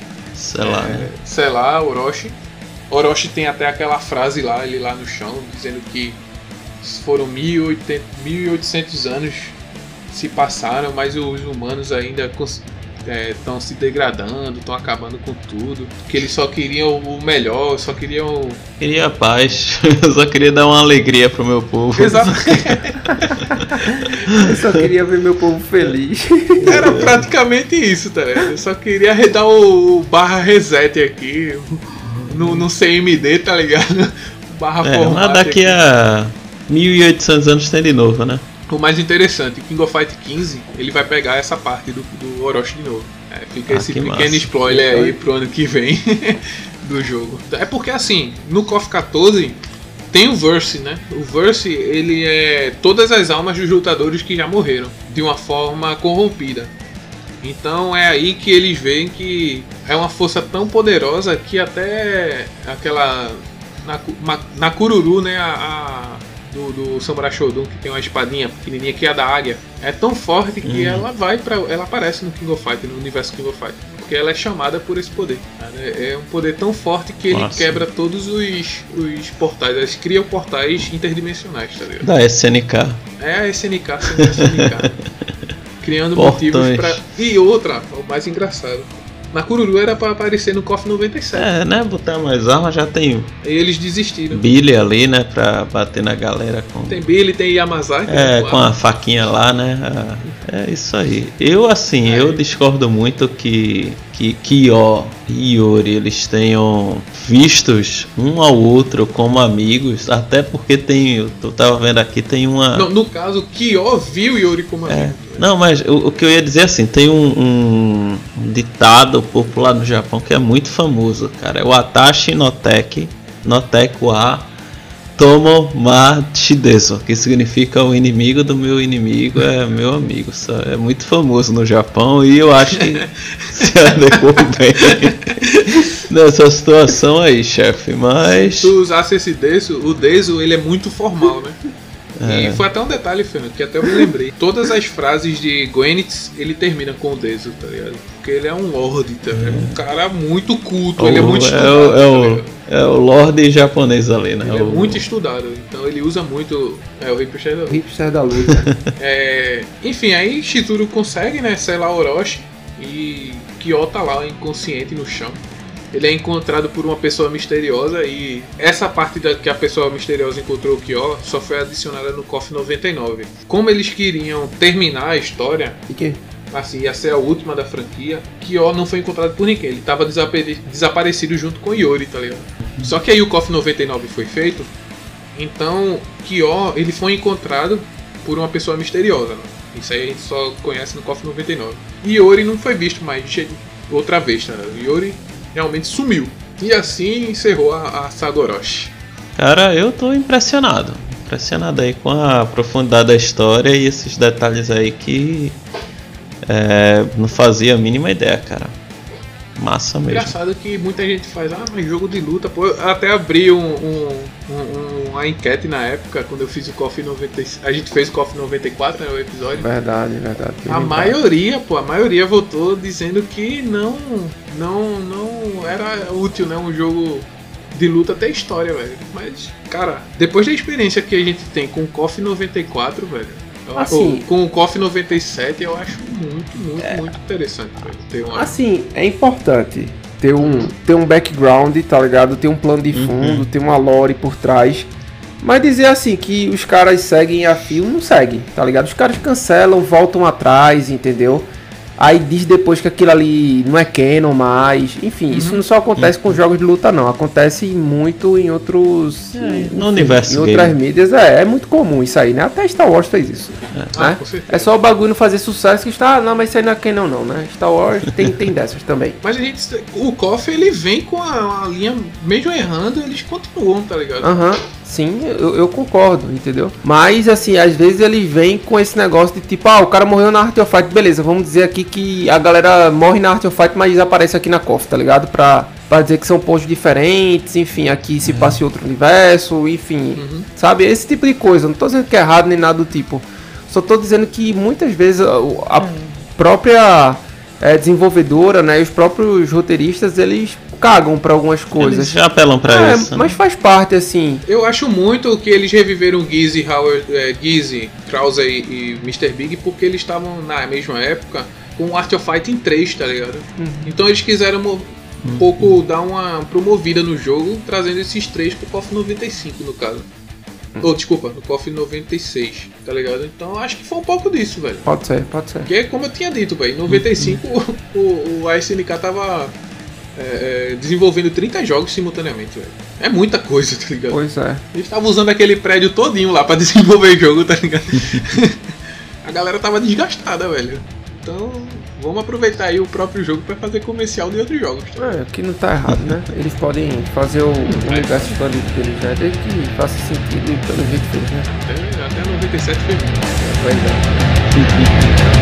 selar, é, né? selar Orochi. Orochi tem até aquela frase lá, ele lá no chão, dizendo que foram mil e oitocentos anos se passaram, mas os humanos ainda estão é, se degradando, estão acabando com tudo. Que eles só queriam o melhor, só queriam... Queria paz, eu só queria dar uma alegria pro meu povo. Exato. Eu só queria ver meu povo feliz. Era praticamente isso, tá ligado? Eu só queria dar o barra reset aqui no, no C M D, tá ligado? Barra é, format. Mas daqui aqui a mil e oitocentos anos tem de novo, né? O mais interessante, King of Fight quinze, ele vai pegar essa parte do, do Orochi de novo. É, fica ah, esse pequeno massa. spoiler aí pro ano que vem do jogo. É porque assim, no K O F quatorze tem o Verse, né? O Verse, ele é todas as almas dos lutadores que já morreram, de uma forma corrompida. Então é aí que eles veem que é uma força tão poderosa que até aquela Nakururu, né? A, a Do, do Samurai Shodown, que tem uma espadinha pequenininha que é a da águia, é tão forte que uhum. ela vai para, ela aparece no King of Fight, no universo King of Fight, porque ela é chamada por esse poder. É um poder tão forte que ele Nossa. quebra todos os, os portais, eles criam portais interdimensionais, tá ligado? Da S N K. É a S N K, S N K. Criando Portões. motivos para. E outra, o mais engraçado. Nakururu era pra aparecer no K O F noventa e sete. É, né? Botar mais armas já tem. E eles desistiram. Billy ali, né? Pra bater na galera com. Tem Billy, tem Yamazaki. É, com a faquinha lá, né? É isso aí. Eu, assim, é. eu discordo muito que. Que Kyo e Yori eles tenham vistos um ao outro como amigos, até porque tem, eu tava vendo aqui, tem uma... Não, no caso, Kyo viu Yori como amigo. É. Não, mas o, o que eu ia dizer assim, tem um, um ditado popular no Japão que é muito famoso, cara, é o Atashi no Teki, no Teku wa Tomo ma Shidesu, que significa o inimigo do meu inimigo é meu amigo. É muito famoso no Japão e eu acho que se adequou bem nessa situação aí, chefe. Mas se tu usasse esse Desu, o Desu ele é muito formal, né? É. E foi até um detalhe, Fernando, que até eu me lembrei. Todas as frases de Goenitz, ele termina com o Desu, tá ligado? Porque ele é um lord, tá ligado? É um cara muito culto, o, ele é muito estudado. É o, é, o, tá é o lord japonês ali, né? Ele o, é muito estudado, então ele usa muito. É o hipster da luta. Hipster da luta. É, enfim, aí Chizuru consegue, né, selar Orochi e Kyo tá lá inconsciente no chão. Ele é encontrado por uma pessoa misteriosa e essa parte da, que a pessoa misteriosa encontrou o Kyo só foi adicionada no K O F noventa e nove. Como eles queriam terminar a história, e que? assim, ia ser a última da franquia, Kyo não foi encontrado por ninguém. Ele estava desapare desaparecido junto com Yori, tá ligado? Só que aí o K O F noventa e nove foi feito, então Kyo ele foi encontrado por uma pessoa misteriosa, né? Isso aí a gente só conhece no K O F noventa e nove. Iori não foi visto mais outra vez, né? Iori realmente sumiu. E assim encerrou a, a saga Orochi. Cara, eu tô impressionado. Impressionado aí com a profundidade da história e esses detalhes aí que é, não fazia a mínima ideia, cara. Massa mesmo. Engraçado que muita gente faz, ah, mas jogo de luta, pô. Eu até abri um, um, um, uma enquete na época, quando eu fiz o K O F noventa e seis. A gente fez o K O F noventa e quatro, né, o episódio. Verdade, verdade. A maioria, pô, a maioria votou dizendo que não, não, não era útil, né, um jogo de luta ter história, velho. Mas, cara, depois da experiência que a gente tem com o K O F noventa e quatro, velho. Assim, com o K O F noventa e sete eu acho muito, muito, é, muito interessante, velho, ter uma... Assim, é importante ter um, ter um background, tá ligado? Ter um plano de fundo, uhum. ter uma lore por trás. Mas dizer assim que os caras seguem a fio, não seguem, tá ligado? Os caras cancelam, voltam atrás, entendeu? Aí diz depois que aquilo ali não é canon mais. Enfim, uhum. isso não só acontece uhum. com jogos de luta, não. Acontece muito em outros... É, no enfim, universo em outras game. mídias. É, é muito comum isso aí, né? Até Star Wars fez isso. É, né? ah, é só o bagulho não fazer sucesso que está... Ah, não, mas isso aí não é canon, não, né? Star Wars tem, tem dessas também. Mas a gente... O K O F, ele vem com a, a linha... Mesmo errando, eles continuam, tá ligado? Aham. Uhum. Sim, eu, eu concordo, entendeu? Mas, assim, às vezes ele vem com esse negócio de tipo, ah, o cara morreu na Art of Fight, beleza, vamos dizer aqui que a galera morre na Art of Fight, mas aparece aqui na K O F, tá ligado? Pra, pra dizer que são pontos diferentes, enfim, aqui se uhum. passa em outro universo, enfim, uhum. sabe? Esse tipo de coisa, não tô dizendo que é errado nem nada do tipo, só tô dizendo que muitas vezes a, a uhum. própria é, desenvolvedora, né, e os próprios roteiristas, eles cagam pra algumas coisas. Eles já apelam pra é, isso. Mas né? faz parte, assim. Eu acho muito que eles reviveram Gizzy, Howard, é, Gizzy, Krause e, e mister Big porque eles estavam na mesma época com o Art of Fighting três, tá ligado? Uhum. Então eles quiseram um uhum. pouco dar uma promovida no jogo, trazendo esses três pro K O F noventa e cinco, no caso. Ou, oh, desculpa, no K O F noventa e seis, tá ligado? Então acho que foi um pouco disso, velho. Pode ser, pode ser. Porque, como eu tinha dito, velho, em noventa e cinco uhum. o, o A S N K tava... É, é, desenvolvendo trinta jogos simultaneamente, velho. É muita coisa, tá ligado? Pois é. Eles estavam usando aquele prédio todinho lá pra desenvolver jogo, tá ligado? A galera tava desgastada, velho. Então, vamos aproveitar aí o próprio jogo pra fazer comercial de outros jogos. Tá? É, que não tá errado, né? Eles podem fazer o universo expandido deles, né? Desde que faça sentido e pelo jeito fez, né? É, até noventa e sete fez. Pois é.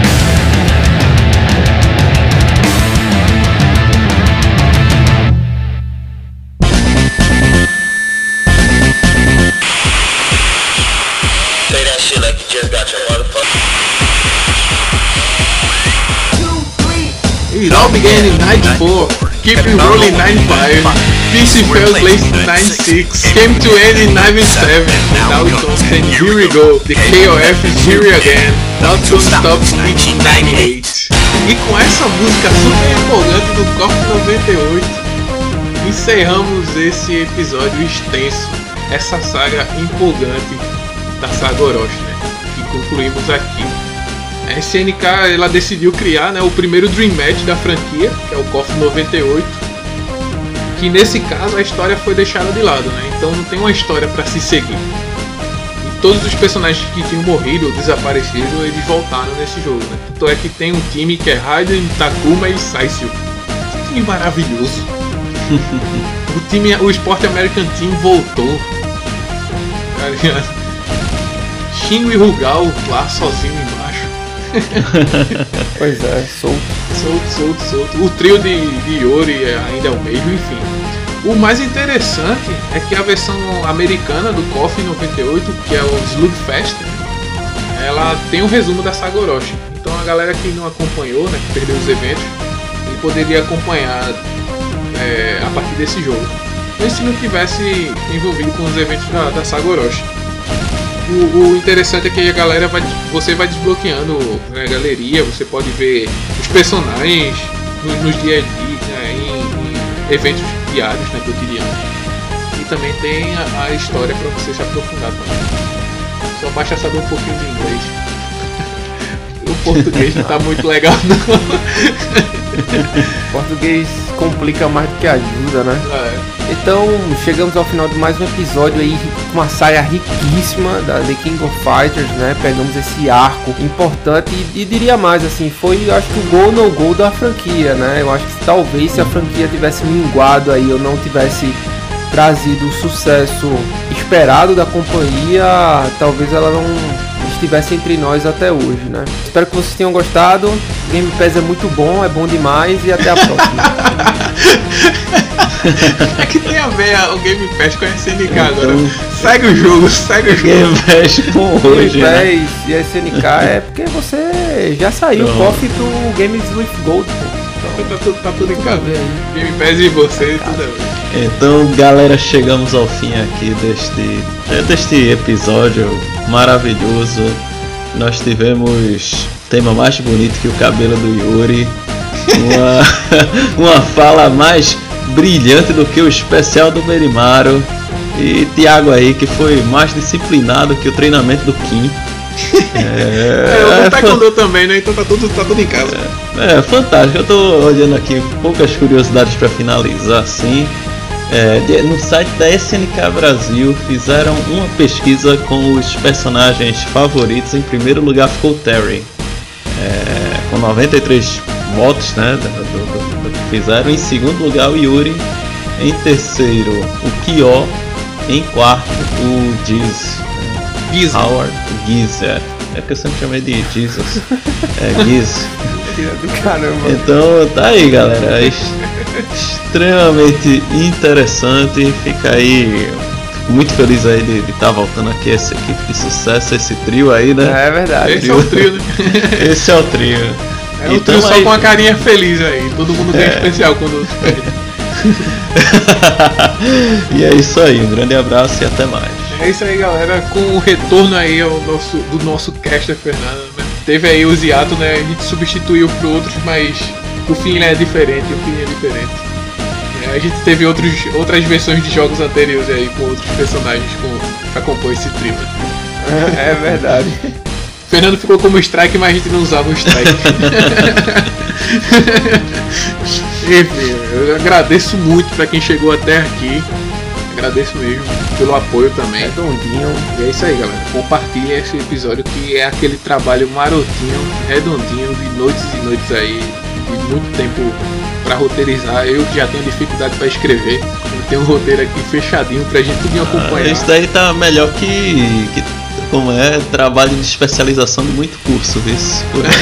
It all began in ninety-four, keeping rolling ninety-five, P C failed late ninety-six, came to end in ninety-seven, now it comes and here we go, the K O F is here again, not to stop in ninety-eight. E com essa música super empolgante do K O F noventa e oito, encerramos esse episódio extenso, essa saga empolgante da saga Orochi, né, que concluímos aqui. A S N K ela decidiu criar, né, o primeiro Dream Match da franquia, que é o K O F noventa e oito, que nesse caso a história foi deixada de lado, né, então não tem uma história para se seguir. E todos os personagens que tinham morrido ou desaparecido, eles voltaram nesse jogo, né. Tanto é que tem um time que é Raiden, Takuma e Saisyu. Que time maravilhoso. o time, o Sport American Team voltou. Shingo e Rugal lá sozinho embaixo. Pois é, solto. Solto, solto, solto. O trio de, de Iori ainda é o mesmo, enfim. O mais interessante é que a versão americana do K O F noventa e oito, que é o Slugfest, ela tem um resumo da saga Orochi. Então a galera que não acompanhou, né, que perdeu os eventos, ele poderia acompanhar é, a partir desse jogo. Mas se não tivesse envolvido com os eventos da, da saga Orochi. O, o interessante é que a galera vai, você vai desbloqueando, né, a galeria, você pode ver os personagens nos, nos dia a dia, né, em, em eventos diários, né, cotidianos. E também tem a, a história para você se aprofundar também. Só basta saber um pouquinho de inglês. O português não tá muito legal não. Português complica mais do que ajuda, né? É. Então, chegamos ao final de mais um episódio aí com uma saga riquíssima da The King of Fighters, né? Pegamos esse arco importante e, e diria mais, assim, foi, eu acho que o gol no gol da franquia, né? Eu acho que talvez se a franquia tivesse minguado aí ou não tivesse trazido o sucesso esperado da companhia, talvez ela não estivesse entre nós até hoje, né? Espero que vocês tenham gostado. Game Pass é muito bom, é bom demais e até a próxima. É que tem a ver o Game Pass com a S N K agora. Então, segue o jogo, segue o jogo. Game Pass com hoje, Game Pass né? e a S N K é porque você já saiu o cofre pro Games with Gold, pô. Então, tá, tudo, tá tudo em casa. Game Pass e você, tudo a ver. Então, galera, chegamos ao fim aqui deste, deste episódio maravilhoso. Nós tivemos tema mais bonito que o cabelo do Yuri, uma, uma fala mais brilhante do que o especial do Berimaru, e Thiago aí que foi mais disciplinado que o treinamento do Kim. É, eu vou taekwondo também, né? Então tá tudo, tá tudo em casa. É, é fantástico. Eu tô olhando aqui poucas curiosidades para finalizar assim. É, no site da S N K Brasil fizeram uma pesquisa com os personagens favoritos. Em primeiro lugar ficou o Terry, é, com noventa e três votos, né, do, do, do, do que fizeram. Em segundo lugar o Yuri. Em terceiro o Kyo. Em quarto o Giz, Giz Howard, Giz, é, é que eu sempre chamei de Jesus. É Giz. Caramba. Então tá aí, galera, extremamente interessante. Fica aí, muito feliz aí de estar tá voltando aqui essa equipe de sucesso, esse trio aí, né? É verdade. Esse é o trio, né? Esse é o trio. É o trio só aí com a carinha feliz aí. Todo mundo ganha é. especial quando perde. E é isso aí, um grande abraço e até mais. É isso aí, galera, com o retorno aí ao nosso, do nosso caster Fernando, né? Teve aí os hiatos, né? A gente substituiu por outros, mas o fim é diferente, o fim é diferente. É, a gente teve outros, outras versões de jogos anteriores aí com outros personagens com, pra compor esse trio, né? É verdade. Fernando ficou como strike, mas a gente não usava o strike. Enfim, eu agradeço muito pra quem chegou até aqui. Agradeço mesmo pelo apoio também. Redondinho. E é isso aí, galera. Compartilhem esse episódio que é aquele trabalho marotinho, redondinho, de noites e noites aí, de muito tempo pra roteirizar. Eu que já tenho dificuldade pra escrever. Eu tenho um roteiro aqui fechadinho pra gente tudo acompanhar. Ah, isso daí tá melhor que, que como é trabalho de especialização de muito curso, isso.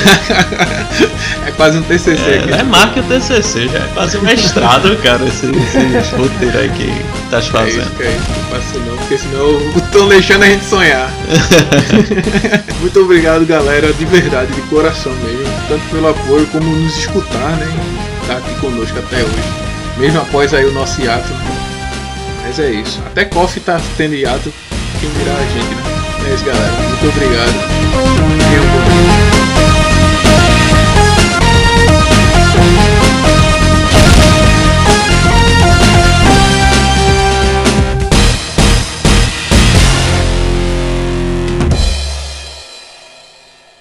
É quase um T C C é, aqui. É mais que o T C C, já é quase um mestrado, cara, esse, esse roteiro aí que tá fazendo. É isso, é isso, não faço não, porque senão estão deixando a gente sonhar. Muito obrigado, galera, de verdade, de coração mesmo, tanto pelo apoio como nos escutar, né, e tá aqui conosco até hoje, mesmo após aí o nosso hiato, né? Mas é isso, até Coffee tá tendo hiato, quem dirá a gente, né? É isso, galera, muito obrigado. Tenham um bom dia.